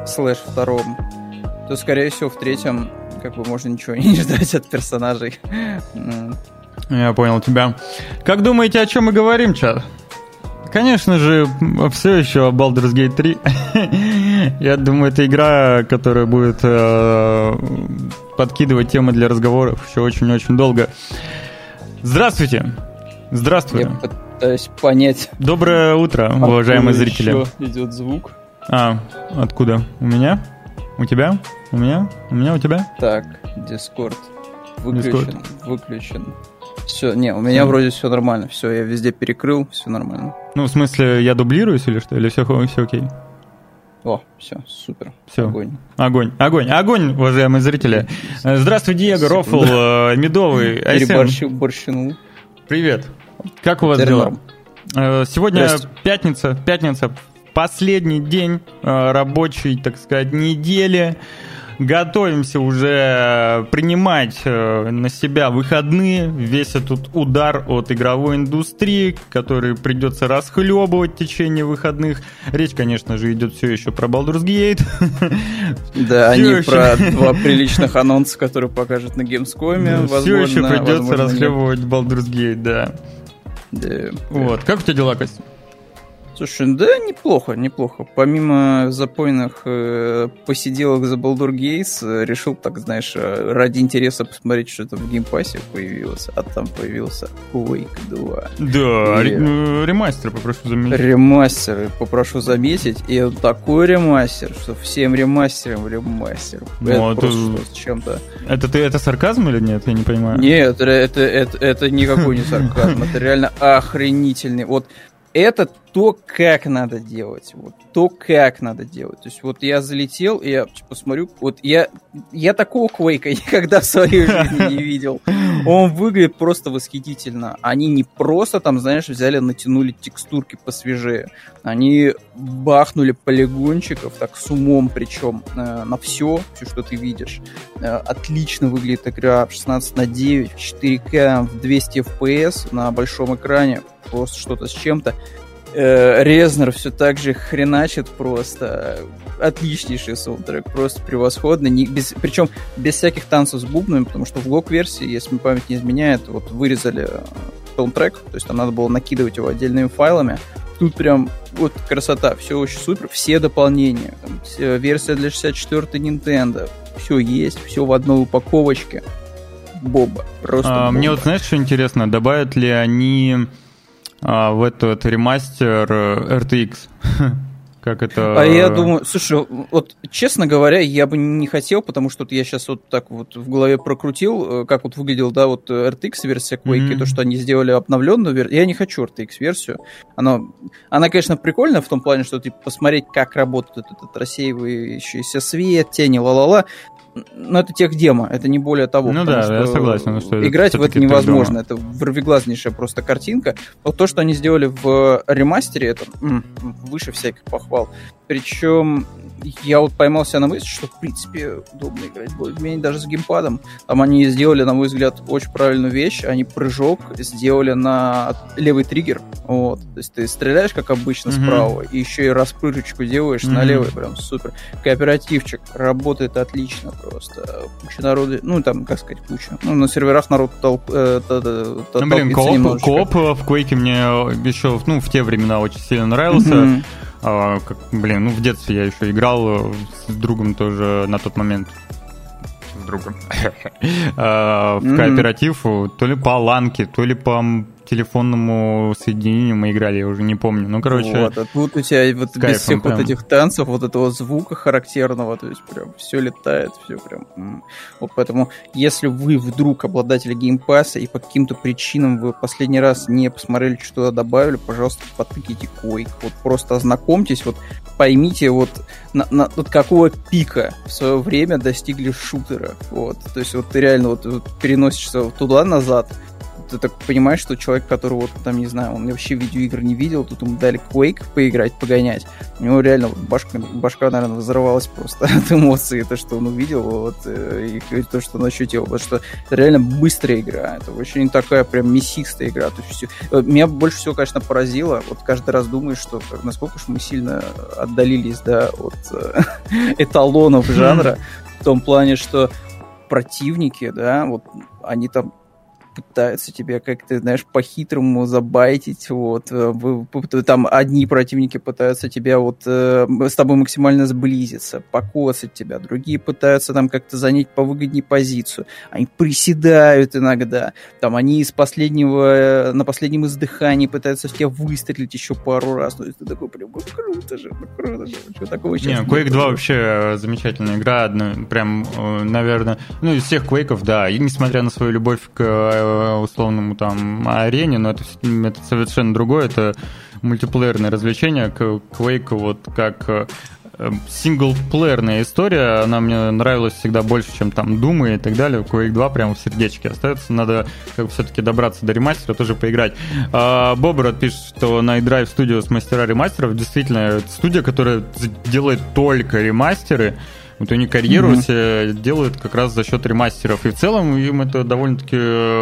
слэш втором, то, скорее всего, в третьем как бы можно ничего не ждать от персонажей. Я понял тебя. Как думаете, о чем мы говорим, чат? Конечно же, все еще о Baldur's Gate 3. Я думаю, это игра, которая будет подкидывать темы для разговоров еще очень-очень долго. Здравствуйте. Здравствуй. Я пытаюсь понять. Доброе утро, уважаемые зрители. Еще идет звук. Откуда? У меня? У тебя? У меня? У меня, у тебя? Так, Discord выключен. Все, не, у меня вроде все нормально. Все, я везде перекрыл, все нормально. Ну, в смысле, я дублируюсь или что? Или все окей? О, все, супер. Все. Огонь, уважаемые зрители. Здравствуй, Диего, Рофл, Медовый, Айсен. Борщину. Привет. Как у вас дела? Сегодня пятница, последний день рабочей, так сказать, недели. Готовимся уже принимать на себя выходные, весь этот удар от игровой индустрии, который придется расхлебывать в течение выходных. Речь, конечно же, идет все еще про Baldur's Gate. Да, не про два приличных анонса, которые покажут на Gamescom. Все еще придется расхлебывать Baldur's Gate, да. Вот. Как у тебя дела, Костя? Слушай, да, неплохо. Помимо запойных посиделок за Baldur's Gate, решил, так знаешь, ради интереса посмотреть, что там в геймпассе появилось. А там появился Quake 2. Да, ремастер, попрошу заметить. Ремастер, попрошу заметить. И вот такой ремастер, что всем ремастером. Это просто с чем-то. Это сарказм или нет? Я не понимаю. Нет, это никакой не сарказм. Это реально охренительный. Вот это то, как надо делать. То есть вот я залетел, и я посмотрю, вот я такого Quake'а никогда в своей жизни не видел. Он выглядит просто восхитительно. Они не просто там, знаешь, взяли, натянули текстурки посвежее. Они бахнули полигончиков, так с умом причем, на все, что ты видишь. Отлично выглядит игра 16:9, в 4К, в 200 FPS на большом экране. Просто что-то с чем-то. Резнер все так же хреначит просто. Отличнейший саундтрек, просто превосходный. Причем без всяких танцев с бубнами, потому что в лог-версии, если мне память не изменяет, вот вырезали саундтрек, то есть там надо было накидывать его отдельными файлами. Тут прям вот красота, все очень супер, все дополнения. Там, версия для 64-й Nintendo, все есть, все в одной упаковочке. Боба, просто боба. Мне вот знаешь, что интересно, добавят ли они в этот ремастер RTX? Как это... я думаю, слушай, вот честно говоря, я бы не хотел, потому что я сейчас вот так вот в голове прокрутил, как вот выглядел, да, вот RTX-версия Quake, то, что они сделали обновленную версию. Я не хочу RTX-версию. Она, конечно, прикольная в том плане, что ты посмотреть, как работает этот рассеивающийся свет, тени, ла-ла-ла. Но это техдемо, это не более того. Ну да, я согласен. Что играть в это невозможно, это вырвиглазнейшая просто картинка. Вот то, что они сделали в ремастере, это выше всяких похвал. Причем я вот поймал себя на мысли, что в принципе удобно играть более-менее даже с геймпадом. Там они сделали, на мой взгляд, очень правильную вещь. Они прыжок сделали на левый триггер. Вот. То есть ты стреляешь, как обычно, справа, и еще и распрыжечку делаешь на левый. Прям супер. Кооперативчик работает отлично просто. Куча народу, ну там, как сказать, куча. Ну, на серверах народ толпится немножечко. Кооп в Quake мне еще в те времена очень сильно нравился. В детстве я еще играл с другом тоже на тот момент. С другом. В кооператив, то ли по ланке, то ли по телефонному соединению мы играли, я уже не помню. Ну, короче... Вот, а тут у тебя вот без всех вот этих танцев, вот этого звука характерного, то есть прям все летает, все прям... Вот поэтому, если вы вдруг обладатель геймпасса и по каким-то причинам вы последний раз не посмотрели, что туда добавили, пожалуйста, потыкайте Quake. Вот просто ознакомьтесь, вот поймите, вот какого пика в свое время достигли шутеры. Вот. То есть вот ты реально вот переносишься туда-назад, ты так понимаешь, что человек, который вот там, не знаю, он вообще видеоигр не видел, тут ему дали Quake поиграть, погонять. У него реально вот башка, наверное, взорвалась просто от эмоций, то, что он увидел, вот, и то, что он ощутил. Потому что это реально быстрая игра, это очень такая прям мясистая игра. То есть, меня больше всего, конечно, поразило, вот каждый раз думаешь, что насколько же мы сильно отдалились, да, от эталонов жанра, в том плане, что противники, да, вот они там пытаются тебя как-то, знаешь, по-хитрому забайтить, вот, там одни противники пытаются тебя вот с тобой максимально сблизиться, покосать тебя, другие пытаются там как-то занять повыгоднее позицию, они приседают иногда, там они на последнем издыхании пытаются в тебя выстрелить еще пару раз, ну, это такой прям, круто же, что такого сейчас. Quake 2 вообще замечательная игра, прям, наверное, ну, из всех Quake'ов, да, и несмотря на свою любовь к условному там арене, но это совершенно другое, это мультиплеерное развлечение. Quake вот как синглплеерная история, она мне нравилась всегда больше, чем там Doom и так далее. Quake 2 прямо в сердечке остается, надо как бы все-таки добраться до ремастера, тоже поиграть. Бобрат пишет, что Night Drive Studios мастера ремастеров, действительно, это студия, которая делает только ремастеры. Вот они карьеру себе делают как раз за счет ремастеров. И в целом им это довольно-таки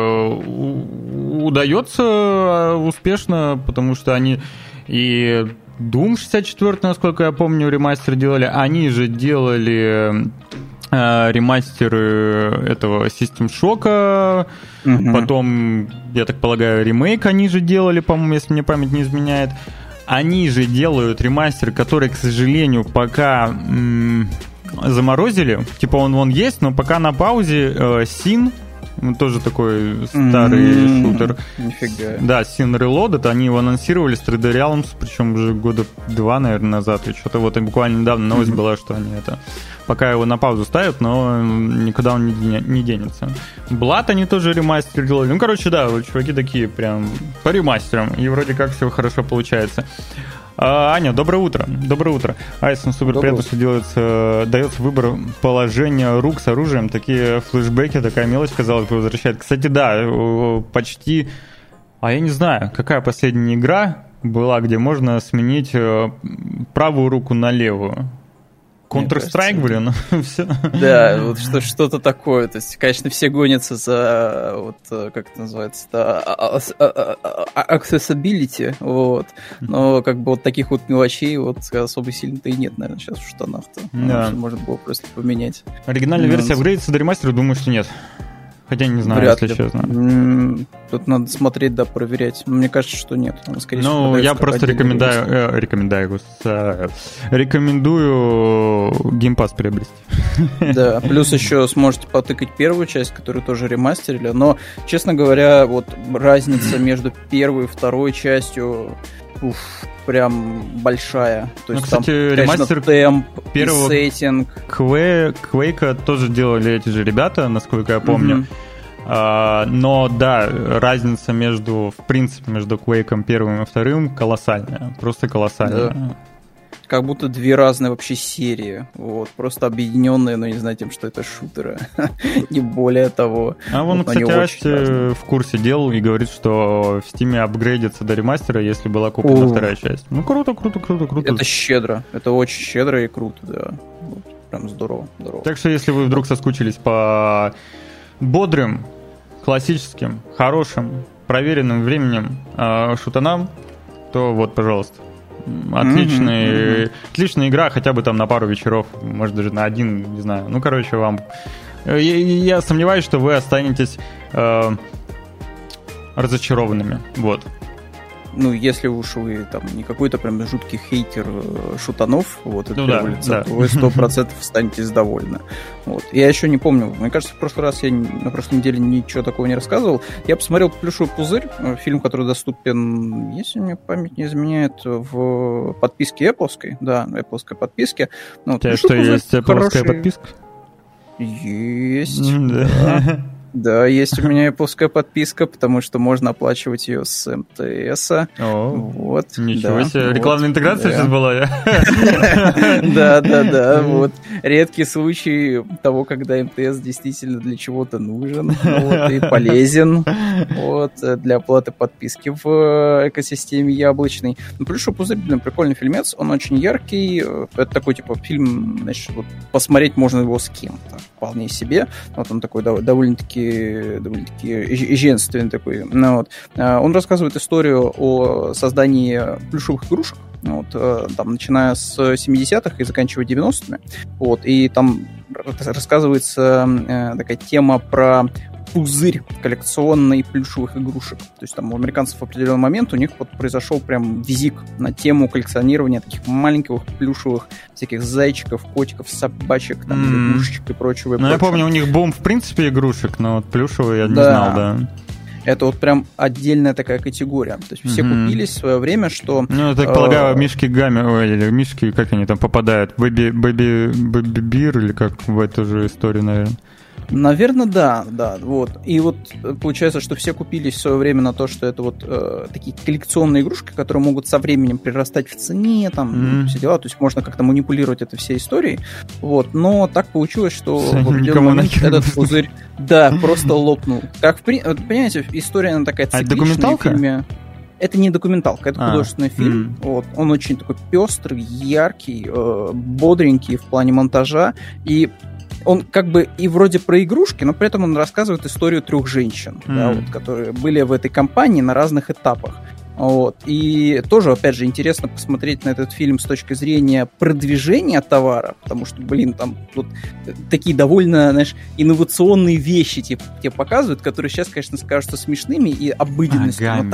удается успешно, потому что они и Doom 64, насколько я помню, ремастер делали. Они же делали ремастеры этого System Shock. Потом, я так полагаю, ремейк они же делали, по-моему, если мне память не изменяет. Они же делают ремастер, который, к сожалению, пока... заморозили, типа он есть, но пока на паузе. Sin, тоже такой старый шутер. Нифига. Да, Sin Reloaded, они его анонсировали с 3D Realms, причем уже года 2, наверное, назад, и что-то вот буквально недавно новость была, что они это пока его на паузу ставят, но никуда он не денется. Blood они тоже ремастер делали. Ну, короче, да, вот чуваки такие прям по ремастерам, и вроде как все хорошо получается. Аня, доброе утро. Доброе утро. Айсон, супер приятно, что дается выбор положения рук с оружием. Такие флешбеки, такая мелочь, казалось бы, возвращает. Кстати, да, почти... А я не знаю, какая последняя игра была, где можно сменить правую руку на левую. Counter-Strike, блин, все. Да, вот что-то такое. То есть, конечно, все гонятся за, вот, как это называется, accessibility, вот. Но как бы вот таких вот мелочей вот особо сильно-то и нет, наверное, сейчас в штанах-то. Да. Можно было просто поменять. Оригинальная версия апгрейдится до ремастера, думаю, что нет. Хотя не знаю, вряд если ли. Честно. Тут надо смотреть, да, проверять. Мне кажется, что нет. Скорее всего, я просто рекомендую Game Pass приобрести. Да, плюс еще сможете потыкать первую часть, которую тоже ремастерили. Но, честно говоря, вот разница между первой и второй частью прям большая. То есть, кстати, там, ремастер темп первого и сеттинг. Quake'а тоже делали эти же ребята, насколько я помню. Но да, разница в принципе, между Quake'ом первым и вторым колоссальная. Просто колоссальная. Да. Как будто две разные вообще серии. Вот, просто объединенные, но не знаю, тем, что это шутеры. Не более того. А вон, кстати, Асти в курсе дел и говорит, что в Steam апгрейдится до ремастера, если была куплена вторая часть. Ну, круто. Это щедро. Это очень щедро и круто, да. Вот, прям здорово. Так что, если вы вдруг соскучились по бодрым, классическим, хорошим, проверенным временем шутанам, то вот, пожалуйста. Отличная игра, хотя бы там на пару вечеров, может даже на один, не знаю. Ну, короче, вам... Я сомневаюсь, что вы останетесь разочарованными. Вот. Ну, если уж вы там не какой-то прям жуткий хейтер шутанов, вот, это первое лицо, то вы 100% останетесь довольны. Вот. Я еще не помню, мне кажется, в прошлый раз я на прошлой неделе ничего такого не рассказывал. Я посмотрел «Плюшевый пузырь», фильм, который доступен, если мне память не изменяет, в подписке Apple-ской, да, Apple-ской подписке. Ну, у тебя что, есть Apple-ская подписка? Есть, да. Да, есть у меня Apple-ская подписка, потому что можно оплачивать ее с МТС-а. Вот. Ничего себе, рекламная интеграция сейчас была. Да, вот. Редкий случай того, когда МТС действительно для чего-то нужен и полезен для оплаты подписки в экосистеме яблочной. Ну, плюс, что «Пузырь», прикольный фильмец, он очень яркий. Это такой, типа, фильм, значит, вот, посмотреть можно его с кем-то, вполне себе. Вот он такой довольно-таки женственный такой. Ну, вот. Он рассказывает историю о создании плюшевых игрушек, вот, там, начиная с 70-х и заканчивая 90-ми. Вот, и там рассказывается такая тема про пузырь коллекционный плюшевых игрушек. То есть там у американцев в определенный момент у них вот произошел прям визик на тему коллекционирования таких маленьких плюшевых всяких зайчиков, котиков, собачек, там, игрушечек и прочего. Ну, я помню, у них бум, в принципе, игрушек, но вот плюшевые я не знал, да. Это вот прям отдельная такая категория. То есть все купились в свое время, что... Ну, я так полагаю, мишки Гамми, или мишки, как они там попадают? Бэби-бир или как в эту же историю, наверное? Наверное, да, вот. И вот получается, что все купились в свое время на то, что это вот такие коллекционные игрушки, которые могут со временем прирастать в цене, там, все дела, то есть можно как-то манипулировать этой всей историей, вот, но так получилось, что в определенный момент этот пузырь, просто лопнул. Как, понимаете, история, она такая цикличная в фильме. Это не документалка, это художественный фильм. Вот. Он очень такой пестрый, яркий, бодренький в плане монтажа, и он как бы и вроде про игрушки, но при этом он рассказывает историю 3 женщин, да, вот, которые были в этой компании на разных этапах. Вот. И тоже, опять же, интересно посмотреть на этот фильм с точки зрения продвижения товара, потому что, там вот такие довольно, знаешь, инновационные вещи тебе показывают, которые сейчас, конечно, кажутся смешными и обыденностью, но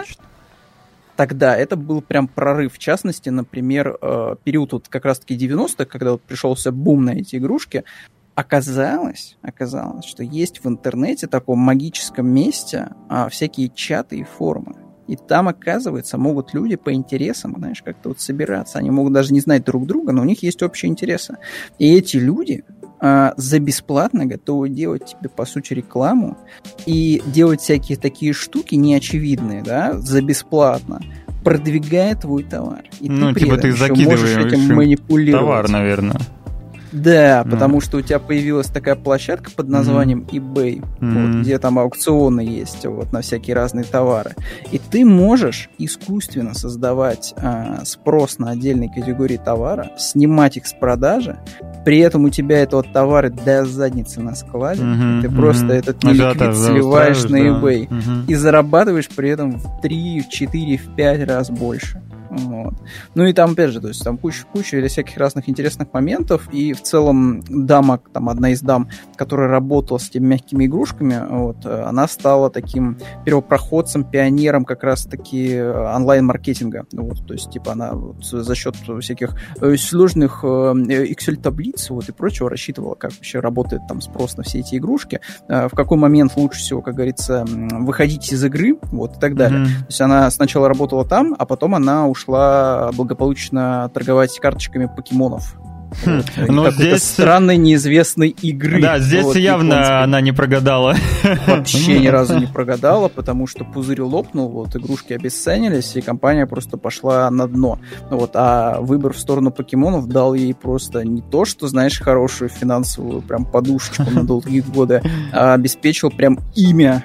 тогда это был прям прорыв. В частности, например, период вот как раз-таки 90-х, когда вот пришелся бум на эти игрушки, оказалось, что есть в интернете, таком магическом месте, всякие чаты и форумы. И там, оказывается, могут люди по интересам, знаешь, как-то вот собираться. Они могут даже не знать друг друга, но у них есть общие интересы. И эти люди за бесплатно готовы делать тебе, по сути, рекламу и делать всякие такие штуки неочевидные, да, за бесплатно, продвигая твой товар. И ты закидываешь этим манипулировать. Товар, наверное. Да, потому что у тебя появилась такая площадка под названием eBay, вот, где там аукционы есть вот, на всякие разные товары. И ты можешь искусственно создавать спрос на отдельные категории товара, снимать их с продажи, при этом у тебя этого товара до задницы на складе, ты просто этот неликвид сливаешь на eBay и зарабатываешь при этом в 3, в 4, в 5 раз больше. Вот. Ну и там, опять же, то есть там куча всяких разных интересных моментов, и в целом дама, там одна из дам, которая работала с этими мягкими игрушками, вот, она стала таким первопроходцем, пионером как раз-таки онлайн-маркетинга. Вот, то есть, типа, она вот, за счет всяких сложных Excel-таблиц вот, и прочего рассчитывала, как вообще работает там спрос на все эти игрушки, в какой момент лучше всего, как говорится, выходить из игры, вот, и так далее. То есть она сначала работала там, а потом она ушла благополучно торговать карточками покемонов. Вот, но здесь странной неизвестной игры. Да, здесь вот, явно японской. Она не прогадала. Вообще ни разу не прогадала, потому что пузырь лопнул, вот игрушки обесценились, и компания просто пошла на дно. Вот, а выбор в сторону покемонов дал ей просто не то, что, знаешь, хорошую финансовую прям подушечку на долгие годы, а обеспечил прям имя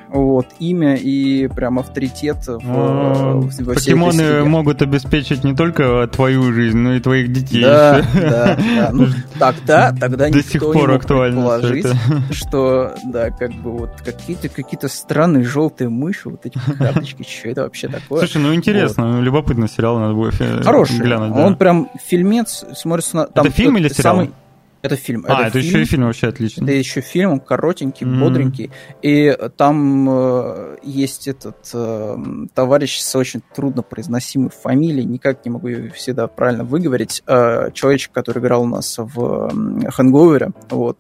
и прям авторитет во всей покемоны могут обеспечить не только твою жизнь, но и твоих детей. Да. Ну, тогда никто не мог предположить, что, да, как бы вот какие-то странные желтые мыши, вот эти карточки, что это вообще такое? Слушай, ну интересно, вот. Любопытный сериал, надо будет хороший, глянуть. Он прям фильмец, смотрится на... Это фильм или сериал? Это фильм. Это еще и фильм, вообще отлично. Это еще фильм, он коротенький, бодренький. И там есть этот товарищ с очень труднопроизносимой фамилией, никак не могу ее всегда правильно выговорить. Человечек, который играл у нас в «Хэнговере». Вот.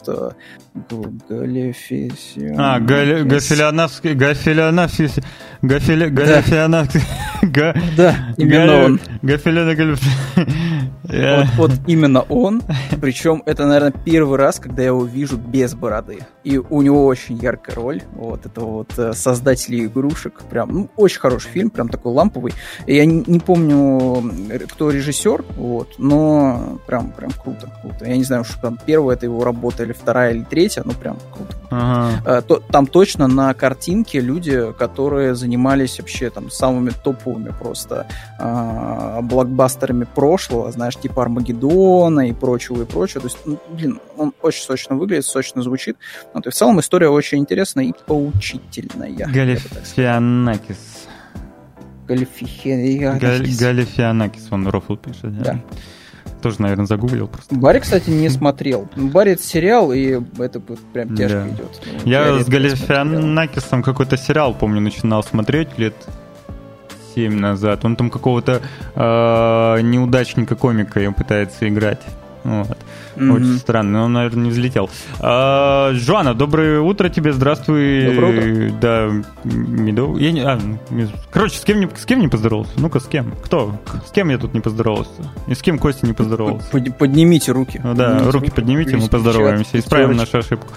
Гафилиановский. Да, именно он. Вот именно он. Причем это наверное, первый раз, когда я его вижу без бороды. И у него очень яркая роль. Вот это вот создатели игрушек. Прям, очень хороший фильм, прям такой ламповый. И я не помню, кто режиссер, вот, но прям круто. Я не знаю, что там первая это его работа или вторая или третья, но прям круто. Ага. Там точно на картинке люди, которые занимались вообще там самыми топовыми просто блокбастерами прошлого, знаешь, типа Армагеддона и прочего. То есть, он очень сочно выглядит, сочно звучит. Вот, и в целом история очень интересная и поучительная. Галифианакис. Галифианакис, он рофл пишет. Да. Тоже, наверное, загуглил просто. Барри, кстати, не смотрел. Барри — это сериал, и это прям тяжко идет. Я с Галифианакисом какой-то сериал, помню, начинал смотреть лет 7 назад. Он там какого-то неудачника-комика пытается играть. Вот. Очень странно, но он, наверное, не взлетел. Жоанна, доброе утро тебе, здравствуй. Доброе утро. Да, короче, с кем не поздоровался? Ну-ка, с кем? Кто? С кем я тут не поздоровался? И с кем Костя не поздоровался? Поднимите руки. Руки поднимите, мы поздороваемся, исправим нашу ошибку.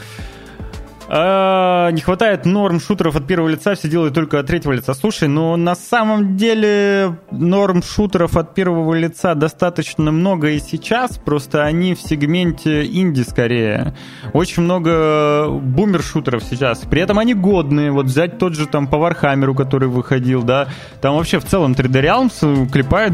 Не хватает норм шутеров от первого лица, все делают только от третьего лица. Слушай, но на самом деле норм шутеров от первого лица достаточно много и сейчас, просто они в сегменте инди скорее. Очень много бумер-шутеров сейчас, при этом они годные. Вот взять тот же там по Warhammer'у, который выходил, да, там вообще в целом 3D Realms клепает,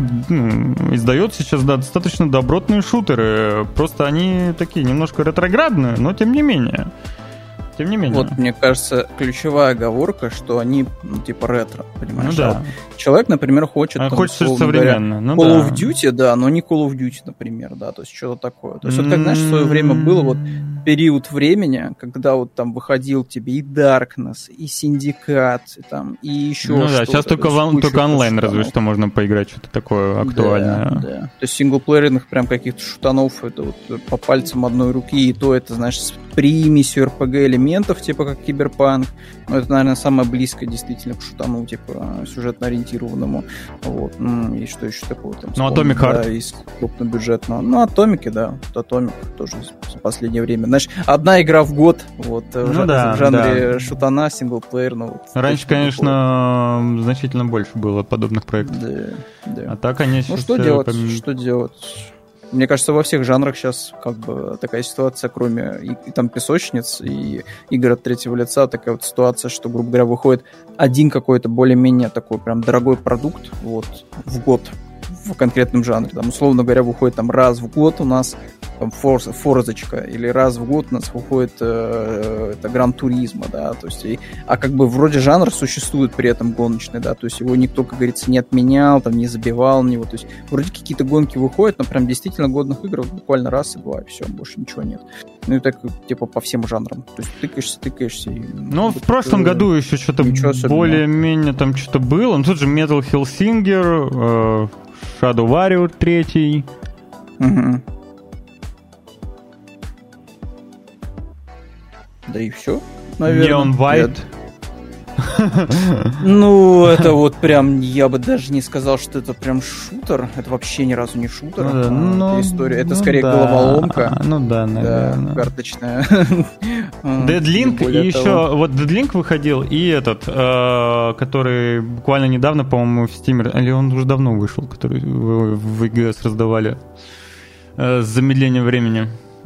издает сейчас достаточно добротные шутеры. Просто они такие немножко ретроградные, но тем не менее. Тем не менее. Вот, мне кажется, ключевая оговорка, что они, типа, ретро, понимаешь? Ну, да. Человек, например, хочет... хочет современно. Call of Duty, да, но не Call of Duty, например, да, то есть что-то такое. То есть вот как, знаешь, в свое время было вот период времени, когда вот там выходил тебе и Darkness, и Syndicate, и, там, и еще что-то. Да, сейчас только онлайн разве что можно поиграть, что-то такое актуальное. Да. То есть синглплеерных прям каких-то шутанов, это вот по пальцам одной руки, и то это, знаешь, с примесью RPG-элементов, типа как Киберпанк. Ну, это, наверное, самое близкое действительно к шутану, типа сюжетно-ориентированному. Вот. И что еще такого там? Ну, Atomic Heart. Да, из крупнобюджетного. Ну, Атомики, да. Atomic тоже за последнее время. Знаешь, одна игра в год, вот, в жанре шутана, синглплеерного. Вот, раньше, конечно, значительно больше было подобных проектов. Да. А так они сейчас... Ну, что делать? Мне кажется, во всех жанрах сейчас как бы такая ситуация, кроме и там песочниц, и игр от третьего лица, такая вот ситуация, что, грубо говоря, выходит один какой-то более-менее такой прям дорогой продукт вот, в год в конкретном жанре. Там, условно говоря, выходит там раз в год у нас там Форзочка, или раз в год у нас выходит это Гран-туризмо, да, то есть, а как бы вроде жанр существует при этом гоночный, да, то есть его никто, как говорится, не отменял, там, не забивал на него, то есть вроде какие-то гонки выходят, но прям действительно годных игр буквально раз и два, и все, больше ничего нет. Ну и так, типа, по всем жанрам, то есть тыкаешься. И, ну, в прошлом году еще что-то более-менее там что-то было, ну, тут же Metal Hellsinger, Shadow Warrior 3. Угу. Да и все, наверное. Neon White. Ну, это вот прям, я бы даже не сказал, что это прям шутер. Это вообще ни разу не шутер. Это история. Это скорее головоломка. Ну да, наверное. Карточная. Deadlink и еще... Вот Deadlink выходил, и этот, который буквально недавно, по-моему, в Steam... Или он уже давно вышел, который в EGS раздавали с замедлением времени.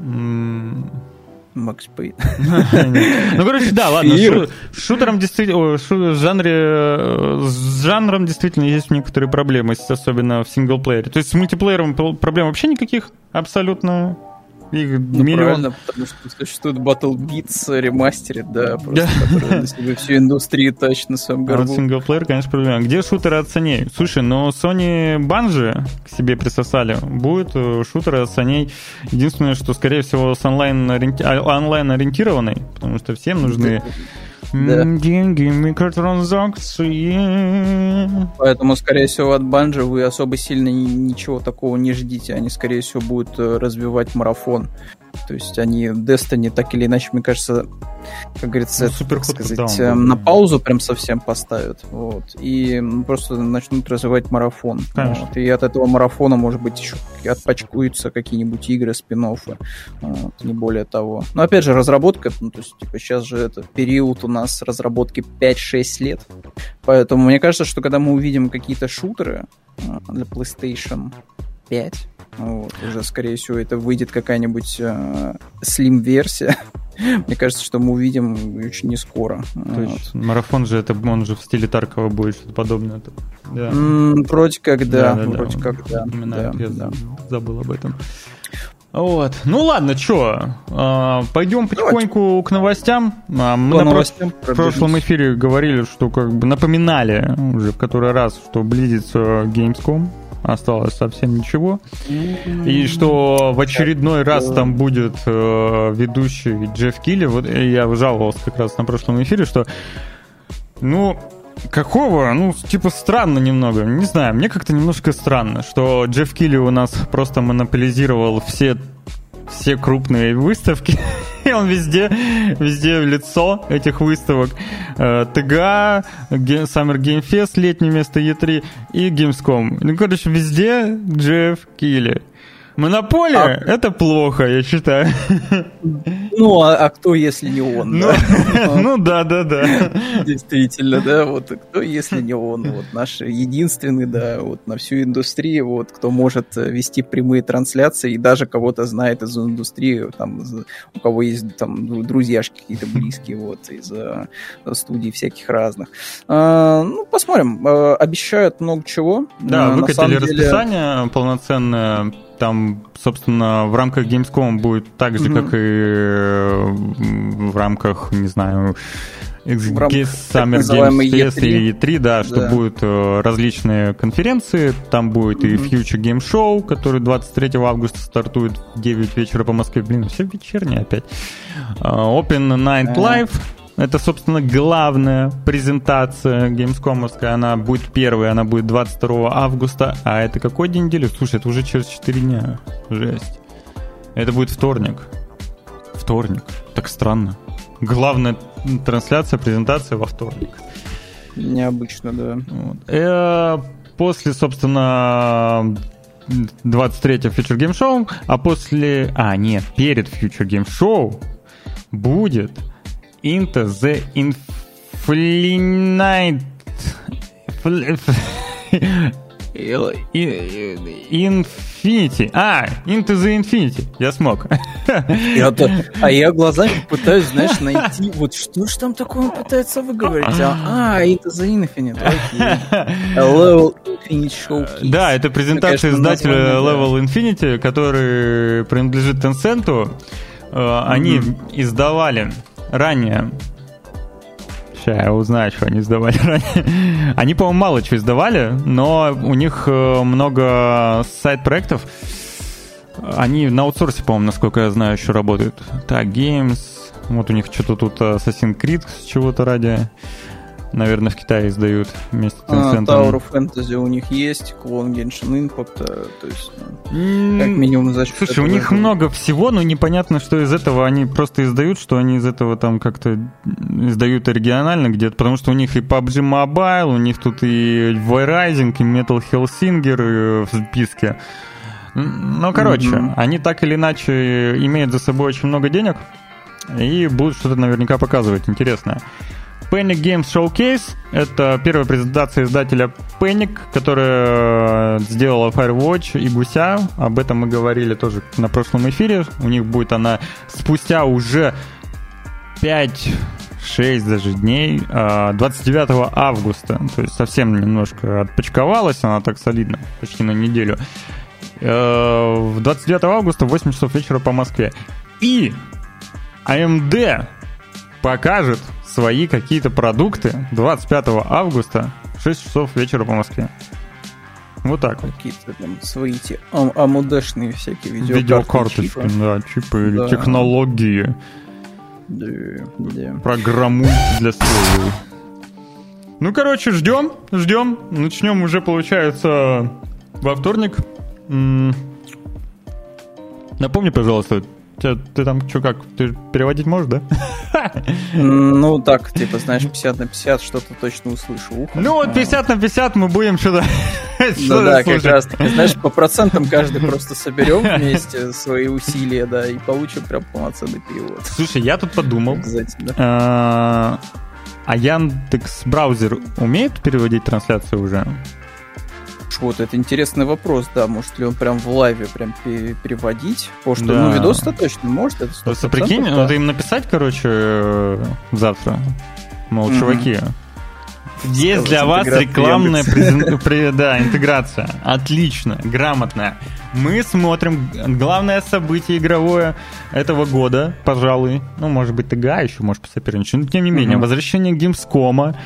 Макс Пейн. Ну, короче, да, ладно. Шутером действительно, с жанром действительно есть некоторые проблемы, особенно в синглплеере. То есть с мультиплеером проблем вообще никаких абсолютно. Их миллион. Правильно, потому что существует Battle Beats ремастерит, да, просто, который на себе всю индустрию тащит на своем горбу. А синглплеер, конечно, проблема. Где шутеры от саней? Слушай, но Sony Bungie к себе присосали. Будет шутеры от саней. Единственное, что, скорее всего, с онлайн-ориентированной, потому что всем нужны... Деньги, микротранзакции. Поэтому, скорее всего, от Bungie вы особо сильно ничего такого не ждите. Они, скорее всего, будут развивать марафон. То есть они Destiny так или иначе, мне кажется, как говорится, так сказать, на паузу прям совсем поставят. Вот. И просто начнут развивать марафон. Вот. И от этого марафона, может быть, еще отпачкуются какие-нибудь игры, спин-оффы. Вот. Не более того. Но опять же, разработка, то есть типа сейчас же это период у нас разработки 5-6 лет. Поэтому мне кажется, что когда мы увидим какие-то шутеры для PlayStation 5, вот, уже, скорее всего, это выйдет какая-нибудь слим-версия. Мне кажется, что мы увидим очень не скоро. Вот. Марафон же, это он же в стиле Таркова будет, что-то подобное. Да. Вроде как да. Вроде как да. Я забыл об этом. Вот. Ну ладно, что, пойдем потихоньку к новостям. Мы в прошлом эфире говорили, что как бы напоминали уже в который раз, что близится Gamescom. Осталось совсем ничего. И что в очередной раз там будет ведущий Джефф Килли. Вот я жаловался как раз на прошлом эфире, что какого? Типа странно немного. Не знаю, мне как-то немножко странно, что Джефф Килли у нас просто монополизировал все крупные выставки. И он везде лицо этих выставок. ТГА, Summer Game Fest, летнее место E3 и Gamescom. Везде Джефф Килли. Монополия — это плохо, я считаю. А кто, если не он? Да. Действительно, да, вот кто, если не он? Вот наш единственный, да, вот на всю индустрию, вот кто может вести прямые трансляции и даже кого-то знает из индустрии, там, у кого есть там друзьяшки какие-то близкие, вот, из студий всяких разных. Посмотрим. Обещают много чего. Да, выкатили расписание полноценное. Там, собственно, в рамках Gamescom будет так же, как и в рамках, не знаю, Summer Game Fest и E3, да, что будут различные конференции. Там будет и Future Game Show, который 23 августа стартует в 9 вечера по Москве. Все вечернее опять. Open Night Live. Это, собственно, главная презентация Gamescom-овская. Она будет первая, она будет 22 августа. А это какой день недели? Слушай, это уже через 4 дня. Жесть. Это будет вторник. Так странно. Главная трансляция, презентация во вторник. Необычно, да. Вот. После, собственно, 23-го Future Game Show, а после... перед Future Game Show будет... Into the Infinite... Infinity. Into the Infinity. Я смог. Я глазами пытаюсь, знаешь, найти, вот что ж там такое он пытается выговорить. Into the Infinite. Окей. Level Infinite Showcase. Да, это презентация издателя Level Infinity, который принадлежит Tencent. Они издавали ранее... Сейчас я узнаю, что они издавали ранее. Они, по-моему, мало чего издавали, но у них много сайт-проектов. Они на аутсорсе, по-моему, насколько я знаю, еще работают. Так, Games. Вот у них что-то тут Assassin's Creed с чего-то ради. Наверное, в Китае издают вместе с Tencent. Tower of Fantasy у них есть, клон Genshin Impact, то есть, как минимум за счет... Слушай, у них много всего, но непонятно, что из этого они просто издают, что они из этого там как-то издают оригинально где-то, потому что у них и PUBG Mobile, у них тут и V-Rising, и Metal Hellsinger в списке. Они так или иначе имеют за собой очень много денег и будут что-то наверняка показывать интересное. Panic Games Showcase — это первая презентация издателя Panic, которая сделала Firewatch и Гуся. Об этом мы говорили тоже на прошлом эфире. У них будет она спустя уже 5-6 даже дней, 29 августа. То есть совсем немножко отпочковалась она так солидно, почти на неделю. 29 августа в 8 часов вечера по Москве. И AMD покажет свои какие-то продукты 25 августа в 6 часов вечера по Москве. Вот так вот. Какие-то там свои эти AMD-шные всякие видеокарточки, да, чипы или технологии. Да. Программу для строя. Ждем. Начнем уже, получается, во вторник. Напомни, пожалуйста, Ты там что, как? Ты переводить можешь, да? Ну, так, типа, знаешь, 50 на 50 что-то точно услышу. Ну, вот 50 на 50 мы будем что-то ну да, как раз таки, знаешь, по процентам каждый просто соберем вместе свои усилия, да, и получим прям полноценный перевод. Слушай, я тут подумал. Обязательно. А Яндекс браузер умеет переводить трансляцию уже? Вот, это интересный вопрос, да, может ли он прям в лайве прям переводить, потому что, ну, видос-то точно может, это 100%. Просто прикинь, да. Надо им написать, короче, завтра, мол, чуваки, есть для вас рекламная интеграция, отлично, грамотная. Мы смотрим главное событие игровое этого года, пожалуй, ну, может быть, ТГА еще может посоперничать, но тем не менее, возвращение Gamescom,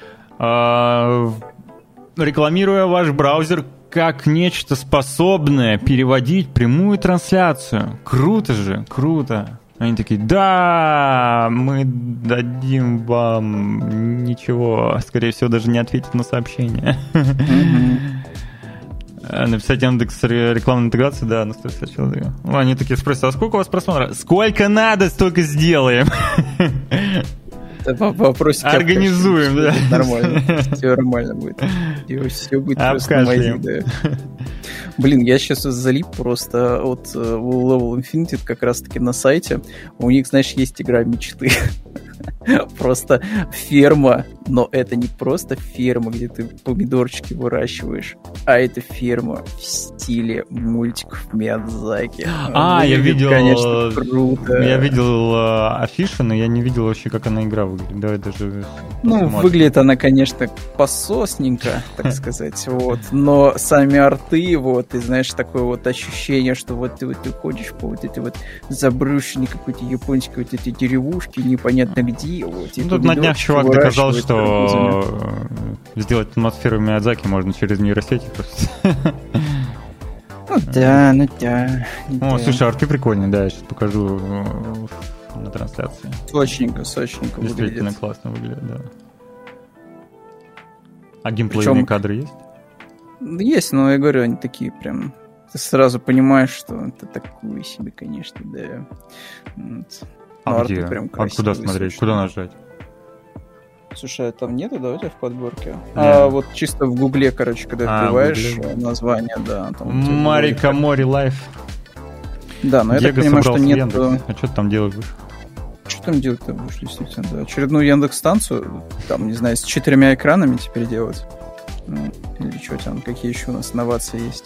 рекламируя ваш браузер как нечто способное переводить прямую трансляцию. Круто же, круто. Они такие, да, мы дадим вам ничего, скорее всего, даже не ответить на сообщение. Написать Яндекс рекламной интеграции, да, на 150 человек. Они такие спросят, а сколько у вас просмотров? Сколько надо, столько сделаем. Вопросики организуем, да. Нормально. Все нормально будет. И все будет просто на моей, да. Блин, я сейчас залип просто от Level Infinite как раз-таки на сайте. У них, знаешь, есть игра мечты. Просто ферма, но это не просто ферма, где ты помидорчики выращиваешь, а это ферма в стиле мультиков Миядзаки. Я видел, конечно, круто. Я видел афишу, но я не видел вообще, как она игра выглядит. Давай даже посмотрим. Выглядит она, конечно, пососненько, так сказать, вот, но сами арты, вот, и знаешь, такое вот ощущение, что вот ты ходишь по вот этой вот заброшенной какой-то японской вот этой деревушке, непонятно где, вот. Тут на днях чувак доказал, что сделать атмосферу Миядзаки можно через нейросети просто. Ну да. О, слушай, арты прикольные, да, я сейчас покажу на трансляции. Сочненько действительно выглядит. Классно выглядит, да. А геймплейные кадры есть? Есть, но я говорю, они такие прям... Ты сразу понимаешь, что это такое себе, конечно, да. Вот. А где? А куда смотреть? Куда нажать? Слушай, там нету, да, у тебя в подборке? А вот чисто в Гугле, короче, когда вбиваешь название, да. Марика Мори Лайф. Да, но я так понимаю, что нет... А что ты там делаешь? Что там делать-то будешь, действительно, да. Очередную Яндекс-станцию, там, не знаю, с 4 экранами теперь делать. Ну, или что там, какие еще у нас инновации есть?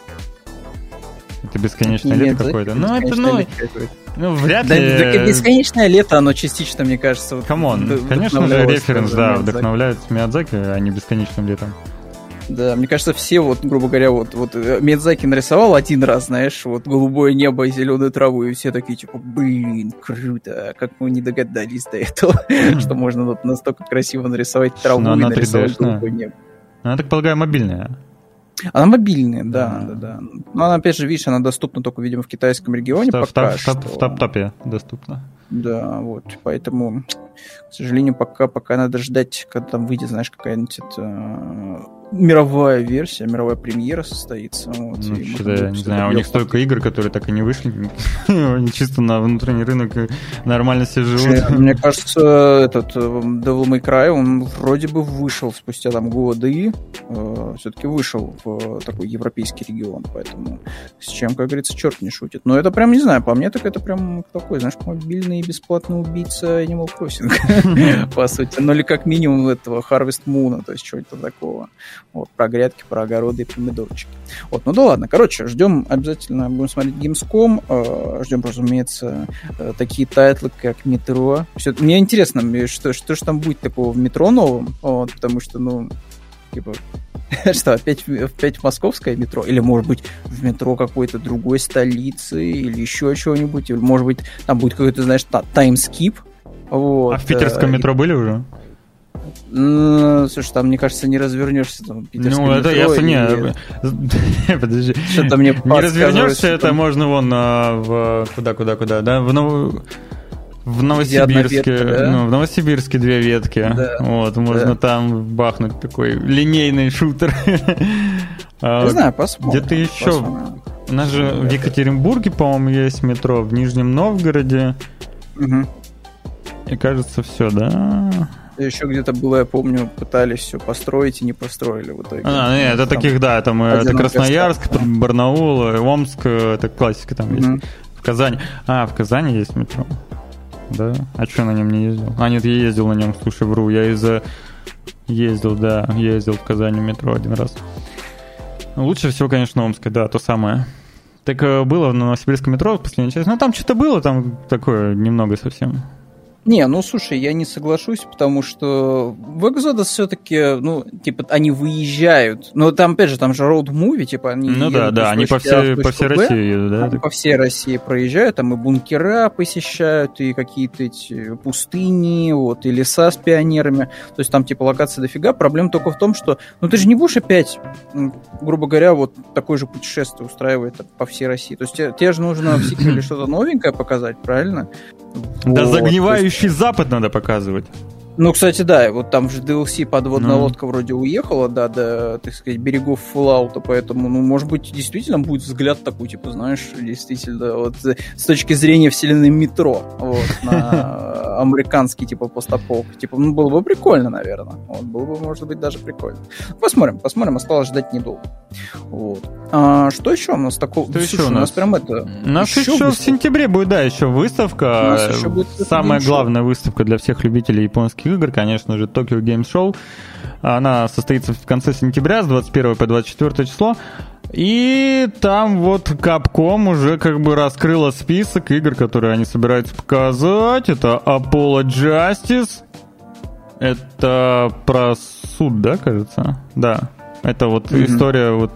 Это бесконечное лето какое-то. Ну, это, вряд ли... Да, бесконечное лето, оно частично, мне кажется... Камон, конечно же, референс, да, вдохновляет Миядзаки, а не бесконечным летом. Да, мне кажется, все, вот, грубо говоря, вот Миядзаки нарисовал один раз, знаешь, вот голубое небо и зеленую траву, и все такие, типа, блин, круто, как мы не догадались до этого, что можно вот настолько красиво нарисовать траву и нарисовать голубое небо. Она, так полагаю, мобильная. Она мобильная, да. Но она, опять же, видишь, она доступна только, видимо, в китайском регионе пока что. В топ-топе доступна. Да, вот, поэтому, к сожалению, пока надо ждать, когда там выйдет, знаешь, какая-нибудь мировая версия, мировая премьера состоится. Вот, я не знаю, у них столько игр, которые так и не вышли. Они чисто на внутренний рынок нормально себе живут. Мне кажется, этот Devil May Cry, он вроде бы вышел спустя там годы, все-таки вышел в такой европейский регион, поэтому с чем, как говорится, черт не шутит. Но это прям, не знаю, по мне так это прям такой, знаешь, мобильный бесплатный убийца Animal Crossing, по сути. Ну или как минимум этого Harvest Moon, то есть чего-то такого. Вот, про грядки, про огороды и помидорчики. Вот, ну да ладно. Короче, ждем обязательно, будем смотреть Gamescom, ждем, разумеется, такие тайтлы, как Метро. Мне интересно, что же там будет такого в Метро новом, вот, потому что, ну, типа, что, опять московское метро? Или, может быть, в метро какой-то другой столицы, или еще чего-нибудь, или, может быть, там будет какой-то, знаешь, таймскип. Вот. А в питерском метро были уже? Слушай, там, мне кажется, не развернешься. Там, это ясно, не. Подожди. Что-то мне не развернешься, это можно вон куда, да? В Новосибирске, ветка, да? В Новосибирске 2 ветки. Да. Вот, можно там бахнуть такой линейный шутер. Не знаю, посмотрим. Где-то еще У нас же в Екатеринбурге, по-моему, есть метро, в Нижнем Новгороде. Угу. И кажется, все, да? Еще где-то было, я помню, пытались все построить и не построили в итоге. Нет, это таких, да, там это Красноярск, Барнаул, Омск, это классика там есть. В Казани. В Казани есть метро. Да? А что на нем не ездил? Нет, я ездил на нем, слушай, вру. Я ездил в Казани метро один раз. Лучше всего, конечно, Омское, да, то самое. Так было в Новосибирском метро в последней части. Ну, там что-то было, там такое немного совсем. Не, ну слушай, я не соглашусь, потому что в Exodus все-таки, ну, типа, они выезжают. Но там, опять же, там же роуд-муви, типа, они едут они по всей России едут, да? Они по всей России проезжают, там и бункера посещают, и какие-то эти пустыни, вот, и леса с пионерами. То есть там, типа, локаций дофига. Проблема только в том, что, ну, ты же не будешь опять, грубо говоря, вот такое же путешествие устраивать по всей России. То есть тебе же нужно в сиквеле что-то новенькое показать, правильно? Да, загнивающий Запад надо показывать. Ну, кстати, да, вот там же DLC подводная лодка вроде уехала, да, до, так сказать, берегов Fallout, поэтому, ну, может быть, действительно будет взгляд такой, типа, знаешь, действительно, вот с точки зрения вселенной метро, вот, на американский, типа, постапок, типа, ну, было бы прикольно, наверное, вот, было бы, может быть, даже прикольно. Посмотрим, осталось ждать недолго. Вот. Что еще у нас такого? Слушай, у нас прям это... У нас еще в сентябре будет, да, еще выставка, самая главная выставка для всех любителей японских игр, конечно же, Tokyo Game Show. Она состоится в конце сентября с 21 по 24 число. И там вот Capcom уже как бы раскрыла список игр, которые они собираются показать. Это Apollo Justice. Это про суд, да, кажется? Да. Это вот история вот...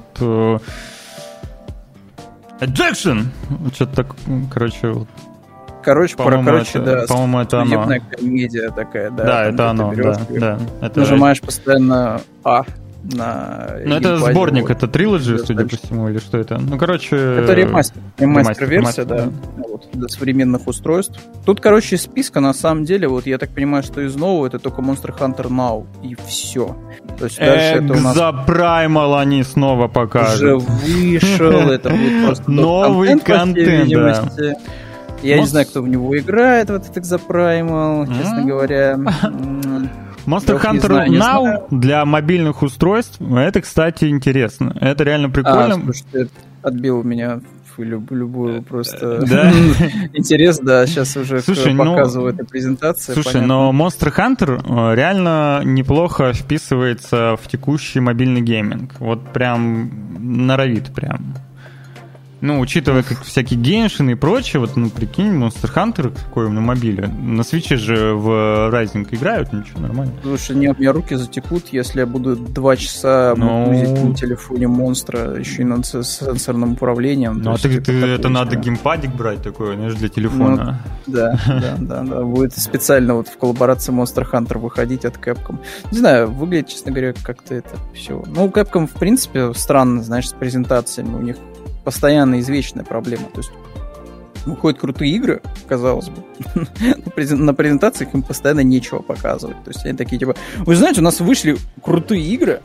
Ejection! Что-то так, короче... По-моему, по-моему, это оно. Судебная комедия такая, да. Да, это оно, да. Это нажимаешь постоянно на... Ну, это сборник, это трилоджи, судя по всему, или что это? Ну, короче... Это ремастер-версия, да. Вот, для современных устройств. Тут, короче, из списка, на самом деле, вот я так понимаю, что из нового это только Monster Hunter Now, и все. То есть дальше это у нас... Exoprimal они снова покажут. Уже вышел, это будет просто новый контент, да. Я не знаю, кто в него играет, в этот Exoprimal, честно говоря. Monster Hunter Now для мобильных устройств, это, кстати, интересно. Это реально прикольно. Слушай, ты отбил меня любую просто интерес, да, сейчас уже показываю эту презентацию. Слушай, но Monster Hunter реально неплохо вписывается в текущий мобильный гейминг. Вот прям норовит прям. Ну, учитывая как всякие геншины и прочее, вот, ну, прикинь, Monster Hunter какой на мобиле. На свитче же в Rising играют, ничего, нормально. Слушай, нет, у меня руки затекут, если я буду 2 часа мутузить на телефоне монстра, еще и на сенсорным управлением. Ну, а ты это надо геймпадик брать такой, знаешь, для телефона. Ну, да. Будет специально вот в коллаборации Monster Hunter выходить от Capcom. Не знаю, выглядит, честно говоря, как-то это все. Ну, у Capcom, в принципе, странно, знаешь, с презентациями. У них постоянно извечная проблема. То есть выходят крутые игры, казалось бы. На презентациях им постоянно нечего показывать. То есть они такие, типа, вы знаете, у нас вышли крутые игры,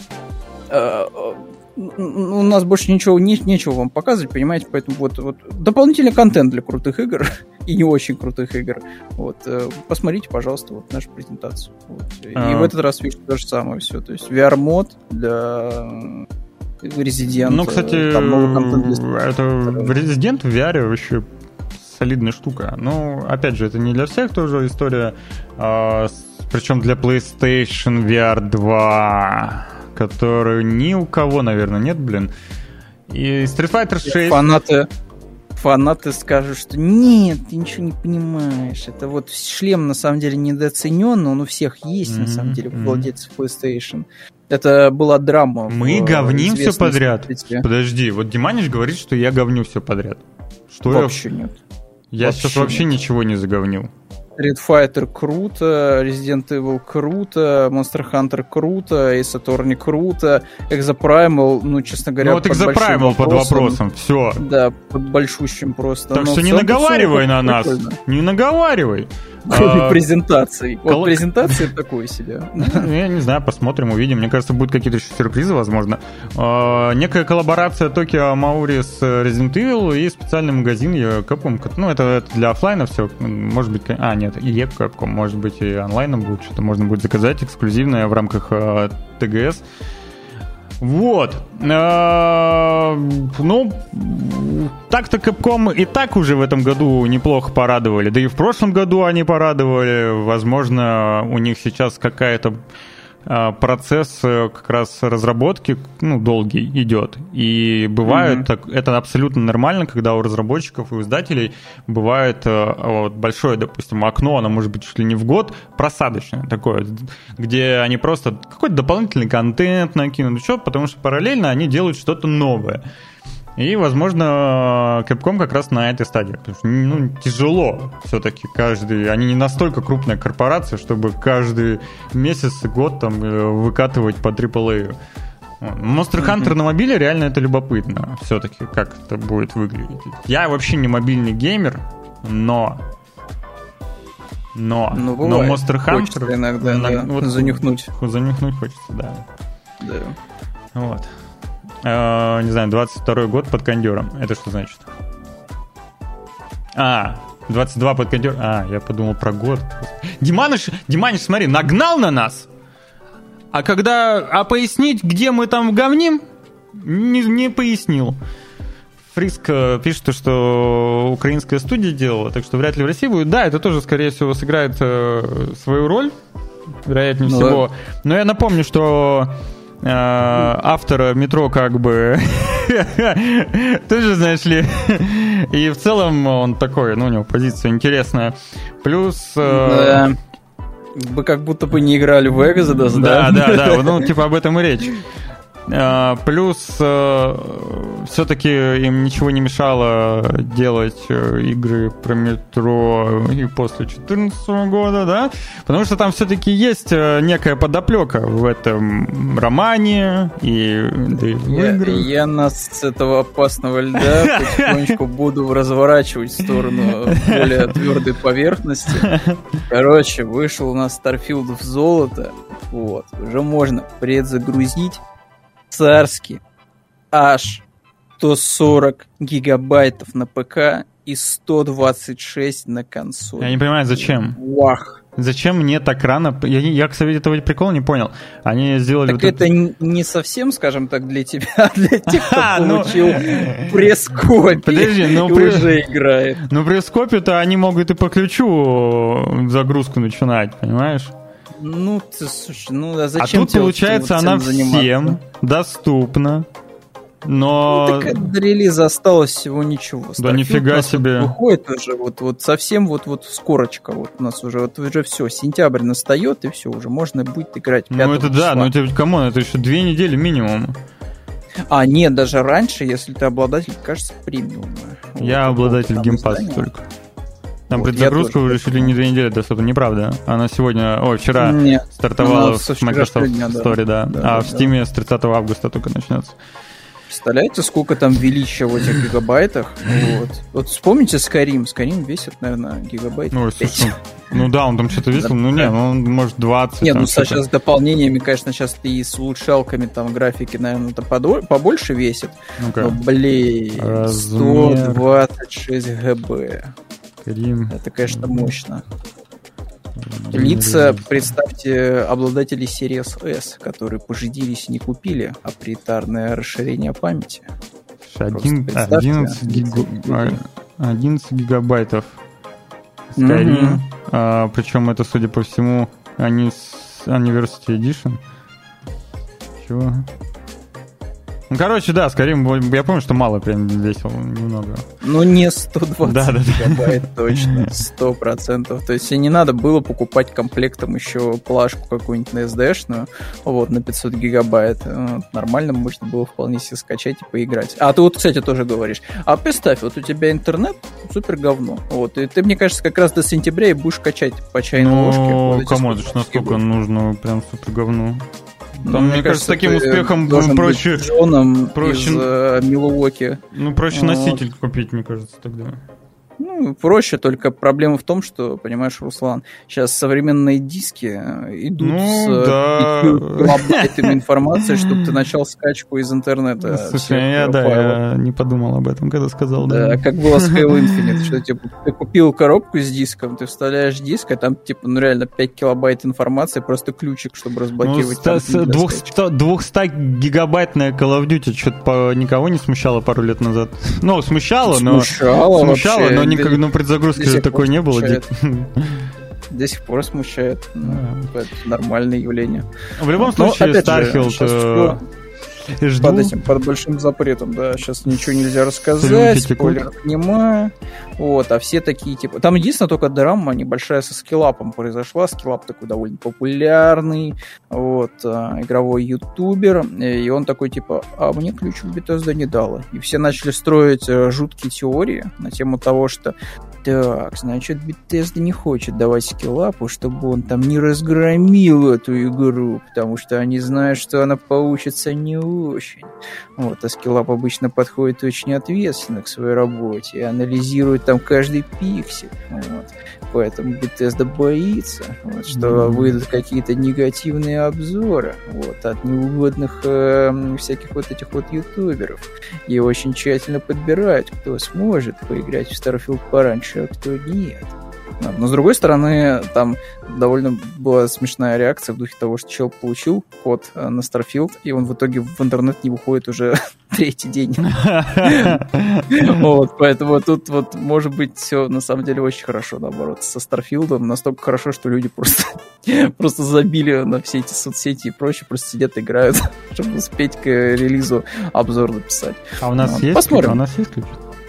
у нас больше нечего вам показывать, понимаете, поэтому вот дополнительный контент для крутых игр и не очень крутых игр. Вот, посмотрите, пожалуйста, вот нашу презентацию. Вот. И в этот раз видишь то же самое все. То есть VR-мод для Resident. Ну, кстати, это Resident в VR вообще солидная штука. Ну, опять же, это не для всех тоже история, причем для PlayStation VR 2, который ни у кого, наверное, нет, блин. И Street Fighter 6... Фанаты скажут, что нет, ты ничего не понимаешь. Это вот шлем, на самом деле, недооценен, но он у всех есть, на самом деле, у владельцев PlayStation. Это была драма. Мы говним все подряд. Подожди, вот Диманич говорит, что я говню все подряд. Что вообще нет. Я сейчас вообще ничего не заговнил. Street Fighter круто, Resident Evil круто, Monster Hunter круто, Ace Attorney круто, Exoprimal, ну, честно говоря, ну, вот Exoprimal под вопросом, все. Да, под большущим просто. Так что не наговаривай на нас, не наговаривай. Кроме презентаций. Вот презентация такое себе. Я не знаю, посмотрим, увидим. Мне кажется, будут какие-то еще сюрпризы, возможно. Некая коллаборация Tokyo Maori с Resident Evil и специальный магазин Capcom. Ну, это для офлайна все. Может быть... нет, и Capcom. Может быть, и онлайном будет. Что-то можно будет заказать эксклюзивное в рамках ТГС. Вот. Ну, так-то Capcom и так уже в этом году неплохо порадовали. Да и в прошлом году они порадовали. Возможно, у них сейчас какая-то процесс как раз разработки, долгий идет. И бывает, это абсолютно нормально, когда у разработчиков и у издателей бывает большое, допустим, окно, оно может быть чуть ли не в год, просадочное такое, где они просто какой-то дополнительный контент накинут, потому что параллельно они делают что-то новое. И, возможно, Capcom как раз на этой стадии. Потому что, тяжело все-таки Они не настолько крупная корпорация, чтобы каждый месяц и год там выкатывать по AAA. Monster Hunter на мобиле реально это любопытно. Все-таки, как это будет выглядеть. Я вообще не мобильный геймер, но Monster Hunter... иногда, занюхнуть. Занюхнуть хочется, да. Вот. Не знаю, 22-й год под кондером. Это что значит? 22 под кондером. Я подумал про год. Диманыч, смотри, нагнал на нас. А пояснить, где мы там говним, не пояснил. Фриск пишет, что украинская студия делала, так что вряд ли в России будет. Да, это тоже, скорее всего, сыграет свою роль, вероятнее всего. Да. Но я напомню, что автора «Метро» как бы тоже, знаешь ли, и в целом он такой, у него позиция интересная. Плюс... Вы как будто бы не играли в Exodus, да? Да, типа об этом и речь. Плюс все-таки им ничего не мешало делать игры про метро и после 2014 года, да? Потому что там все-таки есть некая подоплека в этом романе и в играх. Я нас с этого опасного льда потихонечку буду разворачивать в сторону более твердой поверхности. Короче, вышел у нас Starfield в золото. Вот, уже можно предзагрузить царский аж 140 гигабайтов на ПК и 126 на консоли. Я не понимаю, зачем? Вах. Зачем мне так рано? Я, кстати, этого прикола не понял. Они сделали... Так это не совсем, скажем так, для тебя, а для тех, кто получил пресс-копию. Подожди, и уже играет. Ну, пресс-копию-то они могут и по ключу загрузку начинать, понимаешь? Слушай, а зачем? А тут, получается, она всем доступна, но... так до релиза осталось всего ничего. Да нифига себе. Выходит уже вот совсем вот скорочка. Вот у нас уже все, сентябрь настает, и все, уже можно будет играть 5 это да, но это, камон, это еще 2 недели минимум. Нет, даже раньше, если ты обладатель, кажется, премиума. Я обладатель геймпасса только. Там предзагрузка уже чуть ли не 2 недели доступна, неправда. Она вчера стартовала в Microsoft Store, да. В Steam с 30 августа только начнется. Представляете, сколько там величия в этих гигабайтах? Вот вспомните Skyrim. Skyrim весит, наверное, гигабайт 5. Да, он там что-то весил, он может 20. Сейчас с дополнениями, конечно, сейчас и с улучшалками там графики, наверное, побольше весит. Но, 126 ГБ. Это, конечно, мощно. Лица, представьте, обладатели Series S, которые пожидились и не купили априетарное расширение памяти. 11 гигабайтов Skyrim. Причем это, судя по всему, Anniversary Edition. Чего? Да, Skyrim, я помню, что мало прям весил, немного. Не 120 гигабайт точно, 100%. То есть не надо было покупать комплектом еще плашку какую-нибудь на SD-шную, на 500 гигабайт. Нормально можно было вполне себе скачать и поиграть. А ты кстати, тоже говоришь, представь, у тебя интернет супер говно. И ты, мне кажется, как раз до сентября и будешь качать по чайной ложке. Кому насколько нужно прям супер говно? Там, мне кажется, с таким успехом проще... из Милуоки. Проще носитель купить, мне кажется, тогда. Проще, только проблема в том, что, понимаешь, Руслан, сейчас современные диски идут с 5 килобайтами информации, чтобы ты начал скачку из интернета. Слушай, я не подумал об этом, когда сказал. Да, как было с Halo Infinite, что типа ты купил коробку с диском, ты вставляешь диск, а там типа реально 5 килобайт информации, просто ключик, чтобы разблокировать. 200-гигабайтная Call of Duty что-то никого не смущало пару лет назад. Ну, смущало, но при загрузке же такое не было. До сих пор смущает. Это нормальное явление. В любом случае, Starfield под большим запретом, да, сейчас ничего нельзя рассказать, спойлеров нема, а все такие, типа, там единственное только драма небольшая со скиллапом произошла, скиллап такой довольно популярный, игровой ютубер, и он такой, типа, а мне ключ в Bethesda не дала, и все начали строить жуткие теории на тему того, что так, значит, Bethesda не хочет давать скиллапу, чтобы он там не разгромил эту игру, потому что они знают, что она получится не очень. А скиллап обычно подходит очень ответственно к своей работе и анализирует там каждый пиксель. Поэтому Bethesda боится, что выйдут какие-то негативные обзоры от неугодных всяких этих ютуберов. И очень тщательно подбирают, кто сможет поиграть в Starfield пораньше, а кто нет. Но, с другой стороны, там довольно была смешная реакция в духе того, что чел получил код на Starfield, и он в итоге в интернет не выходит уже 3-й день. Поэтому тут может быть все на самом деле очень хорошо, наоборот, со Starfield. Настолько хорошо, что люди просто забили на все эти соцсети и прочее, просто сидят и играют, чтобы успеть к релизу обзор написать. А у нас есть? Посмотрим. А у нас есть ключ?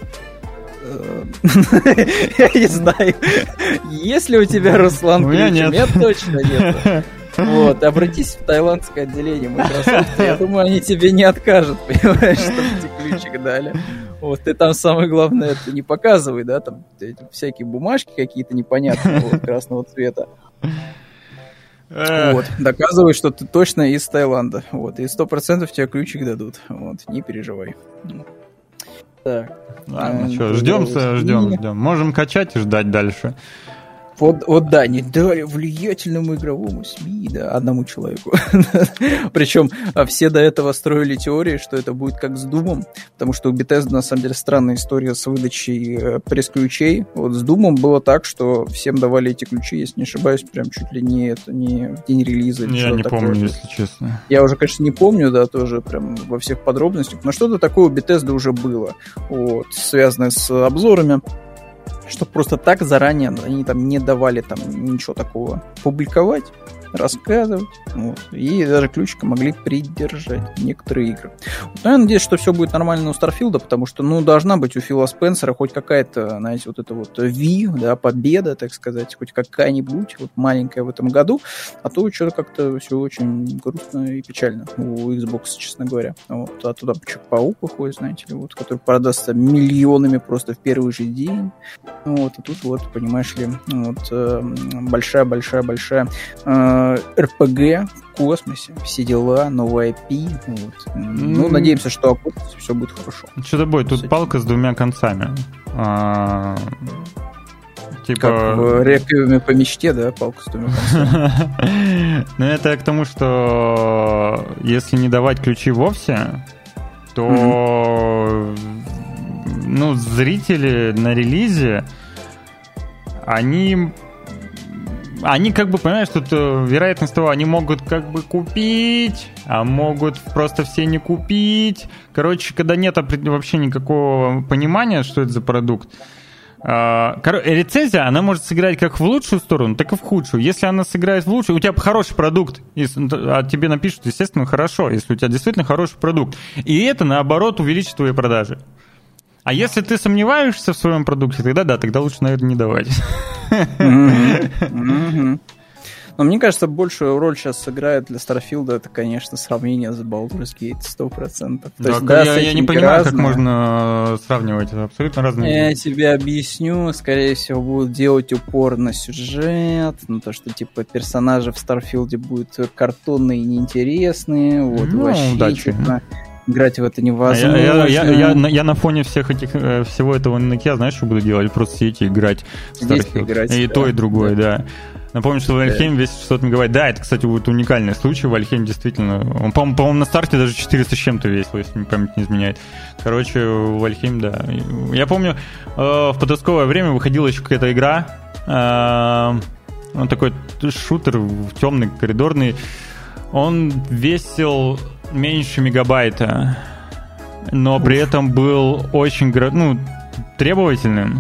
Я не знаю. Есть ли у тебя, Руслан, ключ? У меня точно нет. Обратись в таиландское отделение Microsoft. Я думаю, они тебе не откажут, понимаешь, чтобы тебе ключик дали. Ты там самое главное это не показывай, да, там всякие бумажки какие-то непонятные красного цвета. Доказывай, что ты точно из Таиланда. И 100% тебе ключик дадут. Не переживай. Так. Ладно, что, ждем. Можем качать и ждать дальше. Да, не дали влиятельному игровому СМИ, да, одному человеку. Причем все до этого строили теории, что это будет как с Думом, потому что у Bethesda, на самом деле, странная история с выдачей пресс-ключей. С Думом было так, что всем давали эти ключи, если не ошибаюсь, прям чуть ли не в день релиза. Я не помню, если честно. Я уже, конечно, не помню, да, тоже прям во всех подробностях, но что-то такое у Bethesda уже было, связанное с обзорами. Чтобы просто так заранее они там не давали там ничего такого публиковать, рассказывать, и даже ключика могли придержать некоторые игры. Я надеюсь, что все будет нормально у Старфилда, потому что, должна быть у Фила Спенсера хоть какая-то, знаете, победа, так сказать, хоть какая-нибудь, маленькая в этом году, а то что-то как-то все очень грустно и печально у Xbox, честно говоря. А туда Человек-паук выходит, знаете ли, который продастся миллионами просто в первый же день. А тут понимаешь ли, большая-большая-большая РПГ в космосе, все дела, новый IP. Надеемся, что окупится, все будет хорошо. Что-то будет, тут палка с двумя концами. Как в Реквиеме по мечте, да, палка с двумя концами. Это к тому, что если не давать ключи вовсе, то зрители на релизе, они как бы, понимаешь, тут вероятность того, они могут как бы купить, а могут просто все не купить. Короче, когда нет вообще никакого понимания, что это за продукт, рецензия, она может сыграть как в лучшую сторону, так и в худшую. Если она сыграет в лучшую, у тебя хороший продукт, а тебе напишут, естественно, хорошо, если у тебя действительно хороший продукт. И это, наоборот, увеличит твои продажи. А если ты сомневаешься в своем продукте, тогда лучше, наверное, не давать. Но мне кажется, большую роль сейчас сыграет для Старфилда, это, конечно, сравнение с Baldur's Gate 100%. Я не понимаю, как можно сравнивать. Это абсолютно разные. Я тебе объясню. Скорее всего, будут делать упор на сюжет, на то, что, типа, персонажи в Старфилде будут картонные и неинтересные. Удачи. Играть в это невозможно. Я на фоне всего этого на Nokia, знаешь, что буду делать? Просто сидеть и играть в Starfield. И то, и другое, да. Напомню, что Вальхейм весит 600 мегабайт. Да, это, кстати, вот уникальный случай. Вальхейм действительно... Он, по-моему, на старте даже 400 с чем-то весил, если мне память не изменяет. Короче, Вальхейм, да. Я помню, в подростковое время выходила еще какая-то игра. Он такой шутер темный, коридорный. Он весил меньше мегабайта, но при этом был очень требовательным.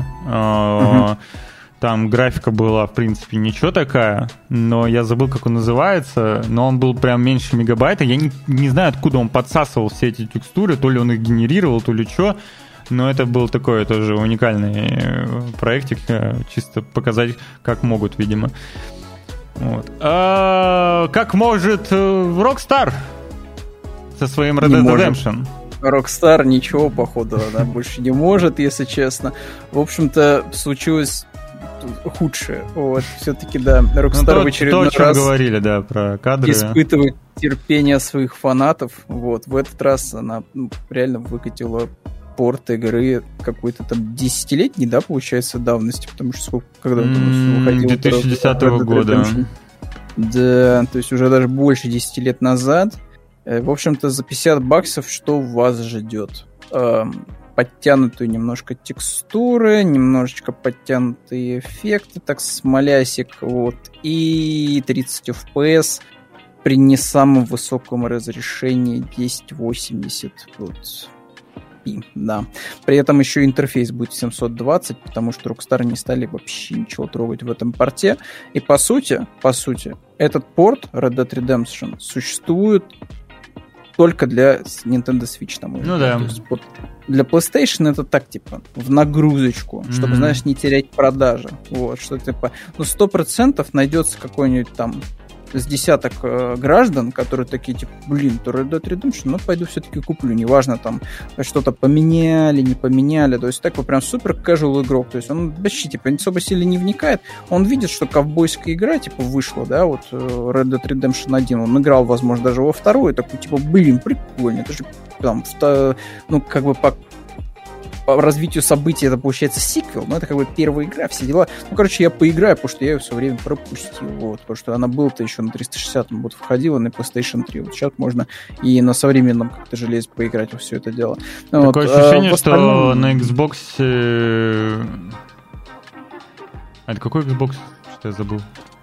Там графика была, в принципе, ничего такая, но я забыл, как он называется, но он был прям меньше мегабайта. Я не знаю, откуда он подсасывал все эти текстуры, то ли он их генерировал, то ли что, но это был такой тоже уникальный проектик, чисто показать, как могут, видимо. Вот. Как может Rockstar со своим Red Dead Redemption? Rockstar ничего, походу, она больше не может, если честно. В общем-то, случилось худшее. Вот, все-таки, да, Rockstar в очередной раз говорили, да, про кадры. Испытывает терпение своих фанатов. Вот, в этот раз она реально выкатила порт игры какой-то там 10-летней, да, получается, давности, потому что когда он там выходил... 2010 года. Да, то есть уже даже больше 10 лет назад. В общем-то, за $50 что вас ждет? Подтянутые немножко текстуры, немножечко подтянутые эффекты, так смолясик, вот, и 30 FPS при не самом высоком разрешении 1080, вот. И, да. При этом еще интерфейс будет 720, потому что Rockstar не стали вообще ничего трогать в этом порте. И по сути, этот порт Red Dead Redemption существует только для Nintendo Switch, на мой взгляд. Да. То есть, вот, для PlayStation это так, типа, в нагрузочку, чтобы, знаешь, не терять продажи. Вот, что типа, 100% найдется какой-нибудь там с десяток граждан, которые такие, типа, блин, то Red Dead Redemption, пойду все-таки куплю, неважно, там, что-то поменяли, не поменяли, то есть такой прям супер casual игрок, то есть он вообще, типа, особо сильно не вникает, он видит, что ковбойская игра, типа, вышла, да, вот Red Dead Redemption 1, он играл, возможно, даже во вторую, такой, типа, блин, прикольно, это же, там, как бы по развитию событий это получается сиквел, но это как бы первая игра, все дела. Я поиграю, потому что я ее все время пропустил, вот, потому что она была-то еще на 360-м вот выходила, на PlayStation 3, вот сейчас можно и на современном как-то железе поиграть во все это дело. Такое ощущение, что на Xbox... Это какой Xbox? Что я забыл?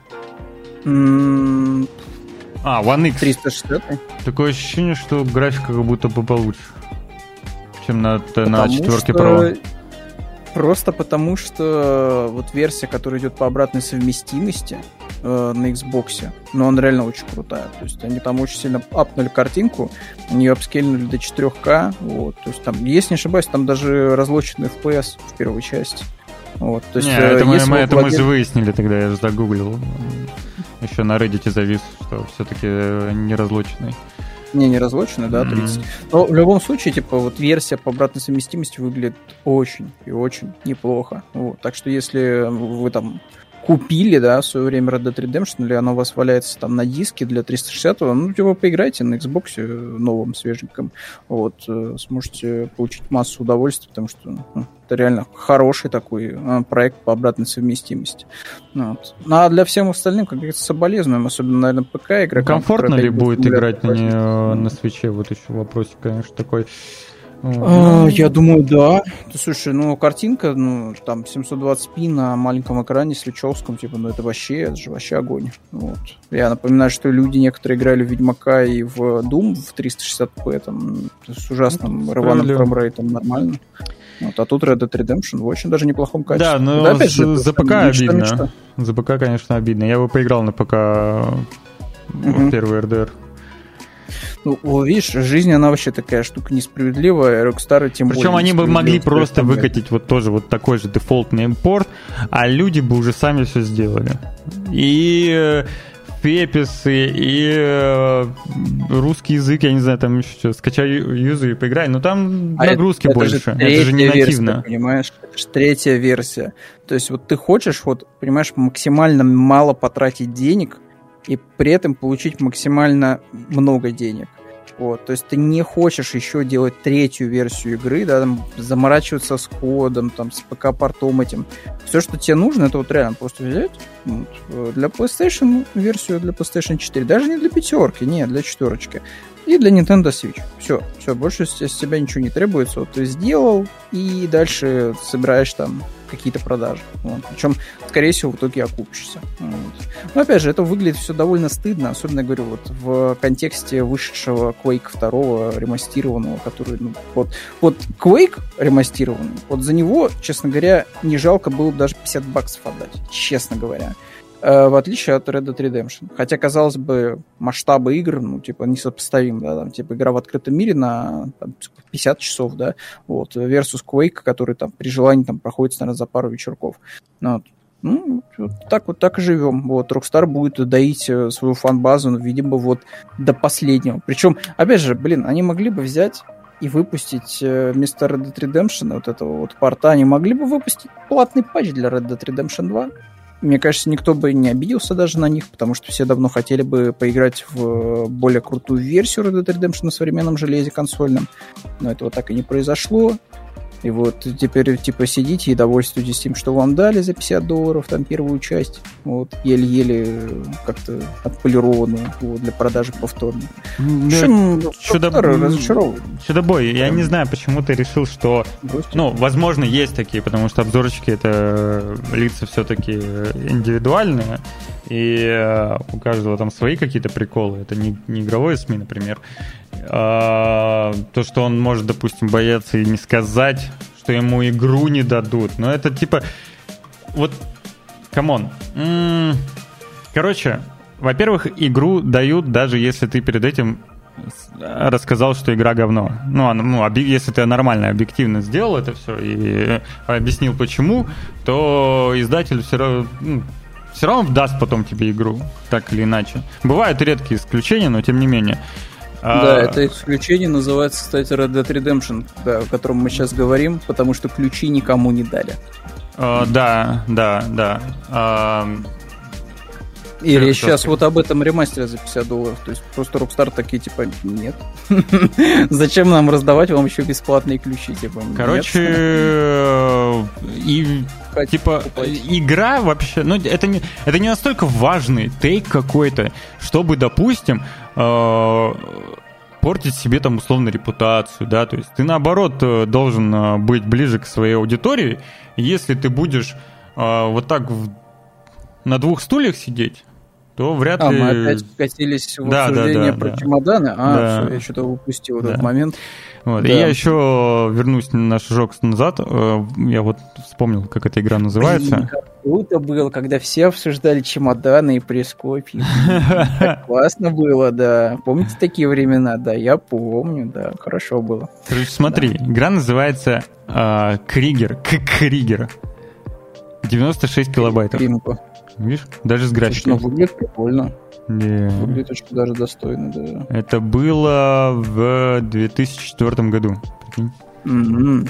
One X. 360. Такое ощущение, что графика как будто бы получше, чем на 4-ке Pro. Просто потому, что вот версия, которая идет по обратной совместимости на Xbox, но она реально очень крутая. То есть они там очень сильно апнули картинку, они ее апскейлили до 4К. Вот. То есть там, если не ошибаюсь, там даже разлоченный FPS в первой части. Вот. То есть, это мы же выяснили тогда, я же загуглил. Еще на Reddit завис, что все-таки не разлоченный. Не разлоченный, да, 30. Но в любом случае, типа, вот версия по обратной совместимости выглядит очень и очень неплохо. Вот. Так что если вы там купили, да, в свое время Red Dead Redemption, или оно у вас валяется там на диске для 360-го, типа, поиграйте на Xbox новом, свеженьком. Вот, сможете получить массу удовольствия, потому что это реально хороший такой проект по обратной совместимости. Вот. А для всем остальным, как говорится, соболезнуем, особенно, наверное, ПК игрокам. Комфортно ли будет играть на свитче? Вот еще вопросик, конечно, такой. Я думаю, да. Слушай, картинка, там 720p на маленьком экране свитчовском, типа, это же вообще огонь. Вот. Я напоминаю, что люди некоторые играли в Ведьмака и в Doom в 360p, там, с ужасным рваным фреймрейтом нормально. Вот, а тут Red Dead Redemption в очень даже неплохом качестве. Да, но да, опять же, за ПК обидно. За ПК, конечно, обидно. Я бы поиграл на ПК в первый RDR. Видишь, жизнь, она вообще такая штука несправедливая, Rockstar тем более. Причем они бы могли просто выкатить вот тоже вот такой же дефолтный импорт, а люди бы уже сами все сделали. И пеписы, и русский язык, я не знаю, там еще что, скачай юзер и поиграй, но там нагрузки больше. Это же не нативно. Версия, понимаешь? Это же третья версия. То есть вот ты хочешь, понимаешь, максимально мало потратить денег, и при этом получить максимально много денег. Вот, то есть ты не хочешь еще делать третью версию игры, да, там, заморачиваться с кодом, там, с ПК-портом этим. Все, что тебе нужно, это вот реально просто взять вот, для PlayStation версию, для PlayStation 4, даже не для пятерки, нет, для четверочки. И для Nintendo Switch. Все, больше с тебя ничего не требуется. Вот ты сделал, и дальше собираешь там какие-то продажи. Вот. Причем, скорее всего, в итоге окупишься. Вот. Но, опять же, это выглядит все довольно стыдно, особенно, я говорю, вот в контексте вышедшего Quake 2 ремастированного, который, ну, вот Quake ремастированный, вот за него, честно говоря, не жалко было бы даже $50 отдать, честно говоря. В отличие от Red Dead Redemption. Хотя, казалось бы, масштабы игр, ну, типа, несопоставимы, да, там, типа, игра в открытом мире на там, 50 часов, да, вот, versus Quake, который там при желании там проходит, наверное, за пару вечерков. Вот. Ну, вот так и живем. Вот, Rockstar будет доить свою фан-базу, ну, видимо, вот до последнего. Причем, опять же, они могли бы взять и выпустить вместо Red Dead Redemption, вот этого вот порта, они могли бы выпустить платный патч для Red Dead Redemption 2. Мне кажется, никто бы не обиделся даже на них, потому что все давно хотели бы поиграть в более крутую версию Red Dead Redemption на современном железе консольном. Но этого так и не произошло. И вот теперь, типа, сидите и довольствуйтесь тем, что вам дали за $50, там, первую часть, вот, еле-еле как-то отполированную, вот, для продажи повторно. Чудо-бой, я не знаю, почему ты решил, что... Ну, возможно, есть такие, потому что обзорчики — это лица все-таки индивидуальные, и у каждого там свои какие-то приколы. Это не игровое СМИ, например. То, что он может, допустим, бояться и не сказать, что ему игру не дадут. Но это типа... Вот, камон. Короче, во-первых, игру дают, даже если ты перед этим рассказал, что игра говно. Если ты нормально, объективно сделал это все и объяснил почему, то издатель все равно даст потом тебе игру, так или иначе. Бывают редкие исключения, но тем не менее. Да, это исключение называется, кстати, Red Dead Redemption, да, о котором мы сейчас говорим, потому что ключи никому не дали. Да. И речь сейчас вот об этом ремастере за $50. То есть просто Rockstar такие, типа, нет. Зачем нам раздавать вам еще бесплатные ключи? Типа, короче, типа, игра вообще... Ну, это не настолько важный тейк какой-то, чтобы, допустим, портить себе там условно репутацию, да, то есть ты наоборот должен быть ближе к своей аудитории. Если ты будешь вот так на двух стульях сидеть, то вряд ли... Мы опять вкатились в обсуждение про чемоданы. Все, я что-то упустил этот момент. Вот. Да. И я еще вернусь на шажок назад. Я вот вспомнил, как эта игра называется. Круто было, когда все обсуждали чемоданы и прескопии. Так классно было, да. Помните такие времена? Да, я помню, да. Хорошо было. Короче, смотри, игра называется Кригер. Кригер. 96 килобайтов. Видишь? Даже с графикой. Выглядит прикольно. Выглядит очень даже достойно, да. Это было в 2004 году. Прикинь.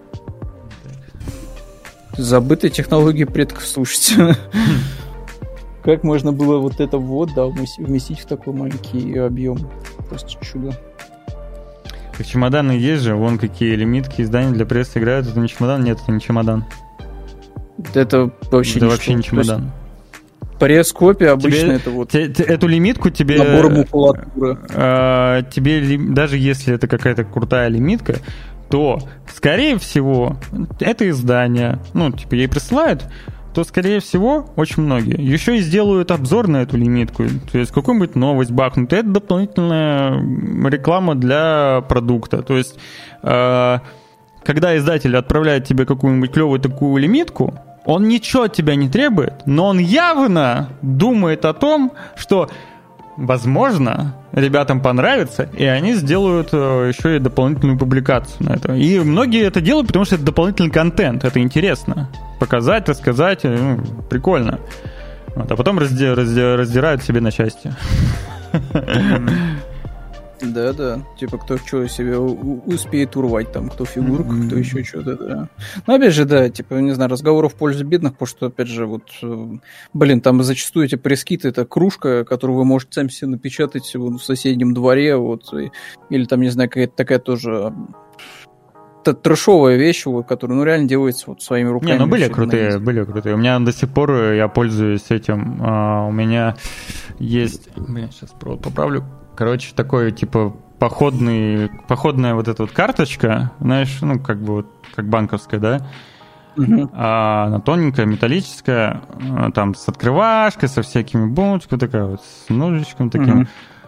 Забытые технологии предков, слушайте. Как можно было вот это вместить в такой маленький объем? Просто чудо. Как чемоданы есть же, вон какие лимитки, издания для прессы играют. Это не чемодан? Нет, это не чемодан. Это вообще не чемодан. Пресс-копия обычно это вот... Эту лимитку тебе... Набор макулатуры. Тебе, даже если это какая-то крутая лимитка, то, скорее всего, это издание, ей присылают, то, скорее всего, очень многие еще и сделают обзор на эту лимитку. То есть какую-нибудь новость бахнут. Это дополнительная реклама для продукта. То есть, когда издатель отправляет тебе какую-нибудь клевую такую лимитку, он ничего от тебя не требует, но он явно думает о том, что, возможно, ребятам понравится, и они сделают еще и дополнительную публикацию на это. И многие это делают, потому что это дополнительный контент, это интересно. Показать, рассказать, прикольно. Вот, а потом раздирают себе на части. Да, типа кто что себе успеет урвать, там, кто фигурка, кто еще что-то, да. Но опять же, да, типа, не знаю, разговоров в пользу бедных, потому что, опять же, вот, там зачастую эти пресс-киты, это кружка, которую вы можете сами себе напечатать в соседнем дворе, вот, или там, не знаю, какая-то такая тоже трэшовая вещь, которая, реально делается вот своими руками. Не, были крутые. У меня до сих пор, я пользуюсь этим, у меня есть, сейчас провод поправлю, короче, такой, типа, походная вот эта вот карточка, знаешь, как банковская, да? Она тоненькая, металлическая, там с открывашкой, со всякими бомбочками, такая вот, с ножичком таким.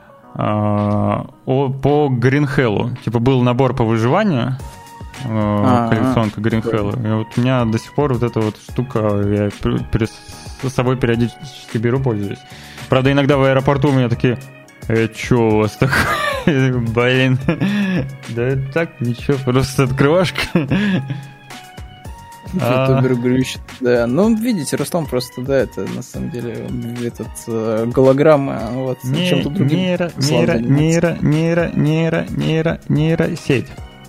По Гринхеллу. Типа, был набор по выживанию, коллекционка Гринхелла. И вот у меня до сих пор вот эта вот штука, я с собой периодически беру, пользуюсь. Правда, иногда в аэропорту у меня такие... Чё у вас такое? Блин. Да так, ничего, просто открывашка. Да, видите, Рустам просто, да, это на самом деле голограмма, вот, чем-то другим. Нейросеть.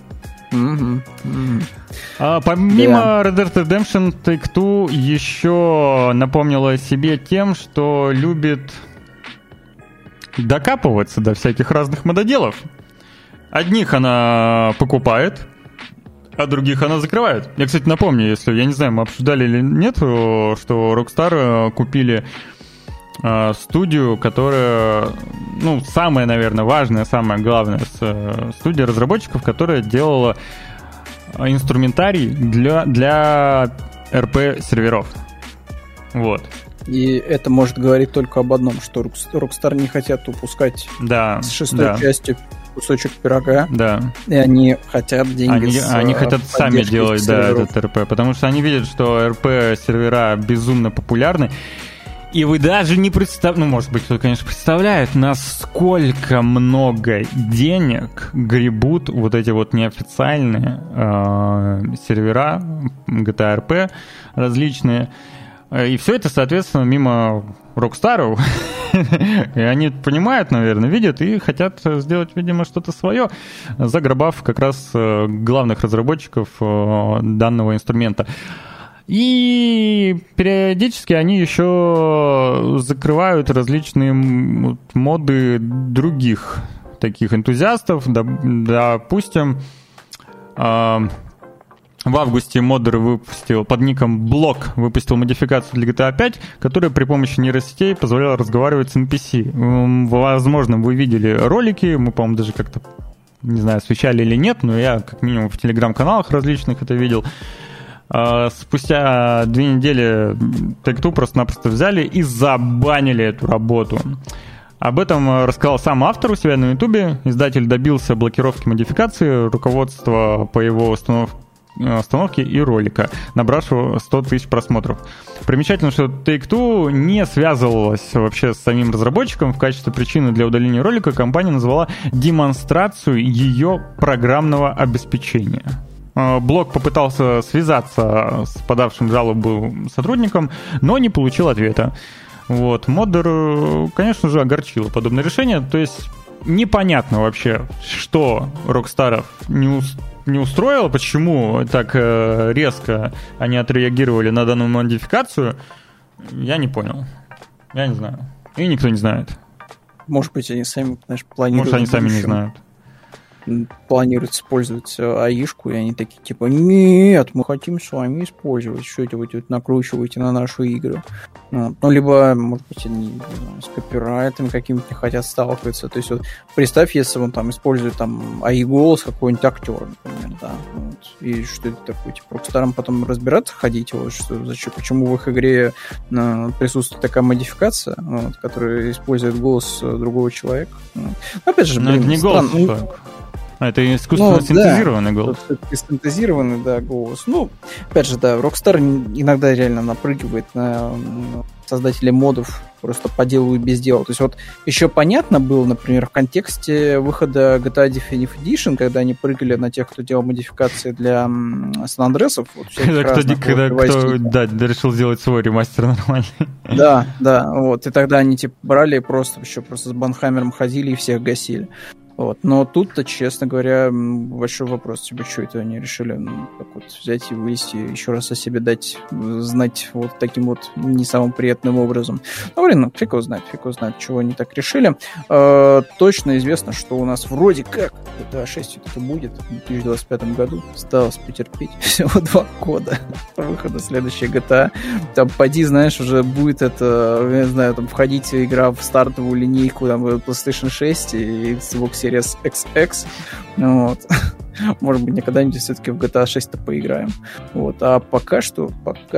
Помимо Red Dead Redemption, Take-Two еще напомнила о себе тем, что любит докапываться до всяких разных мододелов. Одних она покупает, а других она закрывает. Я, кстати, напомню, если, я не знаю, мы обсуждали или нет, что Rockstar купили студию, которая, самая, наверное, важная, самая главная студия разработчиков, которая делала инструментарий для РП-серверов. Вот. И это может говорить только об одном, что Rockstar не хотят упускать с шестой части кусочек пирога. Да. И они хотят деньги Они хотят сами делать этот РП, потому что они видят, что РП-сервера безумно популярны. И вы даже не представляете, может быть, кто-то, конечно, представляет, насколько много денег гребут вот эти вот неофициальные сервера GTA RP различные. И все это, соответственно, мимо Rockstar. И они понимают, наверное, видят и хотят сделать, видимо, что-то свое, заграбав как раз главных разработчиков данного инструмента. И периодически они еще закрывают различные моды других таких энтузиастов. Допустим, в августе Моддер под ником Block выпустил модификацию для GTA 5, которая при помощи нейросетей позволяла разговаривать с NPC. Возможно, вы видели ролики, мы, по-моему, даже как-то, не знаю, освещали или нет, но я как минимум в телеграм-каналах различных это видел. Спустя 2 недели Take-Two просто-напросто взяли и забанили эту работу. Об этом рассказал сам автор у себя на Ютубе. Издатель добился блокировки модификации, руководство по его установке и ролика, набравшего 100 тысяч просмотров. Примечательно, что Take-Two не связывалась вообще с самим разработчиком. В качестве причины для удаления ролика компания назвала демонстрацию ее программного обеспечения. Блог попытался связаться с подавшим жалобу сотрудником, но не получил ответа. Вот. Моддер, конечно же, огорчило подобное решение. То есть непонятно вообще, что Rockstar не устроило, почему так резко они отреагировали на данную модификацию. Я не понял. Я не знаю. И никто не знает. Может быть, они сами, планируют. Может, они сами не знают. Планируют использовать АИшку, и они такие, типа, нет, мы хотим с вами использовать, что это вы тут накручиваете на наши игры. Либо, может быть, они, не знаю, с копирайтами какими-то не хотят сталкиваться. То есть, вот, представь, если он там использует там АИ-голос какой-нибудь актера, например, да, вот, и что это такое, типа, Rockstar потом разбираться ходить, вот, почему в их игре присутствует такая модификация, вот, которая использует голос другого человека. Опять же, это не голос, это искусственно синтезированный голос. Синтезированный, да, голос. Опять же, да, Rockstar иногда реально напрыгивает на создателей модов просто по делу и без дела. То есть вот еще понятно было, например, в контексте выхода GTA Definitive Edition, когда они прыгали на тех, кто делал модификации для Сан-Андреасов. Вот, когда кто решил сделать свой ремастер нормальный. Да, вот. И тогда они типа брали и просто с банхаммером ходили и всех гасили. Вот. Но тут-то, честно говоря, большой вопрос, типа, что это они решили так вот взять и вывести, еще раз о себе дать знать вот таким вот не самым приятным образом. Ну, фиг его знает, чего они так решили. Точно известно, что у нас вроде как GTA 6 это будет в 2025 году. Осталось потерпеть всего 2 года выхода следующей GTA. Там, поди, знаешь, уже будет это, я не знаю, там, входить игра в стартовую линейку там, PlayStation 6 и Xbox Series XX. Вот. Может быть, когда-нибудь все-таки в GTA 6-то поиграем. Вот. А пока что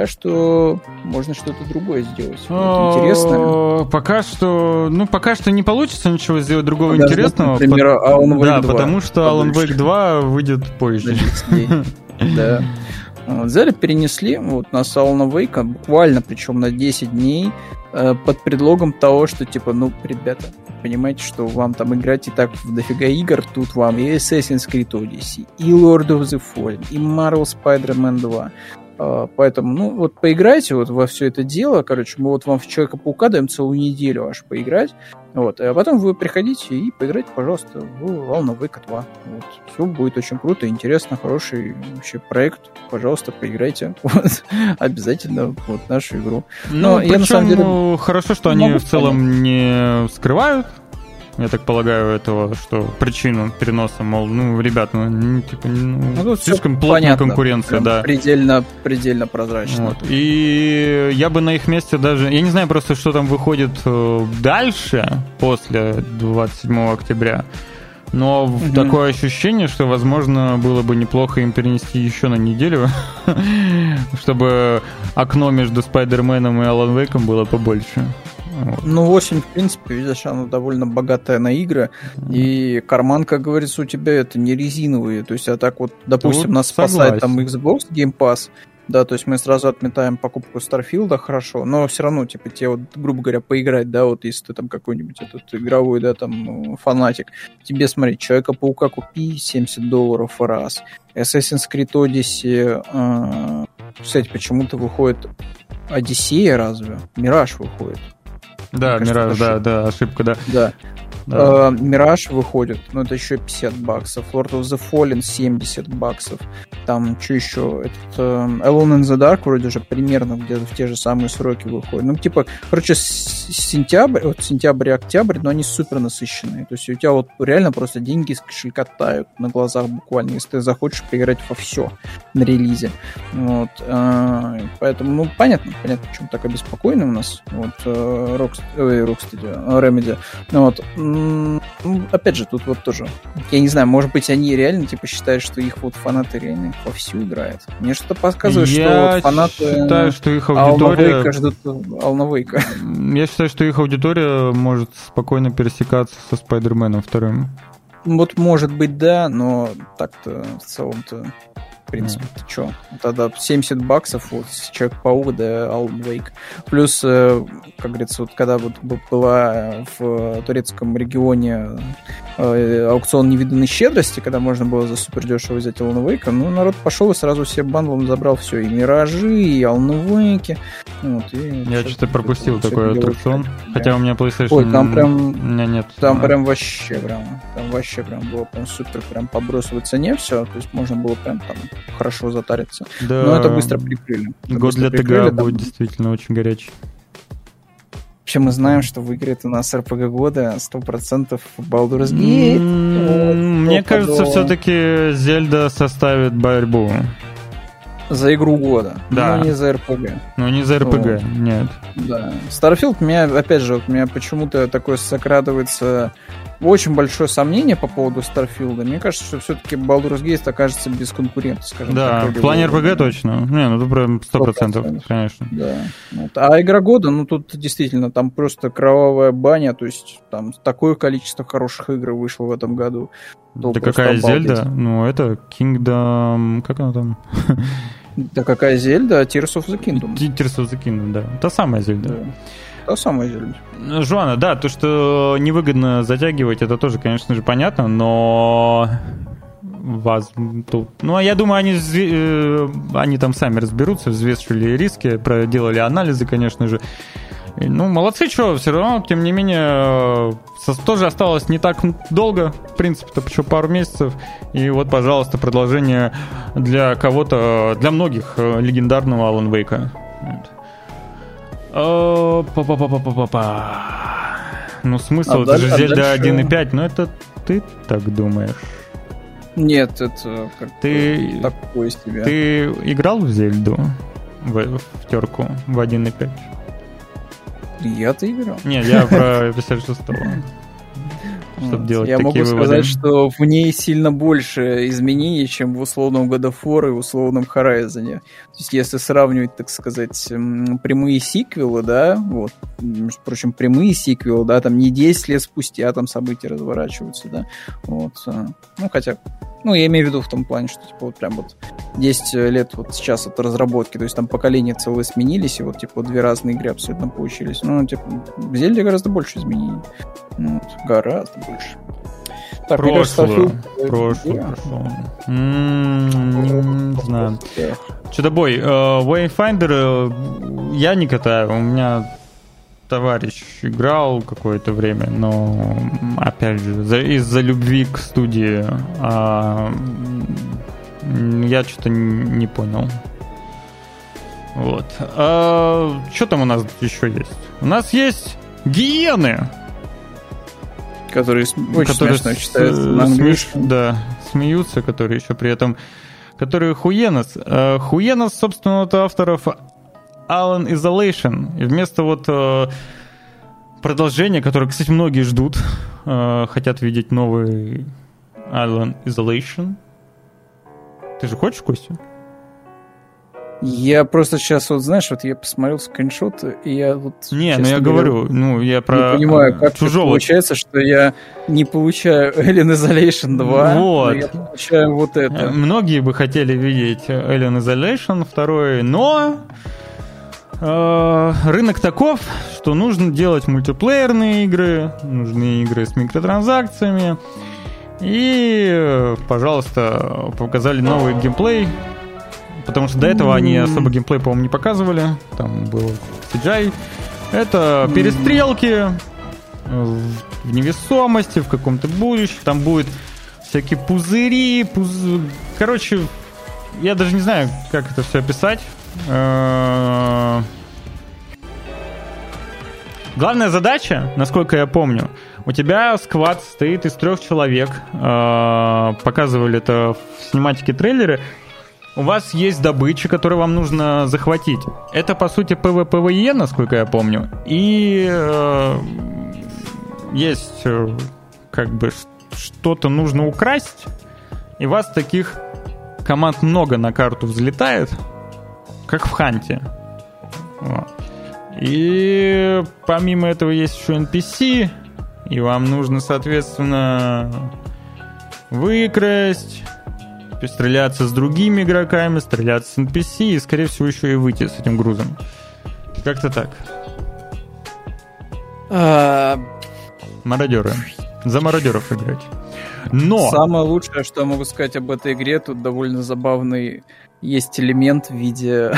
можно что-то другое сделать. Интересное. Пока что не получится ничего сделать другого интересного. Например, Alan Wake 2. Да, потому что Alan Wake 2 выйдет позже. Да. Взяли, перенесли вот на Alan Wake буквально, причем на 10 дней, под предлогом того, что типа, ребята, понимаете, что вам там играть и так в дофига игр, тут вам и Assassin's Creed Odyssey, и Lord of the Fallen, и Marvel Spider-Man 2. Поэтому, вот поиграйте вот во все это дело, мы вот вам в Человека-паука даем целую неделю аж поиграть, вот, а потом вы приходите и поиграйте, пожалуйста, в Alan Wake 2. Вот. Все будет очень круто, интересно, хороший вообще проект, пожалуйста, поиграйте, вот, обязательно вот нашу игру. Но я, на самом деле, хорошо, что они в целом не скрывают, я так полагаю, этого, что причину переноса, мол, ребят, слишком плотная конкуренция, да. Предельно прозрачно. Вот. И я бы на их месте даже, я не знаю просто, что там выходит дальше, после 27 октября, но такое ощущение, что, возможно, было бы неплохо им перенести еще на неделю, чтобы окно между Спайдерменом и Алан Вейком было побольше. Осень, в принципе, видишь, она довольно богатая на игры, и карман, как говорится, у тебя это не резиновый, то есть, а так вот, допустим, нас спасает там Xbox Game Pass, да, то есть мы сразу отметаем покупку Старфилда, хорошо, но все равно, типа, тебе вот, грубо говоря, поиграть, да, вот если ты там какой-нибудь этот игровой, да, там, фанатик, тебе, смотри, Человека-паука купи $70 раз, Assassin's Creed Odyssey, кстати, почему-то выходит Одиссея разве? Мираж выходит. Да, Мираж, да, ошибка, да. Да. Мираж выходит, это еще $50. Lord of the Fallen $70. Там, что еще? Alone in the Dark вроде же примерно где-то в те же самые сроки выходит. Сентябрь и октябрь, но они супер насыщенные. То есть у тебя вот реально просто деньги из кошелька тают на глазах буквально, если ты захочешь поиграть во все на релизе. Вот. Поэтому, понятно, почему так обеспокоены у нас. Вот, Remedy. Вот. Опять же, тут вот тоже, я не знаю, может быть, они реально типа считают, что их вот фанаты реально вовсю играют. Мне что-то подсказывает, что вот фанаты считаю, что их аудитория ждут Алана Вейка. Я считаю, что их аудитория может спокойно пересекаться со Спайдерменом 2. Вот может быть, да, но так-то в целом-то в принципе, ты что? Тогда $70, вот, Человек-паук, да, Alan Wake. Плюс, как говорится, вот когда вот была в турецком регионе аукцион невиданной щедрости, когда можно было за супер дешево взять Alan Wake, народ пошел и сразу все бандлом забрал все, и Миражи, и Alan Wake. Вот, я что-то пропустил такой аттракцион, хотя у меня PlayStation... Ой, там прям... У меня нет. Там прям вообще прям было прям супер, прям по бросовой цене все, то есть можно было прям там хорошо затариться. Да. Но это быстро прикрыли. Год для ТГ будет действительно очень горячий. Вообще мы знаем, что выиграет у нас РПГ года 100% Baldur's Gate. Мне кажется, все-таки Зельда составит борьбу. За игру года, да. Но не за РПГ. Не за РПГ, нет. Да. Starfield, у меня почему-то такое сокрадывается очень большое сомнение по поводу Starfield. Мне кажется, что все-таки Baldur's Gate окажется без конкурента, скажем так. Да, в плане РПГ точно. Это прям 100%, конечно. Да. Вот. А игра года, тут действительно, там просто кровавая баня, то есть там такое количество хороших игр вышло в этом году. Да какая Зельда? Это Kingdom... Как она там? Да какая Зельда? Tears of the Kingdom. Tears of the Kingdom, да. Та самая Зельда. Да. Та самая Зельда. Жуана, да, то, что невыгодно затягивать, это тоже, конечно же, понятно, но... я думаю, они там сами разберутся, взвешивали риски, проделали анализы, конечно же. Ну, молодцы, что, все равно, тем не менее, тоже осталось не так долго, в принципе-то, еще пару месяцев. И вот, пожалуйста, продолжение для кого-то, для многих, легендарного Alan Wake'а. Ну, смысл, это же Зельда 1.5, но это ты так думаешь? Нет, это как-то такое себе. Ты играл в Зельду? В терку в 1.5? Я-то играл. Нет, я про 56-го. Чтобы делать я такие могу выводы. Сказать, что в ней сильно больше изменений, чем в условном God of War и условном Horizon. То есть, если сравнивать, так сказать, прямые сиквелы, да, вот, между прочим, прямые сиквелы, да, там не 10 лет спустя там события разворачиваются, да, вот, ну, хотя, ну, я имею в виду в том плане, что, типа, вот прям вот 10 лет вот сейчас от разработки, то есть там поколения целые сменились, и вот, типа, две разные игры абсолютно получились. Ну, типа, в Зельде гораздо больше изменений. Вот, гораздо больше. Так, прошлое. Не знаю. Чудо-бой. Wayfinder я не катаю. У меня товарищ играл какое-то время, но, опять же, из-за любви к студии я что-то не понял. Вот. Что там у нас еще есть? У нас есть гиены, которые очень смешно читаются на английском. Да, смеются, которые еще при этом... Которые Хуенос. Хуенос, собственно, от авторов Alien Isolation. И вместо вот продолжения, которое, кстати, многие ждут, хотят видеть новый Alien Isolation. Ты же хочешь, Костя? Я просто сейчас, вот знаешь, вот я посмотрел скриншоты, и я вот... Не, ну я говорю, ну я про... Не понимаю, как чужого. Получается, что я не получаю Alien Isolation 2, вот. Но я получаю вот это. Многие бы хотели видеть Alien Isolation 2, но рынок таков, что нужно делать мультиплеерные игры, нужны игры с микротранзакциями, и, пожалуйста, показали новый геймплей. Потому что до этого они особо геймплей, по-моему, не показывали. Там был CGI. Это перестрелки в невесомости, в каком-то будущем. Там будут всякие пузыри. Короче, я даже не знаю, как это все описать. Главная задача, насколько я помню, у тебя сквад стоит из 3 человек. Показывали это в синематике трейлере. У вас есть добыча, которую вам нужно захватить. Это, по сути, PvPvE, насколько я помню. И есть как бы что-то нужно украсть. И вас таких команд много на карту взлетает, как в Ханте. Вот. И помимо этого есть еще NPC. И вам нужно, соответственно, выкрасть... стреляться с другими игроками, стреляться с NPC и, скорее всего, еще и выйти с этим грузом. Как-то так. Мародеры. За мародеров играть. Но... Самое лучшее, что я могу сказать об этой игре, тут довольно забавный есть элемент в виде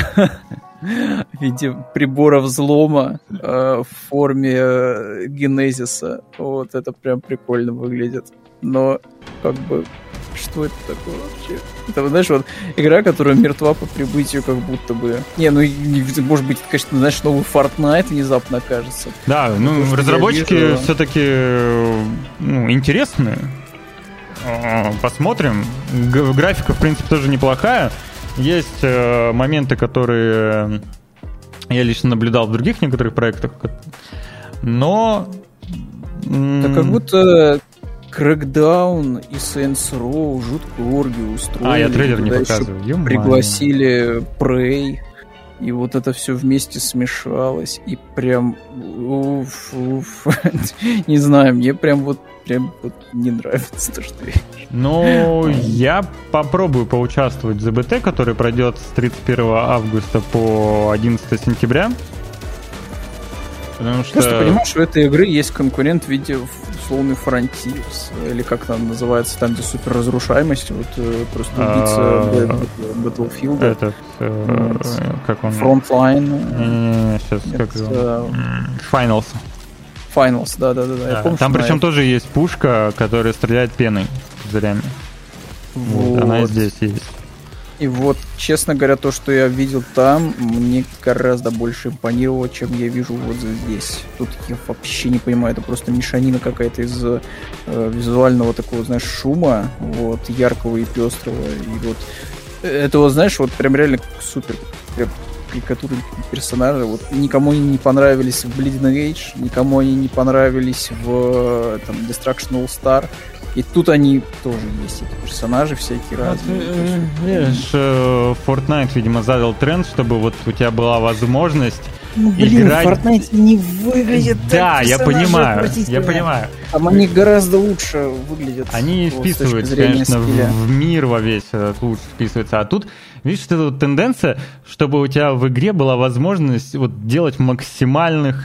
прибора взлома в форме генезиса. Вот это прям прикольно выглядит. Но как бы... Что это такое вообще? Это, знаешь, вот игра, которая мертва по прибытию, как будто бы. Не, ну, может быть, конечно, знаешь, новый Fortnite внезапно окажется. Да, ну, то, разработчики все-таки интересные. Посмотрим. Графика, в принципе, тоже неплохая. Есть моменты, которые я лично наблюдал в других некоторых проектах. Но... Да как будто... Crackdown и Saints Row жуткую оргию устроили. Я трейлер не показываю. Пригласили Prey, и вот это все вместе смешалось, и прям... Не знаю, мне прям вот не нравится то, что я вижу. Ну, я попробую поучаствовать в ЗБТ, который пройдет с 31 августа по 11 сентября. Потому что... Просто понимаешь, у этой игры есть конкурент в виде... условный Frontiers, или как там называется, там, где суперразрушаемость, вот просто убийца Battlefield. Этот, как он? Frontline. Сейчас, как его? Finals, да. Помню, там причем тоже есть пушка, которая стреляет пеной зрями. Вот, она и здесь есть. И вот, честно говоря, то, что я видел там, мне гораздо больше импонировало, чем я вижу вот здесь. Тут я вообще не понимаю, это просто мешанина какая-то из визуального такого, знаешь, шума, вот, яркого и пестрого. И вот это, вот, знаешь, вот прям реально супер карикатурные персонажи. Вот никому они не понравились в Bleeding Edge, никому они не понравились в там, Destruction All Star. И тут они тоже есть, эти персонажи всякие разные. Видишь, Fortnite, видимо, задал тренд, чтобы вот у тебя была возможность играть... в Fortnite не выглядит так. Да, я понимаю. Там они гораздо лучше выглядят. Они вписываются, конечно, в мир во весь лучше вписываются. А тут, видишь, это вот тенденция, чтобы у тебя в игре была возможность вот делать максимальных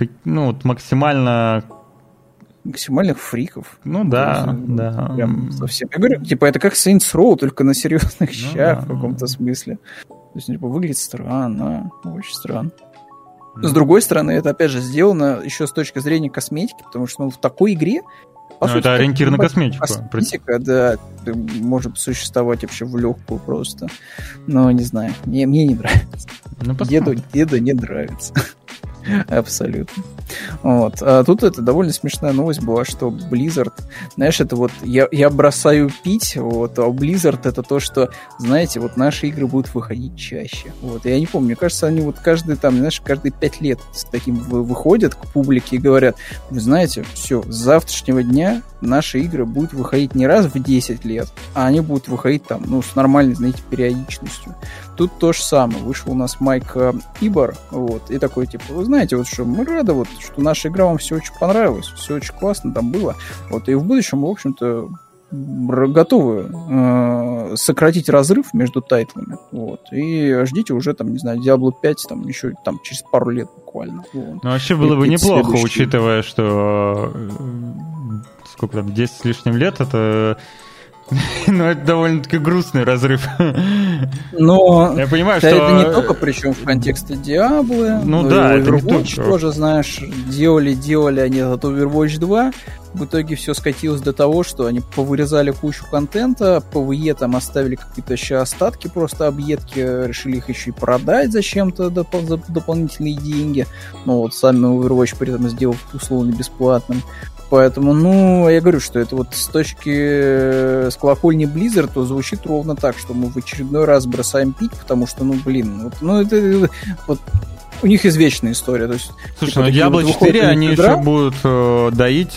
фриков. Ну да, есть, да. Прям совсем. Я говорю, типа, это как Saints Row, только на серьезных щах в каком-то смысле. То есть, типа, выглядит странно, очень странно. С другой стороны, это, опять же, сделано еще с точки зрения косметики, потому что в такой игре, по сути, это ориентир на косметику. Косметика, да, может существовать вообще в легкую просто. Но, не знаю, мне не нравится. Деду не нравится. Абсолютно. Вот. А тут это довольно смешная новость была, что Blizzard, знаешь, это вот я бросаю пить, вот, а Blizzard это то, что, знаете, вот наши игры будут выходить чаще. Вот. Я не помню, мне кажется, они вот каждые 5 лет с таким выходят к публике и говорят, вы знаете, все, с завтрашнего дня наши игры будут выходить не раз в 10 лет, а они будут выходить там, с нормальной, знаете, периодичностью. Тут то же самое. Вышел у нас Майк Ибор, вот, и такой, типа, вы знаете, вот что, мы рады, вот, что наша игра вам все очень понравилась, все очень классно там было, вот, и в будущем мы, в общем-то, готовы сократить разрыв между тайтлами, вот, и ждите уже, там, не знаю, Diablo 5, там, еще, там, через пару лет буквально. Вот. Ну, вообще было бы неплохо, учитывая, что сколько там, 10 с лишним лет, это... Ну, это довольно-таки грустный разрыв. Но я понимаю, что... это не только, причем в контексте Диаблы. Ну да, это Overwatch тоже, знаешь, делали они этот Overwatch 2. В итоге все скатилось до того, что они повырезали кучу контента, PvE там оставили какие-то еще остатки, просто объедки, решили их еще и продать зачем-то за дополнительные деньги. Но вот сами Overwatch при этом сделав условно бесплатным. Поэтому, я говорю, что это вот с колокольни Blizzard, то звучит ровно так, что мы в очередной раз бросаем пить, потому что, это у них извечная история. То есть, слушай, Diablo 4 они еще будут доить,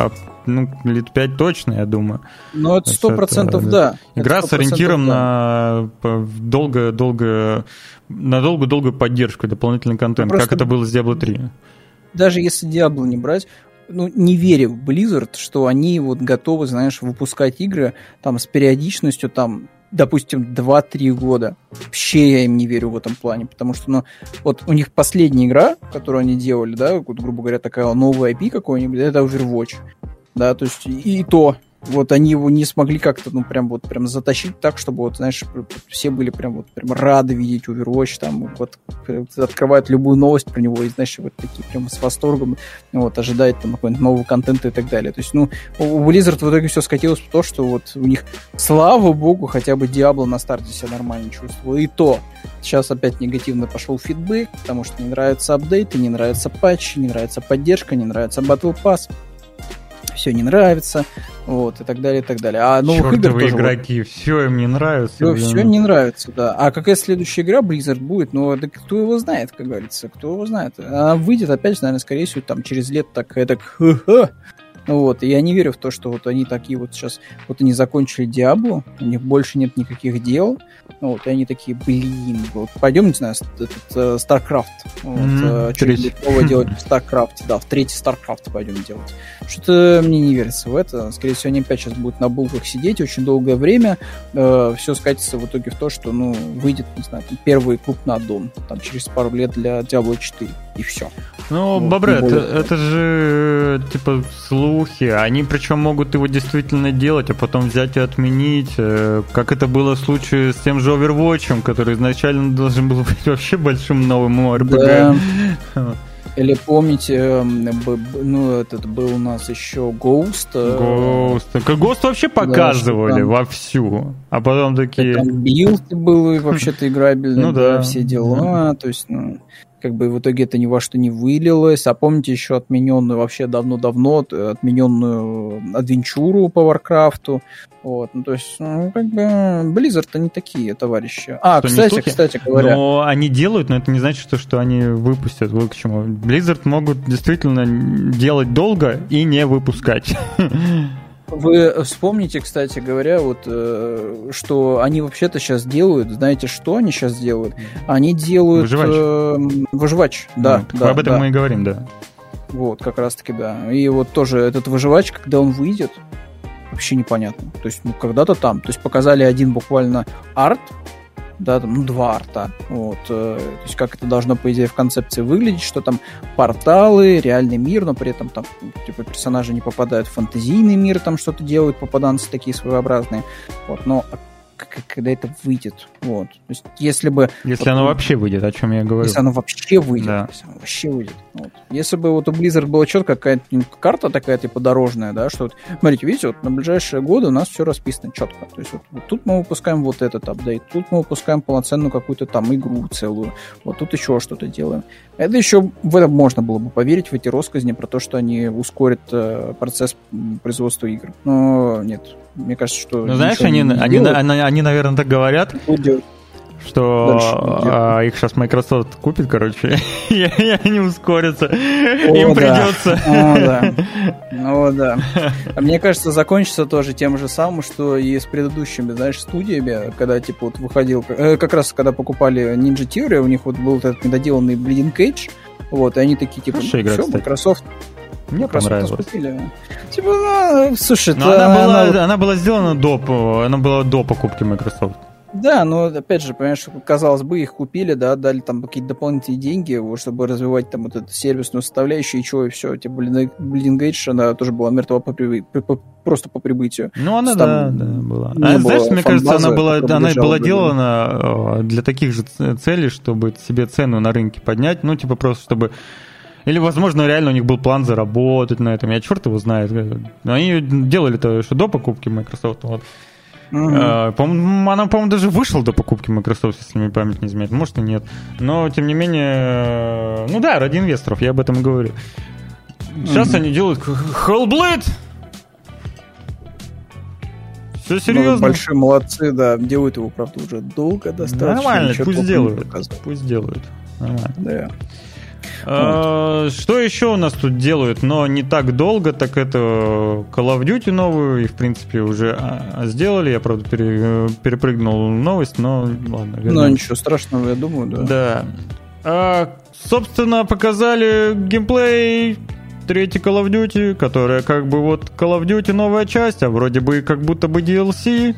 лет 5 точно, я думаю. Ну, это 100%, да. Игра с ориентиром на долгую поддержку, дополнительный контент, как это было с Diablo 3. Даже если Diablo не брать, не верю в Blizzard, что они вот готовы, знаешь, выпускать игры там с периодичностью, там, допустим, 2-3 года. Вообще я им не верю в этом плане, потому что, вот у них последняя игра, которую они делали, да, вот, грубо говоря, такая новая IP какой-нибудь, это Overwatch, да, то есть и то, вот они его не смогли как-то, прям затащить так, чтобы, вот, знаешь, все были прям рады видеть Overwatch, там, вот, открывают любую новость про него и, знаешь, вот такие прям с восторгом, вот, ожидают там какой-нибудь нового контента и так далее. То есть, у Blizzard в итоге все скатилось в то, что вот у них, слава богу, хотя бы Diablo на старте себя нормально чувствовал. И то, сейчас опять негативно пошел фидбэк, потому что не нравятся апдейты, не нравятся патчи, не нравится поддержка, не нравится Battle Pass. Все не нравится, вот, и так далее, и так далее. А новых игр тоже... игроки, все им не нравится. Все не нравится, да. А какая следующая игра Blizzard будет? Да кто его знает, как говорится, кто его знает. Она выйдет опять, наверное, скорее всего, там, через лет так, вот, и я не верю в то, что вот они такие вот сейчас, вот они закончили Diablo, у них больше нет никаких дел, вот, и они такие, вот, пойдем, не знаю, StarCraft, вот, что-нибудь новое делать в StarCraft, да, в третий StarCraft пойдем делать. Что-то мне не верится в это, скорее всего, они опять сейчас будут на булках сидеть очень долгое время, все скатится в итоге в то, что, выйдет, не знаю, там, первый клуб на дом, там, через пару лет для Diablo 4. и все. Ну, вот, Бобрет, это же типа слухи. Они причем могут его действительно делать, а потом взять и отменить. Как это было в случае с тем же Overwatch'ем, который изначально должен был быть вообще большим новым RPG. Да. Или помните, этот был у нас еще Ghost. Ghost вообще показывали вовсю, а потом такие... Там билд был и вообще-то играбельный, ну да, все дела, то есть, как бы в итоге это ни во что не вылилось. А помните еще отмененную, вообще давно-давно, отмененную адвенчуру по Варкрафту. Вот, ну, то есть, как бы, Blizzard-то не такие товарищи. Кстати говоря... Но они делают, но это не значит, что они выпустят. Вот к чему. Blizzard могут действительно делать долго и не выпускать. Вы вспомните, кстати говоря, вот, что они вообще-то сейчас делают, знаете, что они сейчас делают? Они делают... Выживач. Да, об этом мы и говорим, да. Вот, как раз-таки, да. И вот тоже этот выживач, когда он выйдет, вообще непонятно. То есть, когда-то там. То есть, показали один буквально арт, да, там, 2 арта. Вот. То есть, как это должно, по идее, в концепции выглядеть, что там порталы, реальный мир, но при этом там, типа, персонажи не попадают в фэнтезийный мир, там что-то делают, попаданцы такие своеобразные. Вот. Но когда это выйдет, вот. То есть, если оно вообще выйдет, о чем я говорю. Если оно вообще выйдет. Да. Вот. Если бы вот у Blizzard была четко какая-то карта такая, типа, дорожная, да, что вот, смотрите, видите, вот на ближайшие годы у нас все расписано четко. То есть, вот тут мы выпускаем вот этот апдейт, тут мы выпускаем полноценную какую-то там игру целую, вот тут еще что-то делаем. Это еще, в это можно было бы поверить, в эти россказни про то, что они ускорят процесс производства игр. Но нет. Мне кажется, что... Ну, знаешь, они, наверное, так говорят, что их сейчас Microsoft купит, короче, и они ускорятся. Им придется. О, да. А мне кажется, закончится тоже тем же самым, что и с предыдущими, знаешь, студиями, когда, типа, вот выходил... Как раз, когда покупали Ninja Theory, у них вот был этот недоделанный Bleeding Edge, вот, и они такие, типа, все, Microsoft... Мне понравилось. Типа, слушай, она была сделана до покупки Microsoft. Да, но опять же, понимаешь, казалось бы, их купили, да, дали там какие-то дополнительные деньги, чтобы развивать там вот эту сервисную составляющую, и чего, и все. Типа, Bleeding Edge, она тоже была мертва просто по прибытию. Ну, она, да, была. Знаешь, мне кажется, она была делана для таких же целей, чтобы себе цену на рынке поднять, ну, типа, просто чтобы... Или, возможно, реально у них был план заработать на этом. Я черт его знает. Но они делали-то еще до покупки Microsoft. Вот. Она, по-моему, даже вышла до покупки Microsoft, если мне память не изменяет. Может и нет. Но, тем не менее... Ну да, ради инвесторов, я об этом и говорю. Сейчас они делают Hellblade! Все серьезно? Большие молодцы, да. Делают его, правда, уже долго достаточно. Нормально, пусть делают. Нормально. Да. Что еще у нас тут делают, но не так долго, так это Call of Duty новую, и в принципе уже сделали. Я, правда, перепрыгнул новость, но ладно. Ну, ничего страшного, я думаю, да. Да. Собственно, показали геймплей третьей Call of Duty, которая как бы вот Call of Duty новая часть, а вроде бы как будто бы DLC,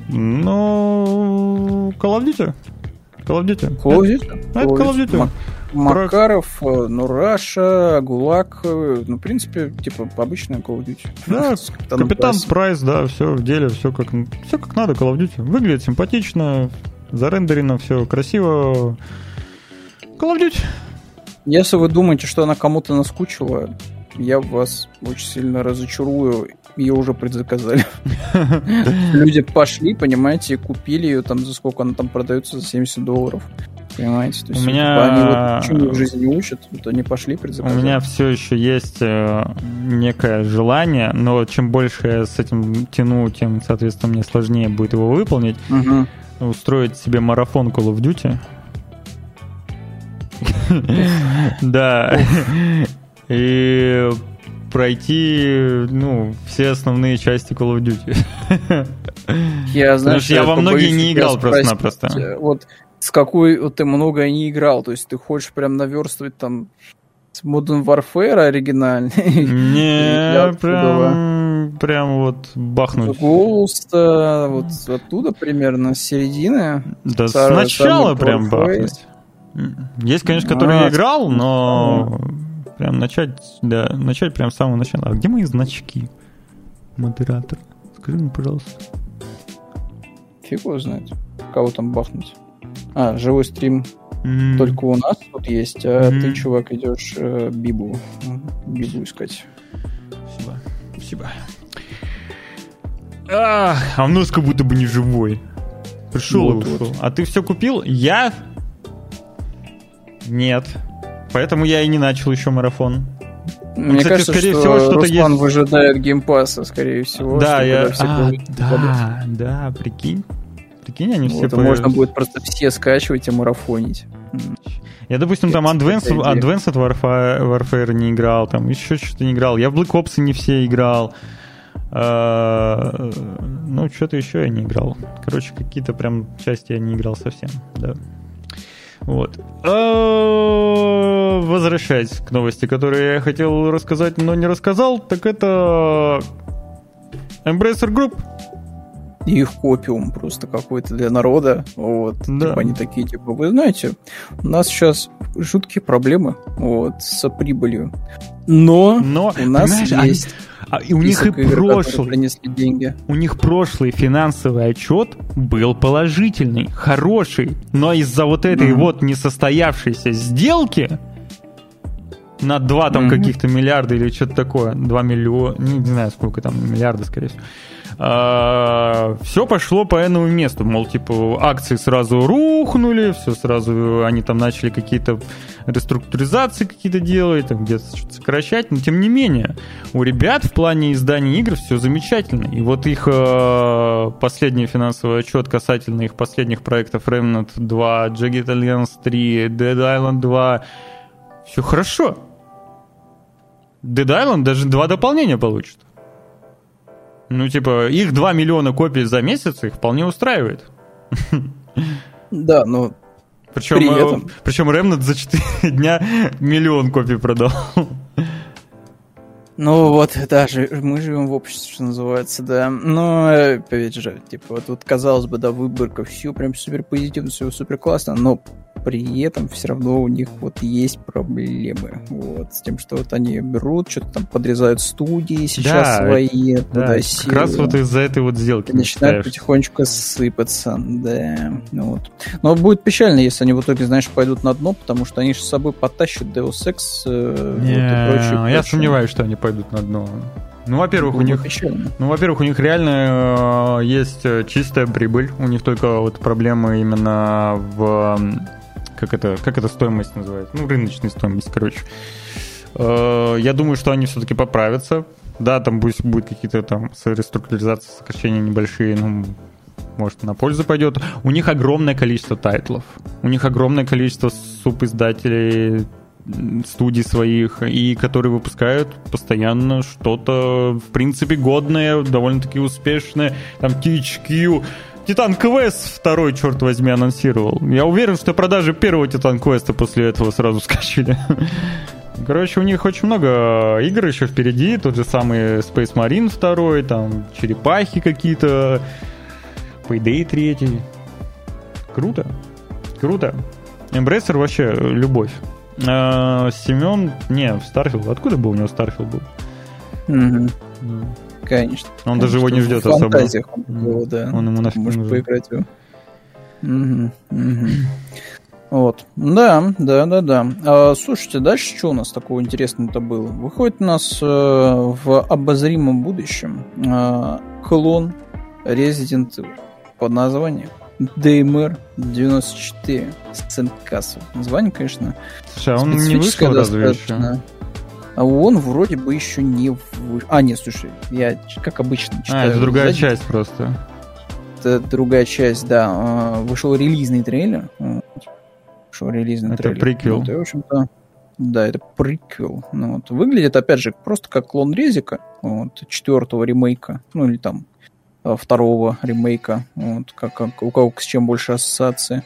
но Call of Duty. Это Call of Duty. Макаров, Раша, ГУЛАГ, ну, в принципе, типа, обычная Call of Duty. Да, Капитан Прайс, да, все в деле, все как надо Call of Duty. Выглядит симпатично, зарендерено, все красиво. Call of Duty. Если вы думаете, что она кому-то наскучила, я вас очень сильно разочарую. Ее уже предзаказали. Люди пошли, понимаете, купили ее там за сколько она там продается, за $70. Понимаете? То есть, они вот ничего в жизни не учат, вот они пошли, предзаказали. У меня все еще есть некое желание, но чем больше я с этим тяну, тем, соответственно, мне сложнее будет его выполнить. Устроить себе марафон Call of Duty. Да. И пройти, все основные части Call of Duty. Я во многие не играл просто-напросто. Вот с какой ты много не играл, то есть ты хочешь прям наверстывать там с Modern Warfare оригинальный? Не, прям вот бахнуть. Ghost, вот оттуда примерно, с середины. Да сначала прям бахнуть. Есть, конечно, которые я играл, но прям начать прям с самого начала. А где мои значки, модератор? Скажи мне, пожалуйста. Фиг его знает. Кого там бахнуть? Живой стрим только у нас тут есть, а ты, чувак, идешь Бибу искать. Спасибо. А у нас как будто бы не живой. Пришел и ушел. А ты все купил? Я? Нет. Поэтому я и не начал еще марафон. Мне кстати, кажется, скорее всего, что-то Руслан есть... выжидает геймпасса, скорее всего. Да, да, прикинь. Прикинь, они все можно будет просто все скачивать и марафонить. Я, допустим, там Advanced Warfare не играл, там еще что-то не играл. Я в Black Ops не все играл. Ну, что-то еще я не играл. Короче, какие-то прям части я не играл совсем, да. Вот. Возвращаясь к новости, которую я хотел рассказать, но не рассказал, так это Embracer Group. Их копиум просто какой-то для народа. Вот. Да. Типа они такие, типа, вы знаете, у нас сейчас жуткие проблемы с прибылью. Но у нас есть... И у них у них прошлый финансовый отчет был положительный, хороший, но из-за вот этой вот несостоявшейся сделки на 2 там каких-то миллиарда или что-то такое, 2 миллиона, не знаю сколько там, миллиарда, скорее всего, все пошло по иному месту. Мол, типа, акции сразу рухнули, все сразу, они там начали какие-то реструктуризации какие-то делать, там где-то что-то сокращать, но тем не менее, у ребят в плане издания игр все замечательно. И вот их последний финансовый отчет касательно их последних проектов Remnant 2, Jagged Alliance 3, Dead Island 2, все хорошо. Dead Island даже 2 дополнения получит. Ну, типа, их 2 миллиона копий за месяц их вполне устраивает. Да, но причем Remnant за 4 дня 1 миллион копий продал. Ну вот, даже мы живем в обществе, что называется, да. Но, опять же, типа, вот казалось бы, да, выборка, все прям супер позитивно, все супер классно, но при этом все равно у них вот есть проблемы. Вот, с тем, что вот они берут, что-то там подрезают студии сейчас свои. Да, как раз вот из-за этой вот сделки. Начинают потихонечку сыпаться, да. Вот. Но будет печально, если они в итоге, знаешь, пойдут на дно, потому что они же с собой потащат Deus Ex и прочее. Я сомневаюсь, что они пойдут на дно. Ну, во-первых, у них реально есть чистая прибыль. У них только вот проблемы именно в... Как это стоимость называется? Ну, рыночная стоимость, короче. Я думаю, что они все-таки поправятся. Да, там будет какие-то там реструктуризации, сокращения небольшие, ну, может, на пользу пойдет. У них огромное количество тайтлов. У них огромное количество субиздателей, студий своих, и которые выпускают постоянно что-то, в принципе, годное, довольно-таки успешное. Там THQ... Титан Квест 2, черт возьми, анонсировал. Я уверен, что продажи первого Титан Квеста после этого сразу скачали. Короче, у них очень много игр еще впереди. Тот же самый Space Marine 2, там черепахи какие-то, Payday 3. Круто. Embracer вообще любовь. Семен... Не, Starfield. Откуда был у него Starfield был? Конечно. Он даже его не ждет особо. Он ему нафиг может поиграть его. Вот. Да. Слушайте, дальше что у нас такого интересного-то было? Выходит у нас в обозримом будущем клон Resident Evil под названием DMR 94 Saint Castle. Название, конечно, он не вышел разве еще? А он вроде бы еще не вышел. Нет, слушай, я как обычно читаю. Это другая часть просто. Это другая часть, да. Вышел релизный трейлер. Это приквел. Вот, и, в общем-то, да, это приквел. Ну, вот. Выглядит, опять же, просто как клон Резика, 4-го ремейка, ну или там 2-го ремейка, вот, как у кого с чем больше ассоциации.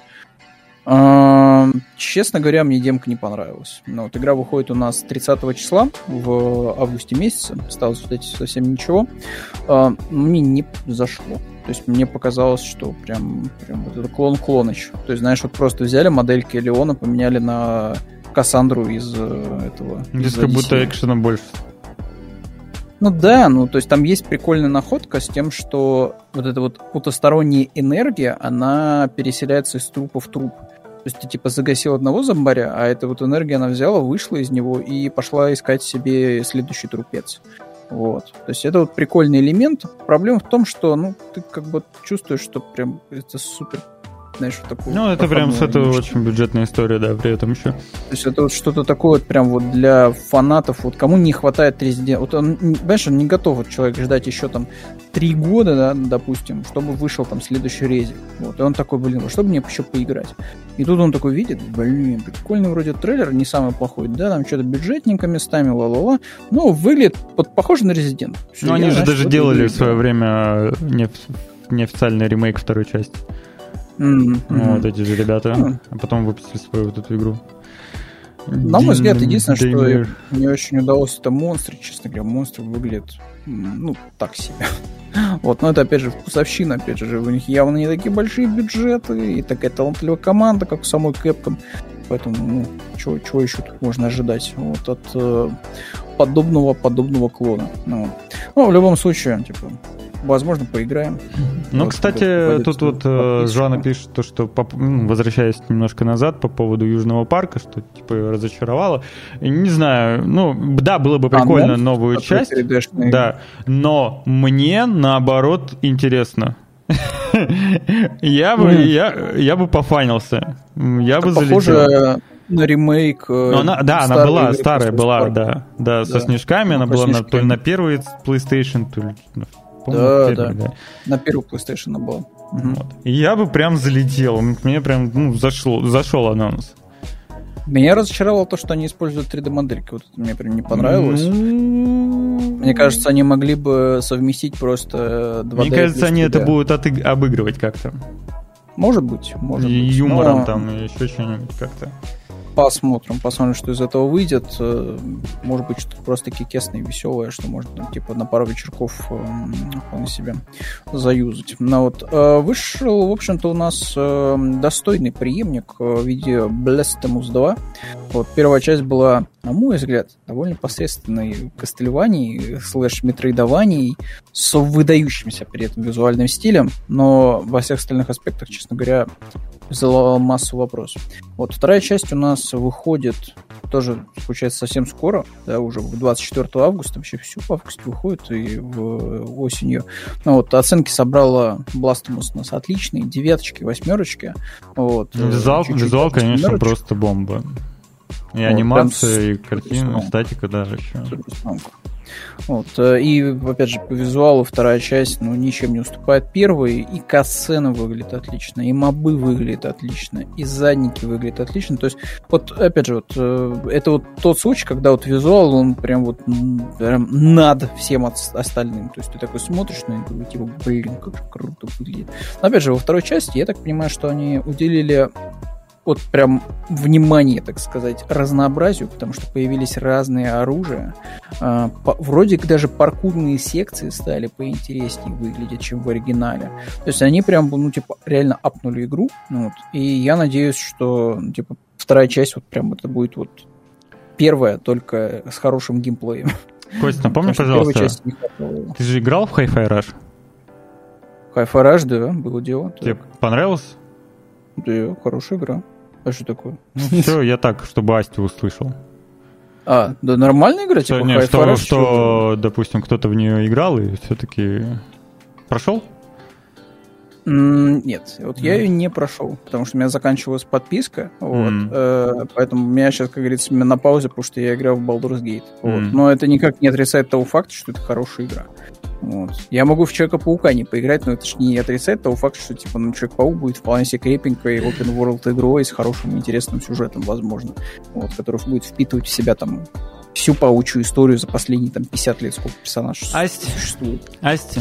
Честно говоря, мне демка не понравилась. Но вот игра выходит у нас 30 числа в августе месяце. Осталось, кстати, совсем ничего. Мне не зашло. То есть мне показалось, что прям вот это клон-клоныч. То есть, знаешь, вот просто взяли модельки Леона, поменяли на Кассандру из этого. Здесь как будто экшена больше. Ну да, то есть там есть прикольная находка с тем, что вот эта вот потусторонняя энергия, она переселяется из трупа в труп. То есть ты типа загасил одного зомбаря, а эта вот энергия она взяла, вышла из него и пошла искать себе следующий трупец. Вот. То есть это вот прикольный элемент. Проблема в том, что ты как бы чувствуешь, что прям это супер, знаешь, вот такое. Ну, это прям очень бюджетная история, да, при этом еще. То есть это вот что-то такое вот прям вот для фанатов, вот кому не хватает Resident. Вот он, понимаешь, он не готов вот человек ждать еще там 3 года, да, допустим, чтобы вышел там следующий резик. Вот. И он такой, чтобы мне еще поиграть. И тут он такой видит, прикольный вроде трейлер, не самый плохой, да, там что-то бюджетненько местами, ла-ла-ла, но выглядит похоже на Resident. Ну, они же даже делали в свое время неофициальный ремейк второй части. Вот эти же ребята, а потом выпустили свою вот эту игру. На мой взгляд, единственное, что мне очень удалось, это монстры, честно говоря. Монстры выглядят, так себе. Вот, но это, опять же, вкусовщина, опять же, у них явно не такие большие бюджеты и такая талантливая команда, как у самой Capcom. Поэтому, чего еще тут можно ожидать вот от подобного клона. Ну, в любом случае, типа, возможно, поиграем. Ну, кстати, тут вот Жанна пишет, что возвращаясь немножко назад по поводу Южного парка, что типа разочаровало. Не знаю, да, было бы прикольно новую часть, да, но мне наоборот интересно. Я бы пофанился. Я бы залетел. Похоже на ремейк. Она была, старая была, да, со снежками, она была то ли на первый PlayStation, то ли да. На первый PlayStation она была. Вот. И я бы прям залетел. Мне прям зашел анонс. Меня разочаровало то, что они используют 3D-модельки. Вот это мне прям не понравилось. Мне кажется, они могли бы совместить просто 2D. Мне кажется, они это будут обыгрывать как-то. Может быть. Юмором там, еще что-нибудь как-то. Посмотрим, что из этого выйдет. Может быть, что-то просто кекесное и веселое, что можно типа на пару вечерков вполне себе заюзать. Вышел, в общем-то, у нас достойный преемник в виде Blasphemous 2. Вот, первая часть была, на мой взгляд, довольно посредственной Castlevania /метроидований с выдающимся при этом визуальным стилем, но во всех остальных аспектах, честно говоря, взяла массу вопросов. Вот, вторая часть у нас выходит тоже, получается, совсем скоро, да, уже 24 августа, вообще всю в августе выходит и осенью. Оценки собрала Blasphemous у нас отличные, 9, 8. Вот, визуал, конечно, просто бомба. И анимация, и картина, статика даже еще. Вот. И, опять же, по визуалу вторая часть ничем не уступает первой. И катсцена выглядит отлично, и мобы выглядят отлично, и задники выглядят отлично. То есть, вот, опять же, это вот тот случай, когда вот визуал, он прям над всем остальным. То есть ты такой смотришь на это и типа, как же круто выглядит. Но, опять же, во второй части, я так понимаю, что они уделили вот прям внимание, так сказать, разнообразию, потому что появились разные оружия. Вроде как даже паркурные секции стали поинтереснее выглядеть, чем в оригинале. То есть они прям, реально апнули игру. И я надеюсь, что, вторая часть прям это будет первая, только с хорошим геймплеем. Кость, напомни, пожалуйста, ты же играл в Hi-Fi Rush? Hi-Fi Rush, да, было дело. Тебе понравилось? Да, хорошая игра. А что такое? Все, я так, чтобы Асти услышал. Да нормальная игра, типа Hi-Fi Rush? Что, допустим, кто-то в нее играл и все-таки прошел? Нет, я ее не прошел, потому что у меня заканчивалась подписка, поэтому у меня сейчас, как говорится, на паузе, потому что я играл в Baldur's Gate. Но это никак не отрицает того факта, что это хорошая игра. Я могу в Человека-паука не поиграть, но это же не отрицает того факта, что Человек-паук будет вполне себе крепенькой open world игрой с хорошим интересным сюжетом, возможно, который будет впитывать в себя всю паучью историю за последние 50 лет, сколько персонаж существует. Асти.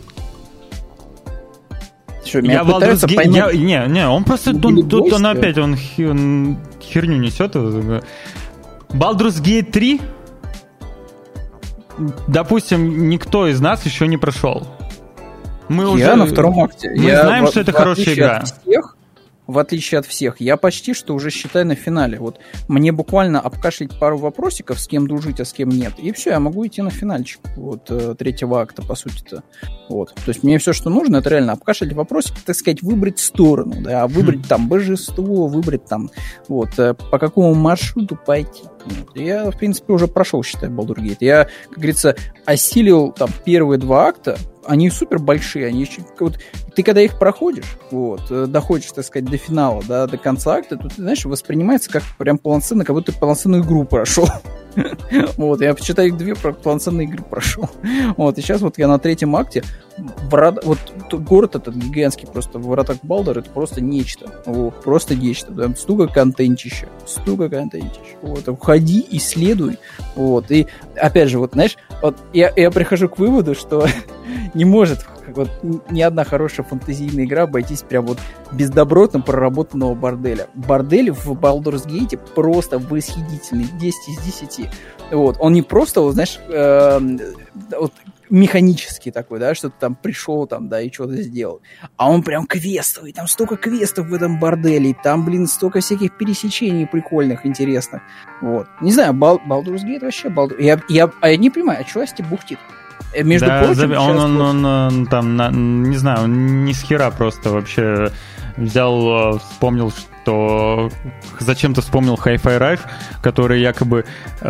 Что, меня пытаются понять? Не, он просто тут он опять херню несет. Baldur's Gate 3, допустим, никто из нас еще не прошел. Я на втором акте. Мы знаем, что это хорошая игра. В отличие от всех, я почти что уже, считай, на финале. Вот мне буквально обкашлять пару вопросиков, с кем дружить, а с кем нет. И все, я могу идти на финальчик вот, третьего акта, по сути-то. Вот. То есть мне все, что нужно, это реально обкашлять вопросики, так сказать, выбрать сторону, да, выбрать там божество, выбрать там, вот, по какому маршруту пойти. Вот. Я, в принципе, уже прошел, считай, Baldur's Gate. Я, как говорится, осилил там первые 2 акта. Они супер большие, они еще... Вот, ты когда их проходишь, вот, доходишь, так сказать, до финала, да, до конца акта, то, ты, знаешь, воспринимается как прям полноценно, как будто ты полноценную игру прошел. Вот, я почитаю 2 полноценные игры прошел. Вот, и сейчас вот я на 3-м акте, вот город этот гигантский, просто в Вратах Балдор, это просто нечто. Вот, просто нечто. Там столько контентища. Вот, уходи, исследуй. Вот, и опять же, вот, знаешь, вот я прихожу к выводу, что не может вот ни одна хорошая фэнтезийная игра обойтись прям вот без добротно проработанного борделя. Бордель в Baldur's Gate просто восхитительный, 10 из 10. Вот. Он не просто, вот, знаешь, вот, механический такой, да, что ты там пришел там, да, и что-то сделал. А он прям квестовый, там столько квестов в этом борделе, там, блин, столько всяких пересечений прикольных, интересных. Вот. Не знаю, Baldur's Gate вообще, я не понимаю, а что Асти бухтит? Между прочим, он там, не знаю, он ни с хера просто вообще взял, вспомнил, что зачем-то вспомнил Hi-Fi Rush, который якобы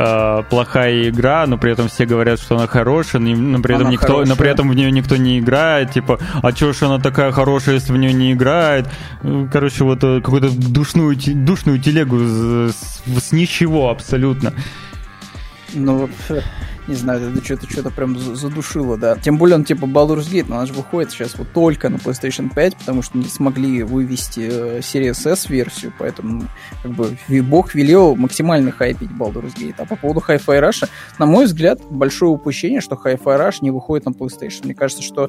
плохая игра, но при этом все говорят, что она хорошая, но при этом в нее никто не играет, типа, а чё ж она такая хорошая, если в нее не играет? Короче, вот какую-то душную телегу с ничего абсолютно. Ну, не знаю, это что-то прям задушило, да. Тем более он типа Baldur's Gate, но она же выходит сейчас вот только на PlayStation 5, потому что не смогли вывести Series S-версию, поэтому как бы Бог велел максимально хайпить Baldur's Gate. А по поводу Hi-Fi Rush, на мой взгляд, большое упущение, что Hi-Fi Rush не выходит на PlayStation. Мне кажется, что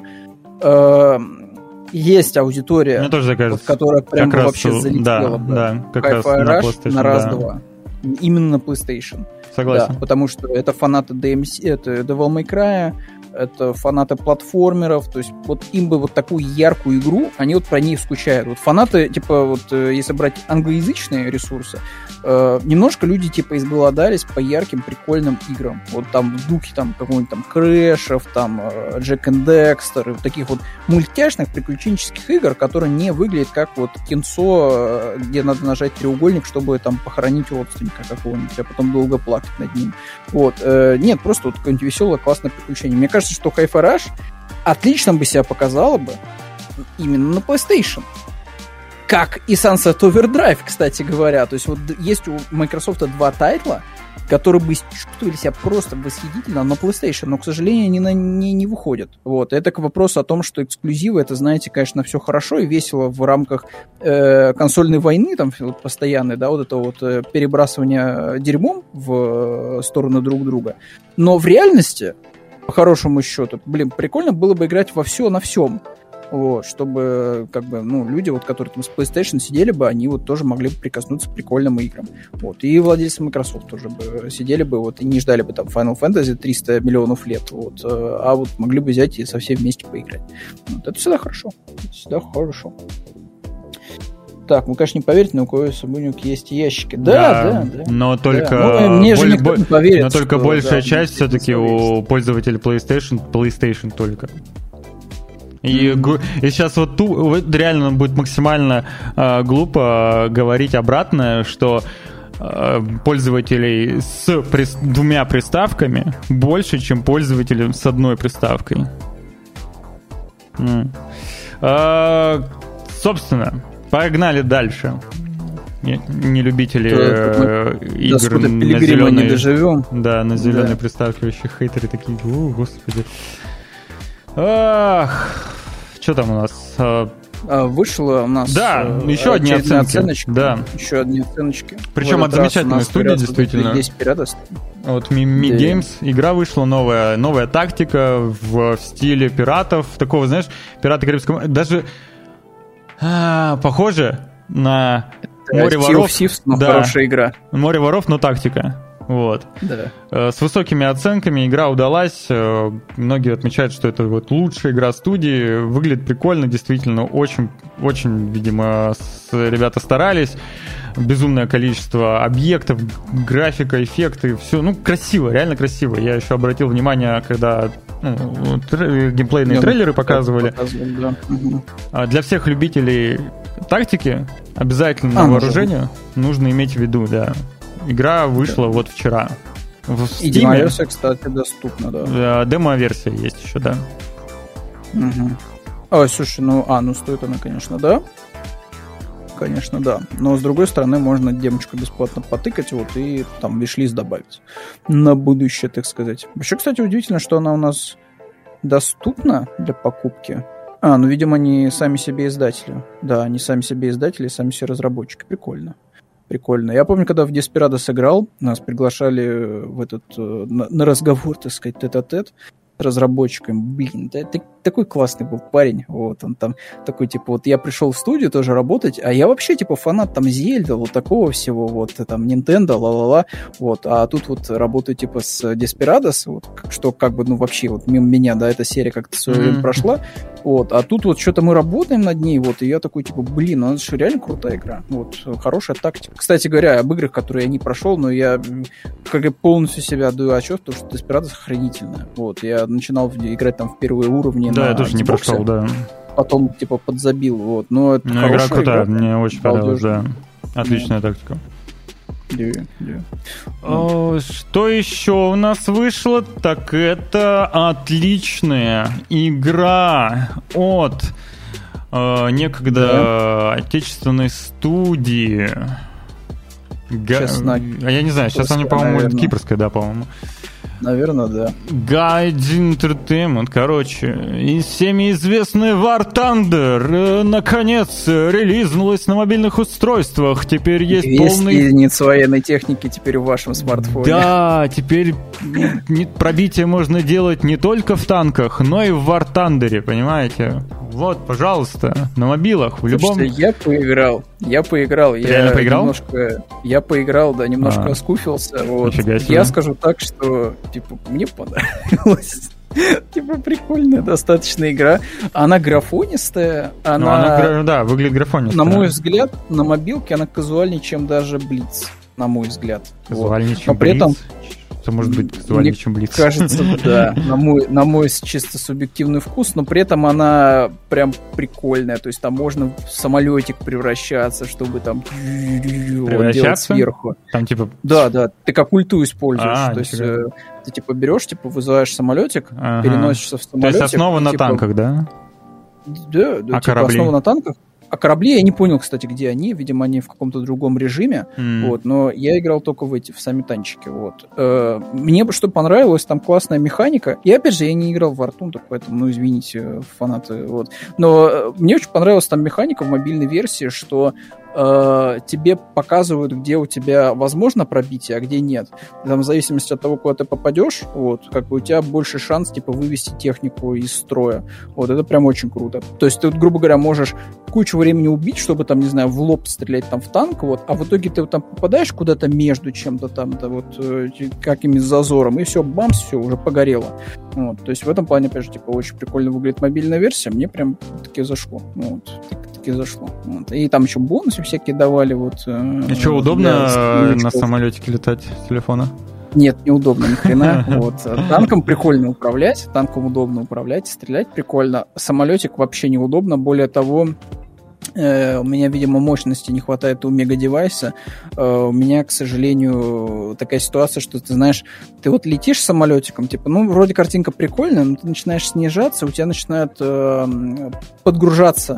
есть аудитория, мне тоже кажется, вот, которая прям вообще залетела. Да, как Hi-Fi раз Rush на раз-два. Именно на PlayStation. Согласен. Да, потому что это фанаты DMC, это Devil May Cry, это фанаты платформеров, то есть вот им бы вот такую яркую игру, они вот про них скучают. Вот фанаты, типа, вот если брать англоязычные ресурсы, немножко люди, типа, изголодались по ярким, прикольным играм. Вот там в духе там какого-нибудь там Крэшев, там Джек энд Декстер, и вот таких вот мультяшных приключенческих игр, которые не выглядят как вот кинцо, где надо нажать треугольник, чтобы там похоронить родственника какого-нибудь, а потом долго плакать над ним. Вот. Нет, просто вот какое-нибудь веселое, классное приключение. Мне кажется, что Hi-Fi Rush отлично бы себя показала бы именно на PlayStation. Как и Sunset Overdrive, кстати говоря. То есть вот есть у Microsoft 2 тайтла, которые бы чувствовали себя просто восхитительно на PlayStation, но, к сожалению, они не выходят. Вот. Это к вопросу о том, что эксклюзивы, это, знаете, конечно, все хорошо и весело в рамках консольной войны, там, вот, постоянной, да, вот это вот перебрасывание дерьмом в сторону друг друга. Но в реальности, по хорошему счету, прикольно было бы играть во все на всем. Вот, чтобы, как бы, ну, люди, вот, которые там с PlayStation сидели бы, они вот тоже могли бы прикоснуться к прикольным играм. Вот, и владельцы Microsoft тоже бы сидели бы, вот, и не ждали бы там Final Fantasy 300 миллионов лет, вот, а вот могли бы взять и со всеми вместе поиграть. Вот, это всегда хорошо. Это всегда хорошо. Так, вы, конечно, не поверите, но у Кое-Сабунюк есть ящики. Да. Но только, да. Ну, мне же никто не поверит. Но только что, большая часть все-таки у пользователей PlayStation только. И сейчас вот реально будет максимально глупо говорить обратное, что пользователей с 2 приставками больше, чем пользователей с 1 приставкой. Собственно, погнали дальше. Не любители игр на зеленой, доживем. Да, на зеленой приставке вообще хейтеры такие. О, господи. Ах, что там у нас? Вышло у нас еще одни оценки. Да. Еще одни оценочки. Причем от замечательной студии, действительно. Здесь пиратов. Вот Mi Games игра вышла новая тактика в стиле пиратов. Такого, знаешь, пираты Карибского моря. Даже похоже на Море воров. Да. Хорошая игра. Море воров, но тактика. Вот. Да. С высокими оценками игра удалась. Многие отмечают, что это вот лучшая игра студии. Выглядит прикольно, действительно. Очень, очень, видимо, ребята старались. Безумное количество объектов, графика, эффекты, все, ну, красиво, реально красиво. Я еще обратил внимание, когда геймплейные трейлеры показывали. Да. Для всех любителей тактики обязательно на вооружение нужно иметь в виду, да. Игра вышла вот вчера. И демо-версия, кстати, доступна, да. Демо-версия есть еще, да. Ой, слушай, ну стоит она, конечно, да. Конечно, да. Но, с другой стороны, можно демочку бесплатно потыкать, вот, и там виш-лист добавить. На будущее, так сказать. Еще, кстати, удивительно, что она у нас доступна для покупки. Ну, видимо, они сами себе издатели. Да, они сами себе издатели, сами себе разработчики. Прикольно. Прикольно. Я помню, когда в Desperados играл, нас приглашали в этот, на разговор, так сказать, тет-а-тет с разработчиком. Блин, такой классный был парень. Вот он там такой, типа, вот я пришел в студию тоже работать, а я вообще, типа, фанат там Зельда, вот такого всего, вот, там, Nintendo, ла-ла-ла, вот, а тут вот работаю, типа, с Desperados, вот, что, как бы, ну, вообще, вот, мимо меня, да, эта серия как-то свое время прошла, вот, а тут вот что-то мы работаем над ней, вот, и я такой, типа, блин, ну, это же реально крутая игра, вот, хорошая тактика. Кстати говоря, об играх, которые я не прошел, но я, как бы, полностью себя отдаю отчет, потому что Desperados охренительная, вот, я начинал играть там в первые уровни. Да, я тоже не прошел, да. Потом, типа, подзабил, вот. Но это игра крутая, мне очень понравилась, да. Отличная тактика. Что еще у нас вышло? Так это отличная игра от некогда отечественной студии. Я не знаю, сейчас они, по-моему, кипрская, да, по-моему. Наверное, да. Gaijin Entertainment, короче. И всеми известный War Thunder наконец релизнулась на мобильных устройствах. Теперь есть полный... единиц военной техники теперь в вашем смартфоне. Да, теперь пробитие можно делать не только в танках, но и в War Thunder, понимаете? Вот, пожалуйста, на мобилах, в любом... Слушайте, я поиграл. Ты реально поиграл? Я поиграл, да, немножко оскуфился. Вот. Я скажу так, что, типа, мне понравилось. Типа, прикольная достаточно игра. Она графонистая. Да, выглядит графонистой. На мой взгляд, на мобилке она казуальнее, чем даже Блиц. На мой взгляд. Казуальнее, чем Блиц? Это может быть казуальнее, чем Блиц. Кажется, да. На мой чисто субъективный вкус, но при этом она прям прикольная. То есть там можно в самолетик превращаться, чтобы там делать сверху. Там типа... Да, ты как ульту используешь. То есть ты типа берешь, типа вызываешь самолетик, переносишься в самолетик. То есть основа на танках, да? Да, типа основа на танках. А корабли я не понял, кстати, где они. Видимо, они в каком-то другом режиме. Вот, но я играл только в сами танчики. Вот. Мне что понравилось, там классная механика. И опять же, я не играл в War Thunder, поэтому, ну, извините, фанаты. Вот. Но мне очень понравилась там механика в мобильной версии, что тебе показывают, где у тебя возможно пробитие, а где нет. Там, в зависимости от того, куда ты попадешь, вот, как бы у тебя больше шанс, типа, вывести технику из строя. Вот, это прям очень круто. То есть ты, грубо говоря, можешь кучу времени убить, чтобы, там, не знаю, в лоб стрелять там в танк, вот, а в итоге ты там попадаешь куда-то между чем-то там, да, вот, каким-то зазором, и все, бамс, все, уже погорело. Вот, то есть в этом плане, опять же, типа, очень прикольно выглядит мобильная версия, мне прям таки зашло. Вот, таки зашло. Вот. И там еще бонусы всякие давали. Вот, и что, удобно на самолетике летать с телефона? Нет, неудобно, ни хрена. Вот. Танком прикольно управлять, танком удобно управлять, стрелять прикольно. Самолетик вообще неудобно. Более того, у меня, видимо, мощности не хватает у мега-девайса. У меня, к сожалению, такая ситуация, что ты знаешь, ты вот летишь самолетиком, типа, ну, вроде картинка прикольная, но ты начинаешь снижаться, у тебя начинают подгружаться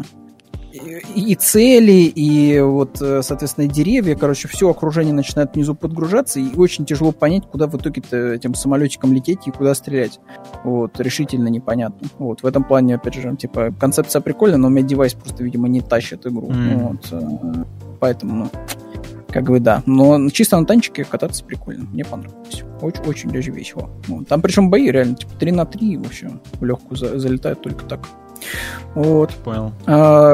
и цели, и вот, соответственно, деревья, короче, все окружение начинает внизу подгружаться, и очень тяжело понять, куда в итоге-то этим самолетиком лететь и куда стрелять. Вот, решительно непонятно. Вот, в этом плане, опять же, типа, концепция прикольная, но у меня девайс просто, видимо, не тащит игру. Вот, поэтому, ну, как бы, да. Но чисто на танчике кататься прикольно. Мне понравилось. Очень даже весело. Вот. Там, причем, бои реально, типа, 3 на 3 вообще в легкую залетают только так. Вот. Понял.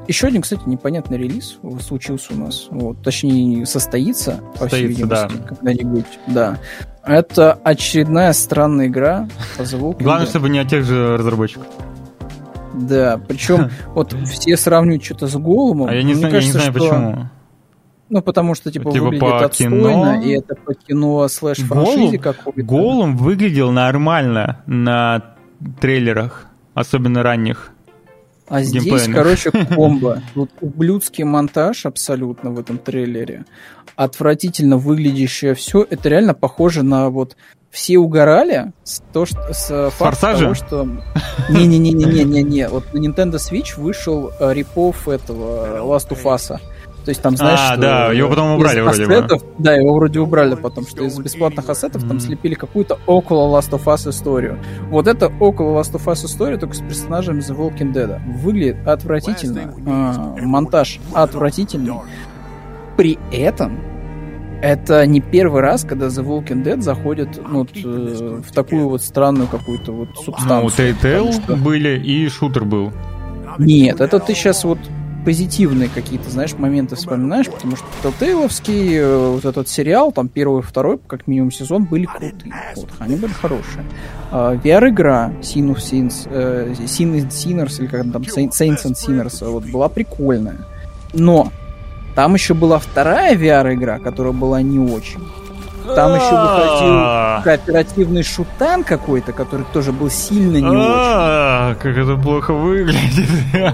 еще один, кстати, непонятный релиз случился у нас. Вот, точнее, состоится, по всей видимости, когда-нибудь. Да. Это очередная странная игра по The Walking Dead. Главное, чтобы не от тех же разработчиков. Да, причем вот все сравнивают что-то с Голумом. А я не знаю почему. Ну, потому что, выглядит отстойно, и это по кино /франшизе какой-то. Голум выглядел нормально на трейлерах, особенно ранних. А здесь, короче, комбо. Вот ублюдский монтаж абсолютно в этом трейлере. Отвратительно выглядящее все. Это реально похоже на вот... Все угорали с факта того, что... Не-не-не-не-не-не. Вот на Nintendo Switch вышел рипов этого Last of Us. То есть там, знаешь, что... да, его потом убрали вроде бы. Да, его вроде убрали потом, что из бесплатных ассетов там слепили какую-то около Last of Us историю. Вот это около Last of Us история, только с персонажами The Walking Dead. Выглядит отвратительно. Монтаж отвратительный. При этом это не первый раз, когда The Walking Dead заходит в такую вот странную какую-то вот субстанцию. Telltale были и шутер был. Нет, это ты сейчас вот позитивные какие-то, знаешь, моменты вспоминаешь, потому что Telltale'овский вот этот сериал, там первый и второй, как минимум сезон, были крутые. Вот, они были хорошие. VR-игра Sin of Sinners, или как там, Saints and Sinners, вот, была прикольная. Но там еще была вторая VR-игра, которая была не очень. Там еще выходил кооперативный шутан какой-то, который тоже был сильно не очень. Как это плохо выглядит.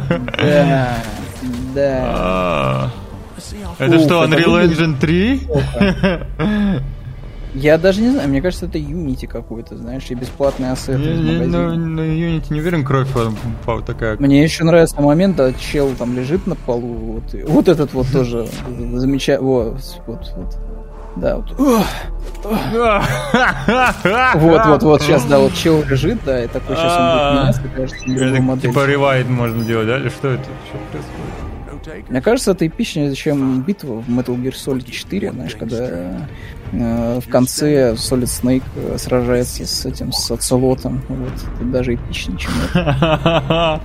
Да. Это что, Unreal Engine 3? Я даже не знаю, мне кажется, это Unity какой-то, знаешь, и бесплатный ассет из магазина. На Unity не уверен, кровь такая. Мне еще нравится момент, да, чел там лежит на полу, вот этот вот тоже замечательный, вот. Да, вот. Вот, сейчас, да, вот чел лежит, да, и такой сейчас он будет меняться, кажется, это модель. Типа ревайд можно делать, да, или что это? Что происходит? Мне кажется, это эпичнее, чем битва в Metal Gear Solid 4, знаешь, когда в конце Solid Snake сражается с этим, с Оцелотом. Вот, это даже эпичнее, чем это.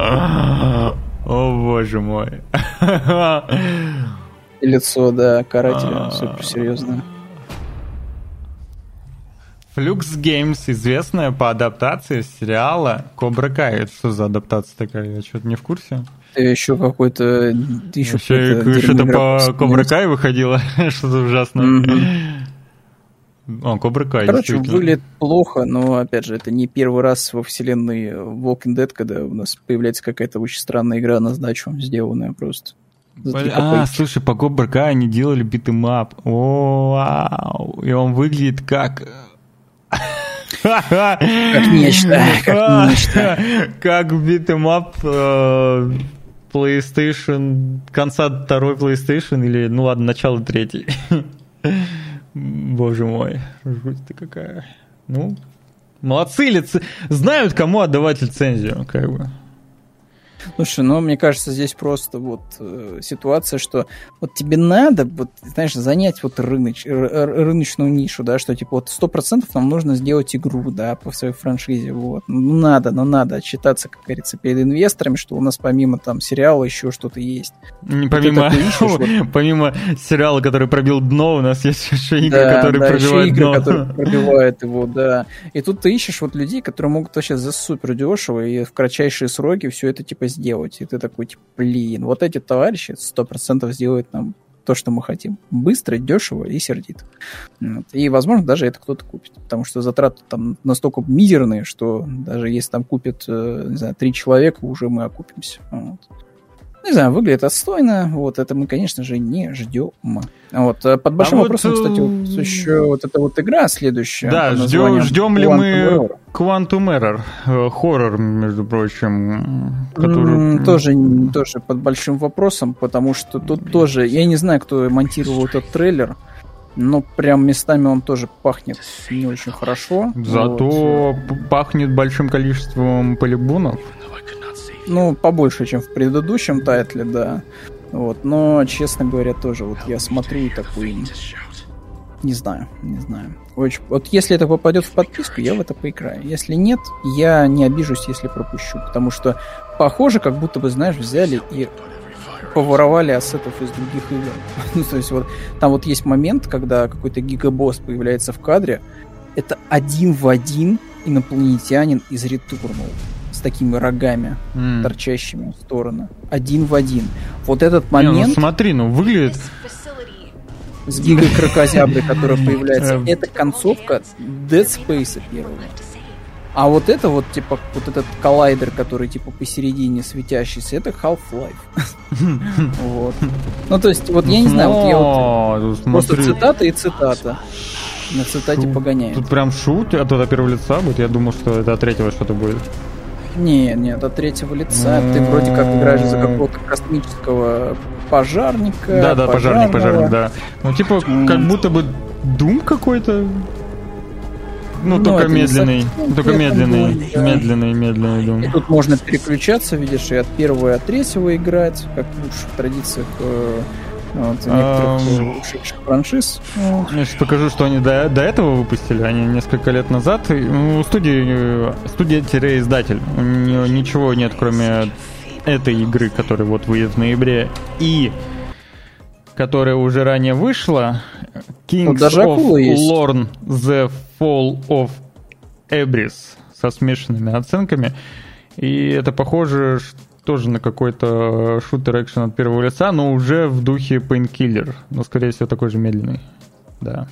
О, боже мой. Лицо, да, карателя, супер серьезное. Flux Games, известная по адаптации сериала Cobra Kai. Это что за адаптация такая? Я что-то не в курсе. Ты еще какой-то... Что-то по Cobra Kai выходило, что-то ужасное. Cobra Kai. Короче, выглядит плохо, но, опять же, это не первый раз во вселенной Walking Dead, когда у нас появляется какая-то очень странная игра на сдачу, сделанная просто. Слушай, по Cobra Kai они делали битэмап. Вау! И он выглядит как... Как нечто. Как битэмап PlayStation, конца второй PlayStation или, ну ладно, начало третьей. Боже мой, жуть-то какая. Ну, молодцы, знают, кому отдавать лицензию, как бы. Слушай, мне кажется, здесь просто вот ситуация, что вот тебе надо, вот, знаешь, занять вот рыночную нишу, да, что типа вот 100% нам нужно сделать игру, да, по своей франшизе, вот. Надо отчитаться, как говорится, перед инвесторами, что у нас помимо там сериала еще что-то есть. Помимо сериала, который пробил дно, у нас есть еще игры, которые пробивают дно. которые пробивают его, да. И тут ты ищешь вот людей, которые могут вообще за супер дешево и в кратчайшие сроки все это типа сделать. И ты такой, типа, вот эти товарищи 100% сделают нам то, что мы хотим. Быстро, дешево и сердито. Вот. И, возможно, даже это кто-то купит. Потому что затраты там настолько мизерные, что даже если там купят, не знаю, 3 человека, уже мы окупимся. Вот. Не знаю, выглядит отстойно. Вот это мы, конечно же, не ждем. Вот. Под большим вопросом, кстати, вот еще вот эта вот игра следующая. Да, ждем ли мы Quantum Error? Хоррор, между прочим. Который... Тоже под большим вопросом, потому что тут тоже... Я не знаю, кто монтировал этот трейлер, но прям местами он тоже пахнет не очень хорошо. Зато пахнет большим количеством полигонов. Ну, побольше, чем в предыдущем тайтле, да. Вот, но, честно говоря, тоже вот я смотрю и такой... Не знаю. Очень... Вот если это попадет в подписку, я в это поиграю. Если нет, я не обижусь, если пропущу. Потому что похоже, как будто бы, знаешь, взяли и поворовали ассетов из других игр. Ну, то есть вот там вот есть момент, когда какой-то гигабосс появляется в кадре. Это один в один инопланетянин из Returnal с такими рогами, торчащими в сторону. Один в один. Вот этот момент... Ну смотри, выглядит... С гигой крокозяброй, которая появляется. Это концовка Dead Space первого. А вот это вот, типа, вот этот коллайдер, который, типа, посередине светящийся, это Half-Life. Вот. Ну, то есть, вот я не знаю, вот я вот просто цитата и цитата. На цитате погоняет. Тут прям шут, а то от первого лица будет. Я думал, что это от третьего что-то будет. Нет, от третьего лица. Ты вроде как играешь за какого-то космического пожарника. Да, пожарник, да. Ну, типа, как будто бы Doom какой-то. Ну, только медленный. Только медленный Doom. И тут можно переключаться, видишь, и от первого, и от третьего играть, как лучше в традициях некоторых ушедших франшиз. Я сейчас покажу, что они до этого выпустили. Они несколько лет назад. Студия-издатель. У нее ничего нет, кроме этой игры, которая вот выйдет в ноябре, и которая уже ранее вышла. Kings of Lorne The Fall of Ebris со смешанными оценками. И это похоже тоже на какой-то шутер-экшен от первого лица, но уже в духе Painkiller. Но, скорее всего, такой же медленный. Да.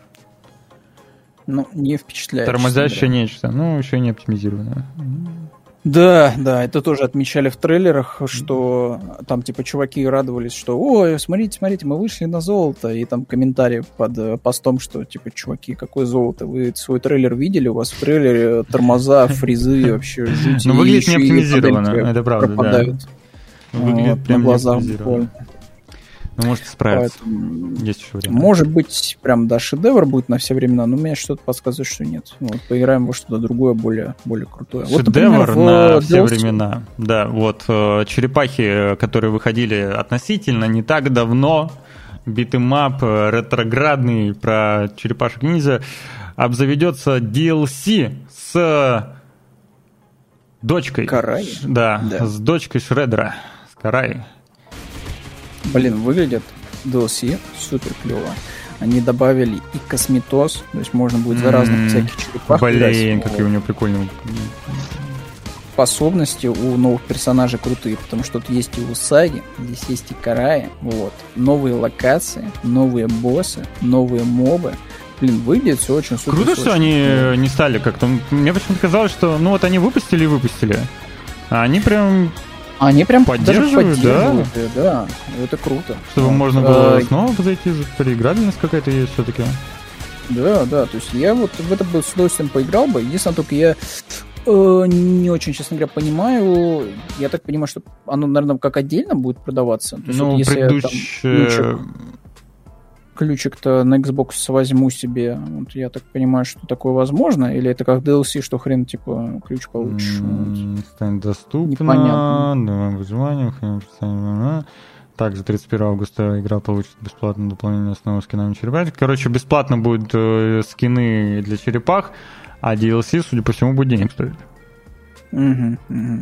Ну, не впечатляет. Тормозящее нечто. Ну, еще и не оптимизированное. Да, это тоже отмечали в трейлерах, что там, типа, чуваки радовались, что ой, смотрите, мы вышли на золото, и там комментарии под постом, что, типа, чуваки, какое золото, вы свой трейлер видели, у вас в трейлере тормоза, фризы, вообще жуть. Ну, выглядит не оптимизированно, это правда, пропадают. Да. Выглядит прям не оптимизированно. Ну, может справиться. Поэтому, есть еще время. Может быть, прям, да, шедевр будет на все времена, но мне что-то подсказывает, что нет. Вот, поиграем во что-то другое, более крутое. Шедевр вот, например, на все времена. Да, вот черепахи, которые выходили относительно не так давно, битэмап ретроградный про черепашек-ниндзя, обзаведется DLC с дочкой. Карай? Да, с дочкой Шреддера, с Карай. Блин, выглядят DLC супер клево. Они добавили и косметоз, то есть можно будет за разных всяких черепах. Блин, какие у него прикольные способности у новых персонажей крутые, потому что тут есть и Усаги, здесь есть и Карая, вот. Новые локации, новые боссы, новые мобы. Блин, выглядит все очень супер. Круто, что они не стали как-то... Мне почему-то казалось, что ну вот они выпустили, а они прям... Они прям поддерживают, да, это круто. Чтобы можно было снова зайти, переигральность какая-то есть все-таки. Да, то есть я вот в это бы с удовольствием поиграл бы, единственное, только я не очень, честно говоря, понимаю, я так понимаю, что оно, наверное, как отдельно будет продаваться. То есть, ну, вот если там ключик-то на Xbox возьму себе, вот я так понимаю, что такое возможно, или это как DLC, что хрен, типа, ключ получишь? Станет доступно. Непонятно. Выживание. Также 31 августа игра получит бесплатное дополнение с новыми скинами черепах. Короче, бесплатно будут скины для черепах, а DLC, судя по всему, будет денег стоить. Ну,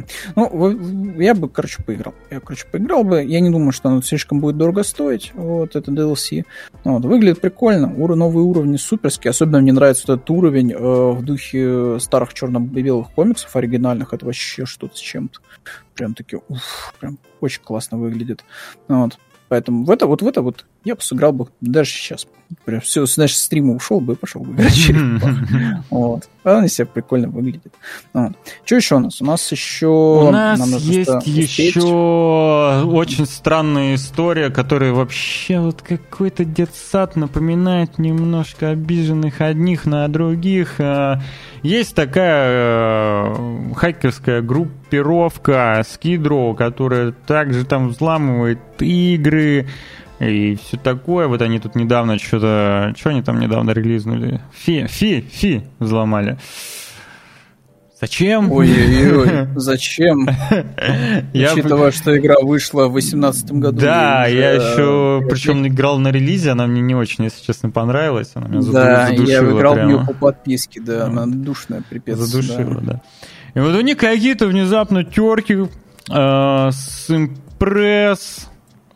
я бы, поиграл. Поиграл бы. Я не думаю, что оно слишком будет дорого стоить. Вот, это DLC. Вот, выглядит прикольно. Новые уровни суперские. Особенно мне нравится вот этот уровень в духе старых черно-белых комиксов оригинальных. Это вообще что-то с чем-то. Прям таки, прям очень классно выглядит. Вот. Поэтому в это я бы сыграл бы даже сейчас. Прям все, знаешь, с стрима ушел бы и пошел бы играть в черепах. Вот. Она себя прикольно выглядит. Вот. Что еще у нас? У нас еще... У нас есть еще очень странная история, которая вообще вот какой-то детсад напоминает немножко обиженных одних на других. Есть такая хакерская группировка Skid Row, которая также там взламывает игры и все такое. Вот они тут недавно что-то... Что они там недавно релизнули? Фи взломали. Зачем? Ой-ой-ой, зачем? Учитывая, что игра вышла в 2018 году. Да, я еще, причем играл на релизе, она мне не очень, если честно, понравилась. Она меня задушила. Да, я играл прямо. в нее по подписке, да, она душная, припец. Задушила, да. И вот у них какие-то внезапно терки с Импресс,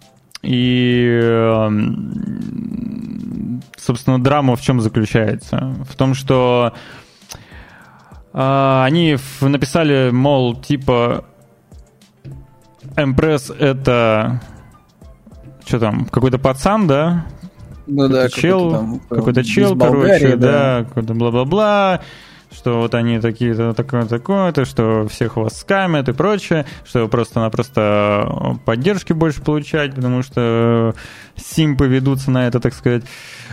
и, собственно, драма в чем заключается? В том, что они написали, мол, типа, Эмпресс это что там, какой-то пацан, да? Ну да, какой-то чел, короче, да, какой-то бла-бла-бла, что вот они такие-то, такое-то, что всех вас скамят и прочее, что просто-напросто поддержки больше получать, потому что симпы ведутся на это, так сказать.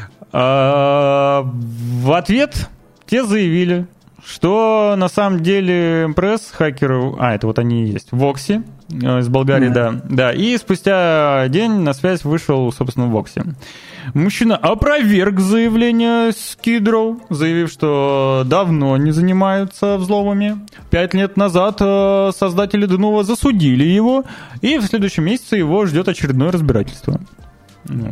В ответ те заявили, что на самом деле Импресс хакеров... это вот они и есть. Вокси из Болгарии, да. И спустя день на связь вышел, собственно, Вокси. Мужчина опроверг заявление Скидроу, заявив, что давно не занимаются взломами. 5 лет назад создатели Днува засудили его, и в следующем месяце его ждет очередное разбирательство. Вот.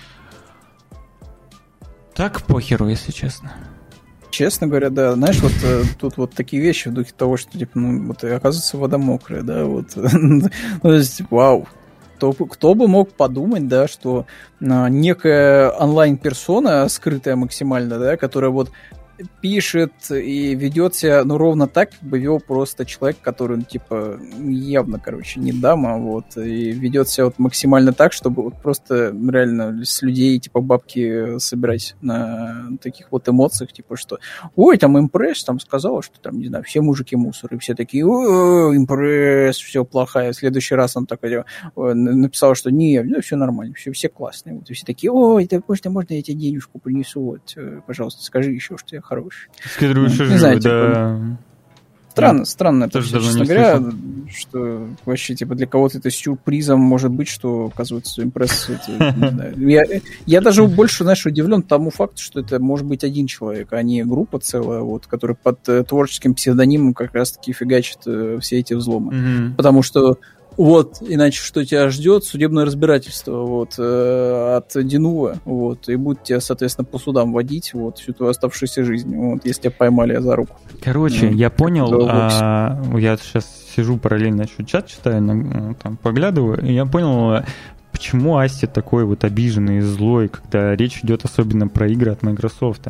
Так похеру, если честно. Честно говоря, да, знаешь, вот тут вот такие вещи в духе того, что, типа, вот оказывается, вода мокрая, да, вот, то есть, вау, кто бы мог подумать, да, что некая онлайн-персона, скрытая максимально, да, которая вот пишет и ведет себя, ровно так, как бы вел просто человек, который, типа, явно, короче, не дама, вот, и ведет себя вот максимально так, чтобы вот просто реально с людей, типа, бабки собирать на таких вот эмоциях, типа, что, ой, там Импресс там сказала, что там, не знаю, все мужики мусор, и все такие, ой, Импресс, все плохая. В следующий раз он такой написал, что не, все нормально, все классные, вот, и все такие, ой, можно я тебе денежку принесу, вот, пожалуйста, скажи еще, что я хороший. Скидываю еще живой, да. Странно это, честно говоря, что вообще, типа, для кого-то это сюрпризом может быть, что, оказывается, Импресс, не знаю. Я даже больше, знаешь, удивлен тому факту, что это может быть один человек, а не группа целая, вот, которая под творческим псевдонимом как раз-таки фигачит все эти взломы. Потому что вот, иначе что тебя ждет? Судебное разбирательство, вот, от Днува, вот, и будут тебя, соответственно, по судам водить, вот, всю твою оставшуюся жизнь, вот, если тебя поймали за руку. Короче, я понял, я сейчас сижу параллельно, еще чат читаю, там, поглядываю, и я понял, почему Асти такой вот обиженный и злой, когда речь идет особенно про игры от Microsoft.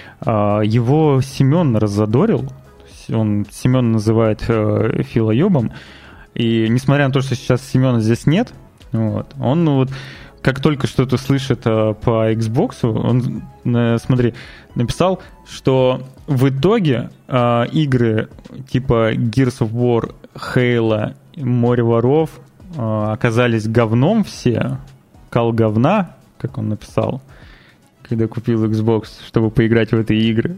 Его Семен раззадорил, Семен называет филоебом, и несмотря на то, что сейчас Семена здесь нет, вот, он, вот, как только что-то слышит по Xbox, он, смотри, написал, что в итоге игры типа Gears of War, Halo, Море воров оказались говном все, кал говна, как он написал, когда купил Xbox, чтобы поиграть в эти игры.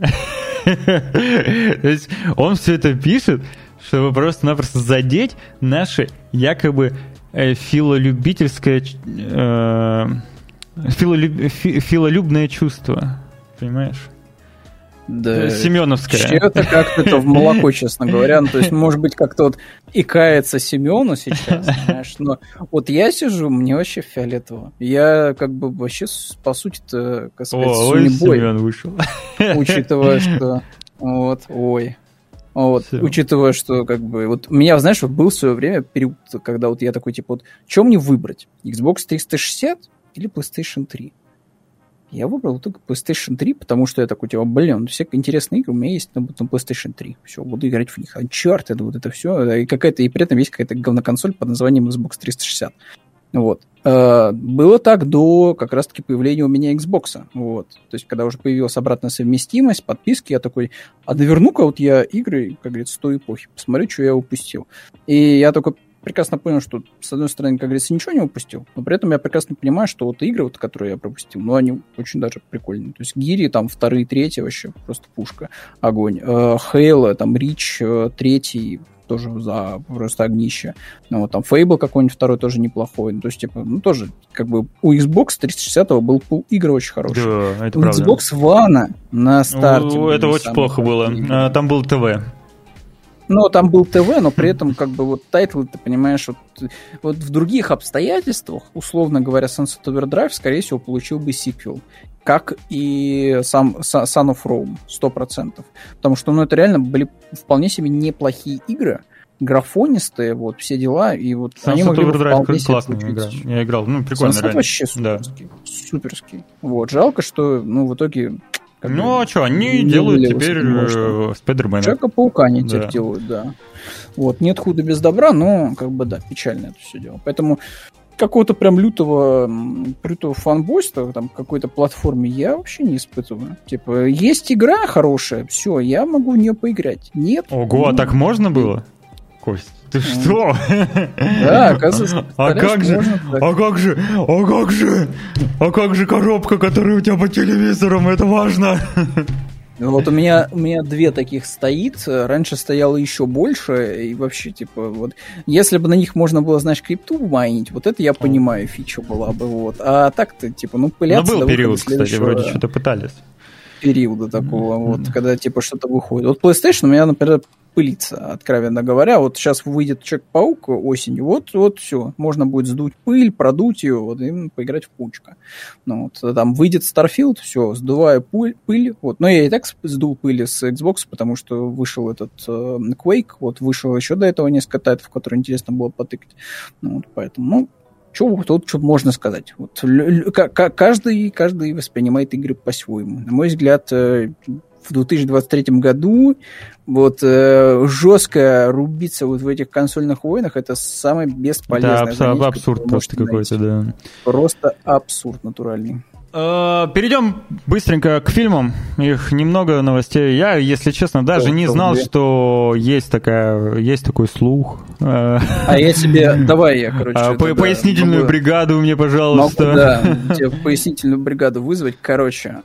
То есть он все это пишет, чтобы просто-напросто задеть наше якобы филолюбительское филолюбное чувство. Понимаешь? Да. Семеновское. Что-то как-то в молоко, честно говоря. Ну, то есть, может быть, как-то вот и кается Семену сейчас, знаешь, но вот я сижу, мне вообще фиолетово. Я как бы вообще, по сути-то, как сказать, сунебой. Семен вышел. Учитывая, что... Вот, ой. Вот, учитывая, что как бы вот у меня, знаешь, вот был в свое время период, когда вот я такой, типа, вот, что мне выбрать? Xbox 360 или PlayStation 3? Я выбрал только PlayStation 3, потому что я такой, типа, все интересные игры у меня есть на PlayStation 3. Все, буду играть в них. Uncharted, вот это все. И при этом есть какая-то говноконсоль под названием Xbox 360. Вот. Было так до как раз-таки появления у меня Xbox. Вот. То есть, когда уже появилась обратная совместимость, подписки, я такой, наверну-ка вот я игры, как говорится, с той эпохи, посмотрю, что я упустил. И я только прекрасно понял, что, с одной стороны, как говорится, ничего не упустил, но при этом я прекрасно понимаю, что вот игры, вот, которые я пропустил, они очень даже прикольные. То есть Гири, там, 2-й, 3-й вообще просто пушка, огонь. Halo, там, Рич, 3-й, тоже просто огнище. Вот, там Fable какой-нибудь 2-й тоже неплохой. То есть, типа, тоже, как бы, у Xbox 360 был пул игр очень хороший. Да, это у правда. Xbox One на старте... Это очень плохо было. Там был ТВ. Ну, там был ТВ, но при этом, как бы, вот тайтлы, ты понимаешь, вот в других обстоятельствах, условно говоря, Sunset Overdrive, скорее всего, получил бы сиквел. Как и сам Son of Rome, 100%. Потому что, ну, это реально были вполне себе неплохие игры, графонистые, вот, все дела, и вот они могли бы вполне себе классная игра. Я играл, ну, прикольно, Sunset реально. вообще суперский, суперский. Вот, жалко, что, ну, в итоге... Ну, а что, они делают теперь Спайдермена. Человека-паука они теперь делают, да. Вот, нет худа без добра, но, как бы, да, печально это все дело. Поэтому какого-то прям лютого фанбойства, там, какой-то платформе я вообще не испытываю. Типа, есть игра хорошая, все, я могу в нее поиграть. Нет. Ого, а так можно было? Кость, ты что? Да, оказывается. А как же коробка, которая у тебя по телевизорам, это важно. Вот у меня две таких стоит, раньше стояло еще больше, и вообще, типа, вот, если бы на них можно было, знаешь, крипту майнить, вот это я понимаю, фича была бы, вот, а так-то, типа, ну, пыляться... Но был период, кстати, вроде что-то пытались. Периода такого, вот, когда, типа, что-то выходит. Вот PlayStation у меня, например, пылится, откровенно говоря. Вот сейчас выйдет Человек-паук осенью, вот все. Можно будет сдуть пыль, продуть ее, вот, и поиграть в паучка. Ну, вот, там выйдет Starfield, все, сдуваю пыль. Вот. Но я и так сдул пыли с Xbox, потому что вышел этот Quake, вот, вышел еще до этого несколько тайтлов, которые интересно было потыкать. Ну, вот, поэтому, ну, тут что можно сказать? Вот, каждый воспринимает игры по-своему. На мой взгляд, в 2023 году вот жестко рубиться вот в этих консольных войнах — это самое бесполезное. Да, абсурд просто какой-то, да. Просто абсурд натуральный. Перейдем быстренько к фильмам. Их немного новостей. Я, если честно, даже не знал, что есть такой слух. А я тебе... Давай я, короче... Пояснительную бригаду мне, пожалуйста. Могу, да, тебе пояснительную бригаду вызвать. Короче,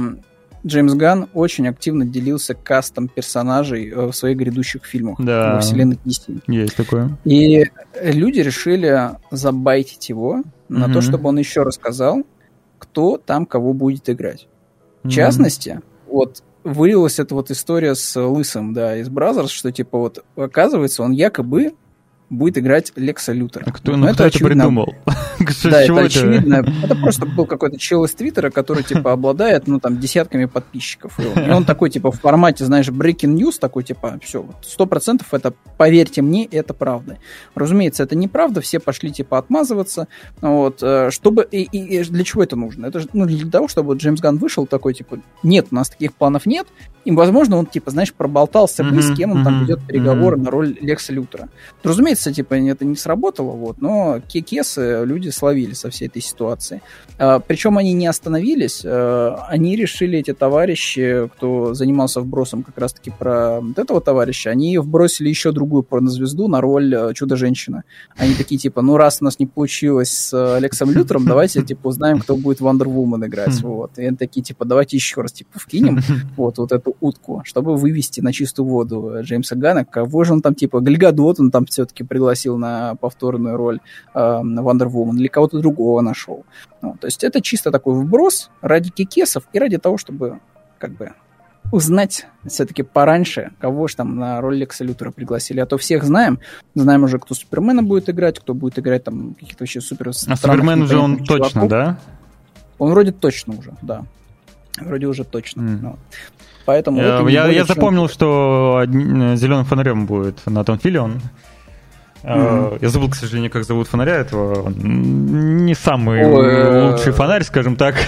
Джеймс Ганн очень активно делился кастом персонажей в своих грядущих фильмах во вселенной DC. Есть такое. И люди решили забайтить его на то, чтобы он еще рассказал, кто там кого будет играть. В частности, вот вылилась эта вот история с Лысым, да, из Бразерс, что типа вот оказывается он якобы будет играть Лекса Лютера. Кто это придумал? Да, это очевидно. Это просто был какой-то чел из Твиттера, который, типа, обладает, ну, там, десятками подписчиков. И он такой, типа, в формате, знаешь, breaking news, такой, типа, все, 100% это, поверьте мне, это правда. Разумеется, это неправда, все пошли, типа, отмазываться. Вот, чтобы... И для чего это нужно? Это же, ну, для того, чтобы Джеймс Ганн вышел такой, типа, нет, у нас таких планов нет. И, возможно, он, типа, знаешь, проболтался с кем он там ведет переговоры на роль Лекса Лютера. Разумеется, типа, это не сработало, вот, но кекесы люди словили со всей этой ситуации. Причем они не остановились, они решили, эти товарищи, кто занимался вбросом как раз-таки про вот этого товарища, они вбросили еще другую порнозвезду на роль Чудо-женщины. Они такие, типа, ну, раз у нас не получилось с Лексом Лютером, давайте, типа, узнаем, кто будет Wonder Woman играть, вот. И они такие, типа, давайте еще раз, типа, вкинем вот эту утку, чтобы вывести на чистую воду Джеймса Ганна. Кого же он там, типа, Галь Гадот он там все-таки пригласил на повторную роль Wonder Woman, или кого-то другого нашел. Ну, то есть это чисто такой вброс ради кекесов и ради того, чтобы как бы узнать все-таки пораньше, кого же там на роль Лекса Лютера пригласили. А то всех знаем уже, кто Супермена будет играть, кто будет играть там каких-то вообще супер странных... А Супермен уже он чуваков. Точно, да? Он вроде точно уже, да. Вроде уже точно. Ну. Поэтому я запомнил, что зеленым фонарем будет Натан Филлион. Я забыл, к сожалению, как зовут фонаря этого. Не самый лучший фонарь, скажем так.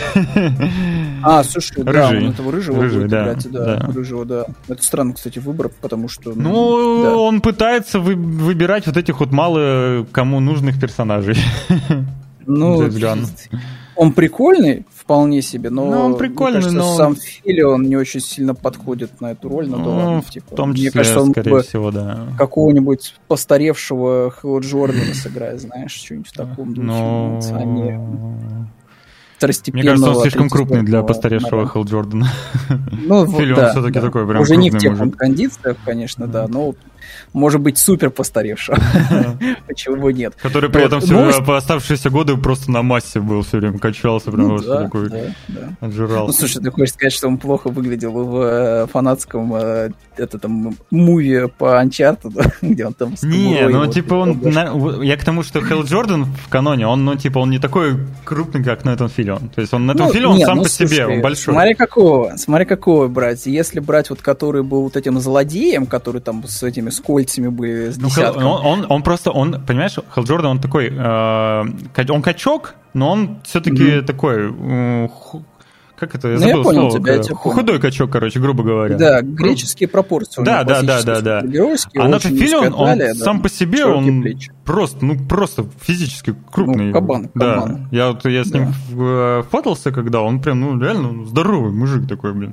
Слушай, рыжий. Да, он этого рыжего будет играть. Да. Рыжего, да. Это странный, кстати, выбор, потому что... он пытается выбирать вот этих вот мало кому нужных персонажей. Он прикольный, вполне себе, но он прикольный, мне кажется, сам Филлион не очень сильно подходит на эту роль. В том числе, мне кажется, он скорее всего, да. Какого-нибудь постаревшего Хэлла Джордана сыграет, знаешь, что-нибудь в таком духе. второстепенного. Мне кажется, он слишком крупный для постаревшего Хелл Джордана. Ну, Фильм да, все-таки такой прям уже крупный не в тех мужик. кондициях, конечно, да, но может быть супер постаревшего. Почему бы нет? Который при этом по оставшиеся годы просто на массе был все время, качался, прям такой отжирался. Ну, слушай, ты хочешь сказать, что он плохо выглядел в фанатском муви по Uncharted, где он там... Не, ну, типа он... Я к тому, что Хелл Джордан в каноне, он, ну, типа, он не такой крупный, как на этом фильме. То есть он на этом фильме, он сам по себе, он большой. Смотри какого брать. Если брать вот который был вот этим злодеем, который там с этими с кольцами были, с десятком. Он просто, понимаешь, Хелл Джордан, он такой, он качок, но он все-таки такой, как это, я забыл слово. Худой качок, короче, грубо говоря. Да, греческие пропорции. Да. А на этом фильме он сам по себе, он просто физически крупный. Кабан. Я с ним фотался, когда он прям, реально здоровый мужик такой, блин.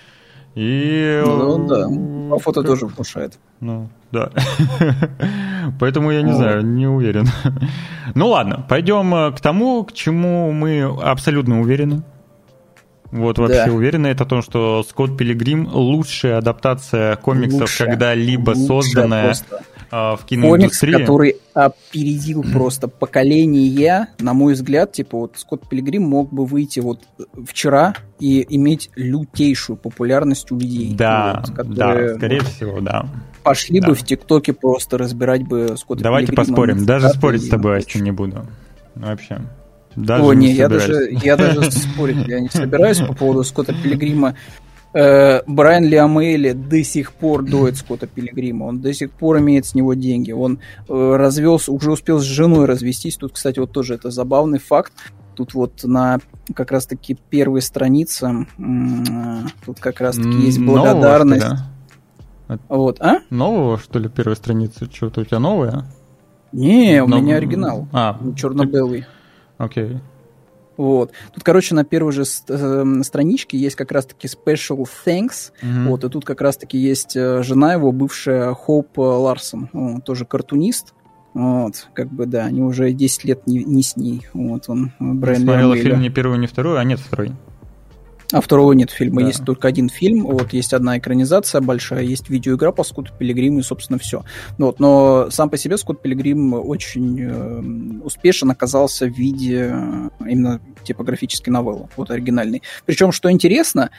И... да, по фото тоже внушает. Да. Поэтому я не знаю, не уверен. Ну ладно, пойдем к тому, к чему мы абсолютно уверены. Вот вообще уверены, это то, что Скотт Пилигрим лучшая адаптация комиксов, когда-либо созданная в киноиндустрии. Комикс, который опередил просто поколение, на мой взгляд, типа вот Скотт Пилигрим мог бы выйти вот вчера и иметь лютейшую популярность у людей. Да, скорее всего, да. Пошли бы в ТикТоке просто разбирать бы Скотта Пилигрима. Давайте поспорим, даже спорить с тобой, Астин, не буду. Вообще. Я даже спорить я не собираюсь по поводу Скотта Пилигрима. Брайан Ли Амейли до сих пор доит Скотта Пилигрима. Он до сих пор имеет с него деньги. Он развелся, уже успел с женой развестись. Тут, кстати, вот тоже это забавный факт. Тут вот на как раз-таки первой странице тут как раз-таки есть благодарность. Вот, Нового, что ли, первой страницы? Что-то у тебя новое? Не, у меня оригинал. Черно-белый. Окей. Вот. Тут, короче, на первой же страничке есть как раз-таки special thanks. Вот, и тут как раз-таки есть жена его, бывшая Хоуп Ларсон. Тоже картунист. Вот, как бы, да, они уже 10 лет не с ней. Вот он, Брайан Ли Амейли. Смотрела фильм не первый, не второй, а нет второй. А второго нет фильма, есть только один фильм, вот, есть одна экранизация большая, есть видеоигра по Скотту Пилигриму и, собственно, все. Вот, но сам по себе Скотт Пилигрим очень успешен оказался в виде именно типографической новеллы, вот, оригинальной. Причем, что интересно,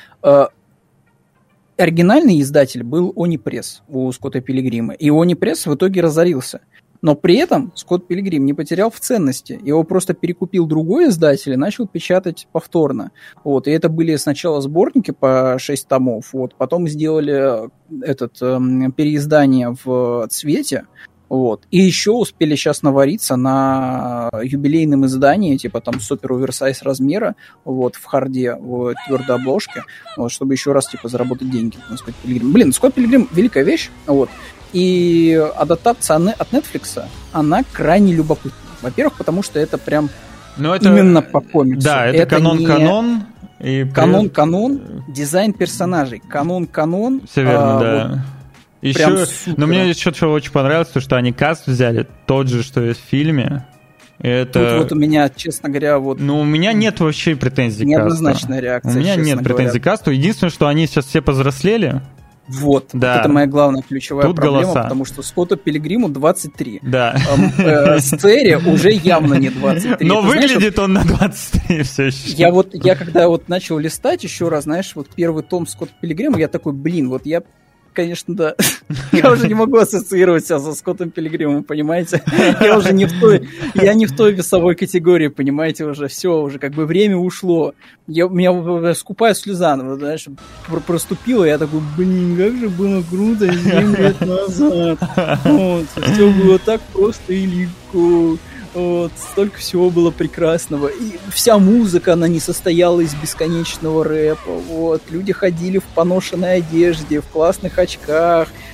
оригинальный издатель был Они Пресс у Скотта Пилигрима, и Они Пресс в итоге разорился. Но при этом Скотт Пилигрим не потерял в ценности. Его просто перекупил другой издатель и начал печатать повторно. Вот. И это были сначала сборники по 6 томов, вот. Потом сделали переиздание в цвете. Вот. И еще успели сейчас навариться на юбилейном издании, типа там супер оверсайз размера, вот, в харде, в твердой обложке, вот, чтобы еще раз типа заработать деньги на Скотт Пилигрим. Блин, Скотт Пилигрим великая вещь, вот. И адаптация от Netflix, она крайне любопытна. Во-первых, потому что это прям именно по комиксу. Да, это канон-канон. Канон-канон, дизайн персонажей. Канон-канон. Все верно, да. Еще, но мне еще что очень понравилось, то, что они каст взяли тот же, что и в фильме. Это... Тут вот у меня, честно говоря, вот... Ну, у меня нет вообще претензий к касту. Неоднозначная реакция, у меня нет претензий к касту. Единственное, что они сейчас все повзрослели. Вот, это моя главная ключевая проблема, голоса. Потому что Скотту Пилигриму 23. Да. Сцере уже явно не 23. Но выглядит он на 23 все еще. Я когда вот начал листать еще раз, знаешь, вот первый том Скотта Пилигрима, я такой, вот я... Конечно, да. Я уже не могу ассоциировать себя со Скоттом Пилигримом, понимаете? Я уже не в той весовой категории, понимаете, уже все, уже как бы время ушло. У меня скупая слеза, знаешь, проступила, я такой, как же было круто 7 лет назад. Вот, все было так просто и легко. Вот, столько всего было прекрасного. И вся музыка, она не состояла из бесконечного рэпа. Вот, люди ходили в поношенной одежде, в классных очках.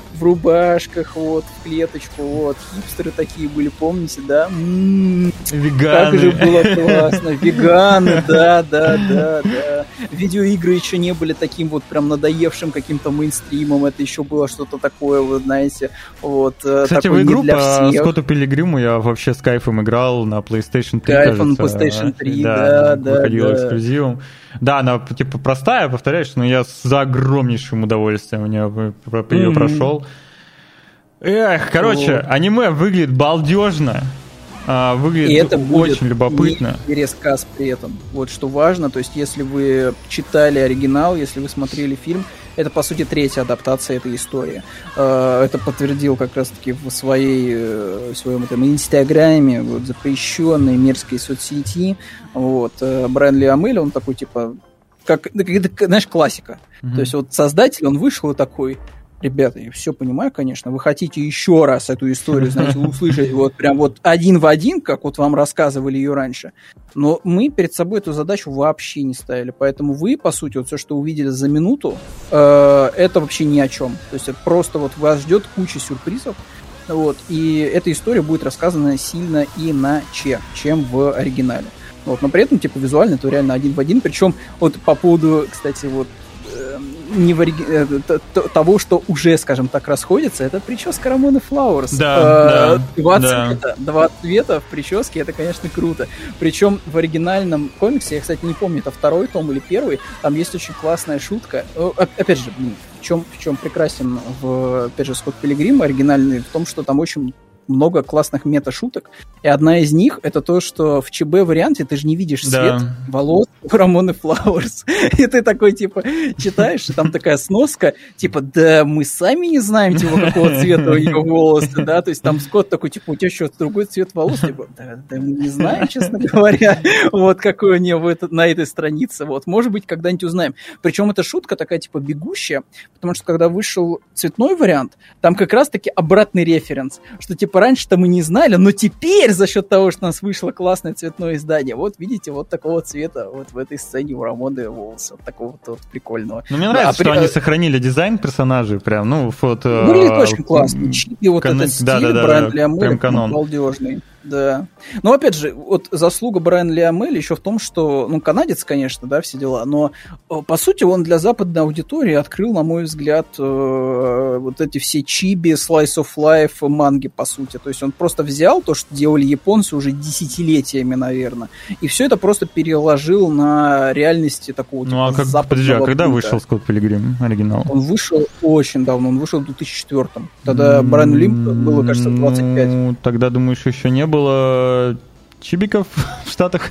в рубашках, вот, в клеточку, вот, хипстеры такие были, помните, да? Веганы. Как же было классно. Веганы, да. Видеоигры еще не были таким вот прям надоевшим каким-то мейнстримом, это еще было что-то такое, вы знаете, вот. Кстати, в игру по Скотту Пилигриму я вообще с кайфом играл на PlayStation 3, кайфом на PlayStation 3, да. Выходила эксклюзивом. Да, она типа простая, повторяешь, но я за огромнейшим удовольствием ее прошел. Эх, короче, аниме выглядит балдежно. Выглядит и это очень любопытно. И пересказ при этом. Вот что важно, то есть если вы читали оригинал, если вы смотрели фильм, это, по сути, третья адаптация этой истории. Это подтвердил как раз-таки в своем этом инстаграме, вот, запрещенной мерзкой соцсети. Вот. Брайан Ли Амель, он такой, типа, как, знаешь, классика. То есть вот создатель, он вышел и такой: ребята, я все понимаю, конечно, вы хотите еще раз эту историю, знаете, услышать вот прям вот один в один, как вот вам рассказывали ее раньше, но мы перед собой эту задачу вообще не ставили, поэтому вы, по сути, вот все, что увидели за минуту, это вообще ни о чем, то есть это просто вот вас ждет куча сюрпризов, вот, и эта история будет рассказана сильно иначе, чем в оригинале, вот, но при этом, типа, визуально это реально один в один, причем вот по поводу, кстати, вот, того, что уже, скажем так, расходится, это прическа Рамоны Флауэрс. Да, два цвета в прическе, это, конечно, круто. Причем в оригинальном комиксе, я, кстати, не помню, это второй том или первый, там есть очень классная шутка. Опять же, в чем прекрасен, опять же, Скотт Пилигрим оригинальный, в том, что там очень много классных мета-шуток. И одна из них — это то, что в ЧБ-варианте ты же не видишь цвет волос у Рамоны Флауэрс. И ты такой, типа, читаешь, и там такая сноска, типа, да мы сами не знаем, типа, какого цвета у ее волосы, да, то есть там Скотт такой, типа, у тебя что, другой цвет волос? Типа, да мы не знаем, честно говоря, вот какой у нее на этой странице, вот, может быть, когда-нибудь узнаем. Причем эта шутка такая, типа, бегущая, потому что когда вышел цветной вариант, там как раз-таки обратный референс, что, типа, раньше-то мы не знали, но теперь за счет того, что у нас вышло классное цветное издание, вот видите, вот такого цвета вот в этой сцене у Рамоны волосы, вот такого вот прикольного. Ну, мне нравится, что они сохранили дизайн персонажей, прям, ну, вот... Выглядит очень классно. И вот этот стиль Брайан Ли Амель балдежный. Да. Но, опять же, вот заслуга Брайана Ли Амеля еще в том, что, ну, канадец, конечно, да, все дела, но, по сути, он для западной аудитории открыл, на мой взгляд, вот эти все чиби, slice of life манги, по сути. То есть он просто взял то, что делали японцы уже десятилетиями, наверное, и все это просто переложил на реальности такого, ну, типа, западного. Подожди, а когда вышел Скотт Пилигрим оригинал? Он вышел очень давно, он вышел в 2004-м. Тогда Брайану Ли было, кажется, 25. Ну, тогда, думаешь, еще не было чибиков в Штатах?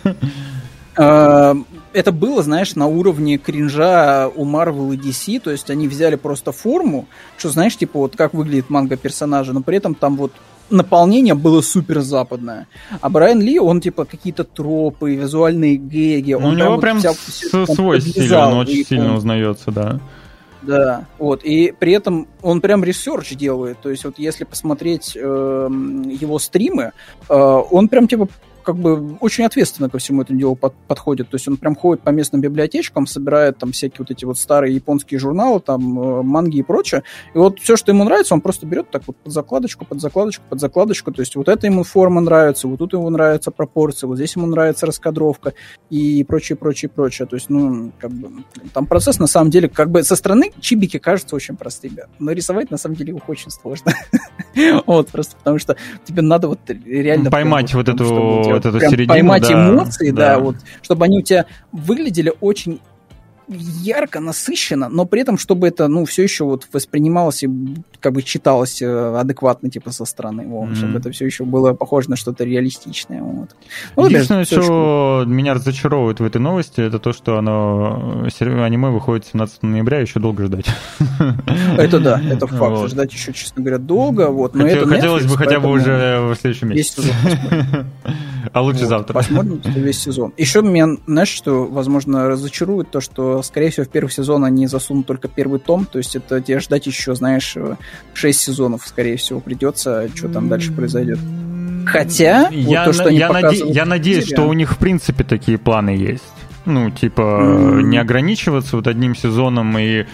Это было, знаешь, на уровне кринжа у Marvel и DC, то есть они взяли просто форму, что, знаешь, типа вот как выглядит манга персонажа, но при этом там вот наполнение было супер западное. А Брайан Ли, он типа какие-то тропы, визуальные гэги. У него прям свой стиль, он очень сильно узнается, да. Да, вот, и при этом он прям ресерч делает, то есть вот если посмотреть его стримы, он прям типа как бы очень ответственно ко всему этому делу подходит. То есть он прям ходит по местным библиотечкам, собирает там всякие вот эти вот старые японские журналы, там манги и прочее. И вот все, что ему нравится, он просто берет так вот под закладочку. То есть вот это ему форма нравится, вот тут ему нравятся пропорции, вот здесь ему нравится раскадровка и прочее. То есть, ну, как бы там процесс на самом деле, как бы со стороны чибики кажутся очень простыми, но рисовать на самом деле их очень сложно. Вот, просто потому что тебе надо вот реально поймать вот эту середину, поймать эмоции, да, вот, чтобы они у тебя выглядели очень ярко, насыщенно, но при этом, чтобы это, ну, все еще вот воспринималось и как бы читалось адекватно, типа, со стороны, чтобы это все еще было похоже на что-то реалистичное. Вот. Ну, единственное, что меня разочаровывает в этой новости, это то, что аниме выходит 17 ноября, еще долго ждать. Это да, это факт. Вот. Ждать еще, честно говоря, долго. Вот. Но хотелось бы хотя бы уже в следующем месяце. А лучше завтра. Посмотрим весь сезон. Еще меня, знаешь, что, возможно, разочарует то, что, скорее всего, в первый сезон они засунут только первый том, то есть это тебе ждать еще, знаешь, 6 сезонов, скорее всего, придется, что там дальше произойдет. Хотя, я надеюсь, что у них, в принципе, такие планы есть. Ну, типа, не ограничиваться вот одним сезоном и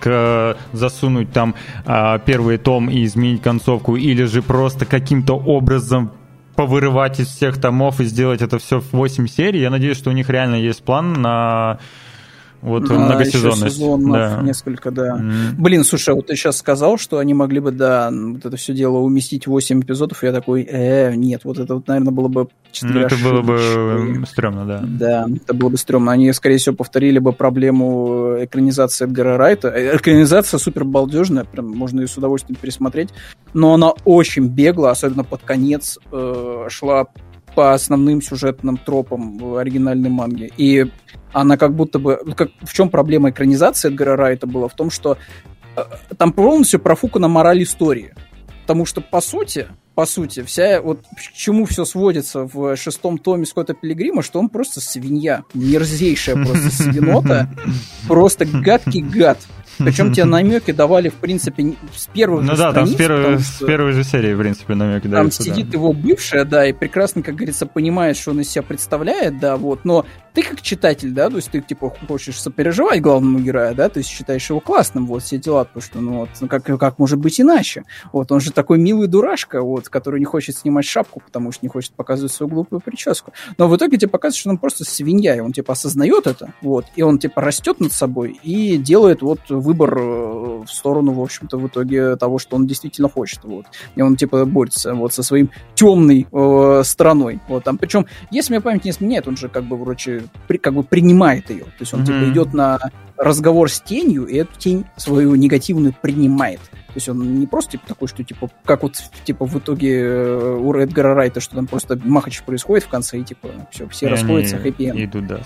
засунуть там первый том и изменить концовку, или же просто каким-то образом повырывать из всех томов и сделать это все в 8 серий. Я надеюсь, что у них реально есть план на многосезонность. Сезонов несколько, да. Блин, слушай, вот ты сейчас сказал, что они могли бы, вот это все дело уместить в 8 эпизодов, и я такой, нет, вот это вот, наверное, было бы... это было бы стрёмно, да. Да, это было бы стрёмно. Они, скорее всего, повторили бы проблему экранизации Эдгара Райта. Экранизация супер балдежная, прям можно ее с удовольствием пересмотреть, но она очень бегла, особенно под конец, шла по основным сюжетным тропам оригинальной манги. И она как будто бы... В чем проблема экранизации Эдгара Райта была? В том, что там полностью профукана мораль истории. Потому что, по сути, вся вот к чему все сводится в 6-м томе Скотта Пилигрима, что он просто свинья. Мерзейшая просто свинота. Просто гадкий гад. Причем тебе намеки давали, в принципе, с первых же страниц. Ну да, там с первой же серии, в принципе, намеки даются. Там сидит его бывшая, да, и прекрасно, как говорится, понимает, что он из себя представляет, да, вот, но ты как читатель, да, то есть ты, типа, хочешь сопереживать главному герою, да, то есть считаешь его классным, вот, все дела, потому что, ну, вот, как может быть иначе? Вот, он же такой милый дурашка, вот, который не хочет снимать шапку, потому что не хочет показывать свою глупую прическу. Но в итоге тебе показывают, что он просто свинья, и он, типа, осознает это, вот, и он, типа, растет над собой и делает, вот, выбор в сторону, в общем-то, в итоге того, что он действительно хочет, вот. И он, типа, борется, вот, со своим темной стороной, вот, там, причем, если мне память не изменяет, он же, как бы, вроде, как бы принимает ее, то есть он, типа, идет на разговор с тенью, и эту тень свою негативную принимает. То есть он не просто, типа, такой, что, типа, как вот, типа, в итоге у Эдгара Райта, что там просто махач происходит в конце, и, типа, все расходятся, хэппи-энд. Идут, да.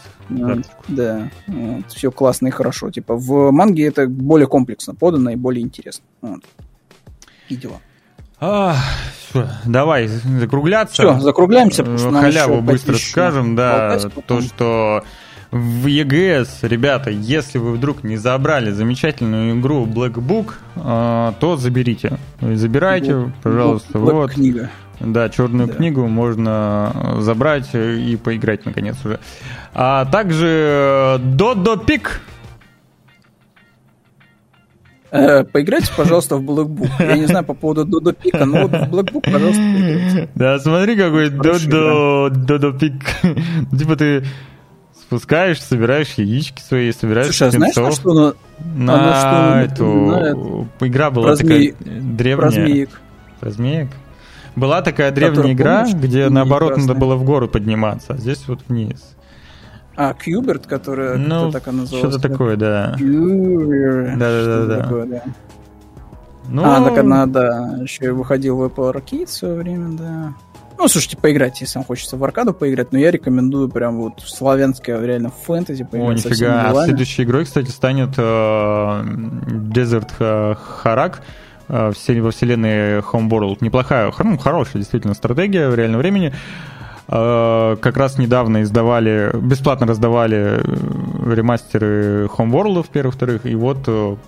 Да, вот, все классно и хорошо. Типа, в манге это более комплексно подано и более интересно. Вот. И дела. Давай закругляться. Все, закругляемся. Халяву быстро скажем, да, то, что в ЕГС, ребята, если вы вдруг не забрали замечательную игру Black Book, то заберите. Забирайте, пожалуйста. Вот. Книга. Да, черную книгу можно забрать и поиграть наконец уже. А также Додо Пик. Поиграйте, пожалуйста, в Black Book. Я не знаю по поводу Додо Пика, но вот в Black Book, пожалуйста, поиграйте. Да, смотри, какой Додо Пик. Типа ты спускаешь, собираешь яички свои, собираешь птенцов. Слушай, а знаешь, на что игра была такая древняя. Про змеек. Была такая древняя игра, где наоборот надо было в гору подниматься, а здесь вот вниз. Кьюберт, которая так и называлась. Что-то такое, да. Да. Так она, да, еще и выходила в Apple Arcade в свое время, да. Ну, слушайте, поиграть, если вам хочется в аркаду поиграть, но я рекомендую прям вот в славянское, реально, в фэнтези поиграть. О, нифига. А следующей игрой, кстати, станет Desert Harak во вселенной Homeworld. Неплохая, хорошая действительно стратегия в реальном времени. Как раз недавно бесплатно раздавали ремастеры Homeworld первых-вторых, и вот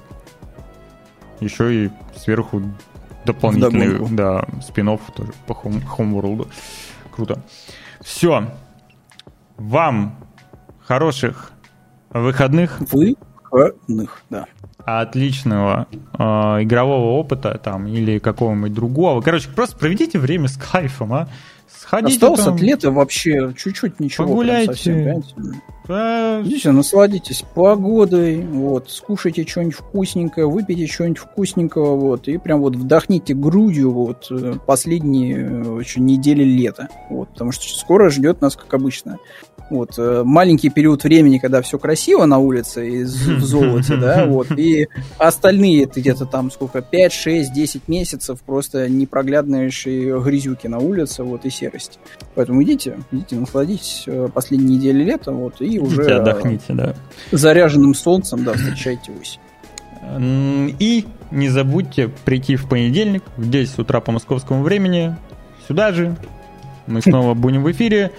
еще и сверху дополнительный спин-офф тоже по Homeworld. Круто. Все. Вам хороших выходных. Да. Отличного игрового опыта там или какого-нибудь другого. Короче, просто проведите время с кайфом, а? Сходите осталось там, от лета вообще чуть-чуть ничего. Погуляйте. Идите, насладитесь погодой, вот, скушайте что-нибудь вкусненькое, выпейте что-нибудь вкусненького, вот, и прям вот вдохните грудью вот последние еще недели лета, вот, потому что скоро ждет нас, как обычно, вот, маленький период времени, когда все красиво на улице и в золоте, да, вот, и остальные где-то там сколько, 5, 6, 10 месяцев просто непроглядные грязюки на улице, вот, и серости. Поэтому идите, насладитесь последней неделей лета, вот, и уже отдохните, да. Заряженным солнцем, да, встречайте осень. И не забудьте прийти в понедельник в 10 утра по московскому времени сюда же. Мы снова будем в эфире.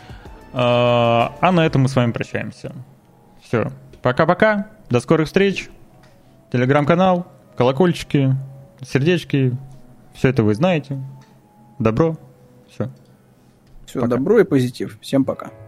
А на этом мы с вами прощаемся. Все. Пока-пока. До скорых встреч. Телеграм-канал, колокольчики, сердечки. Все это вы знаете. Добро. Все. Все, добро и позитив. Всем пока.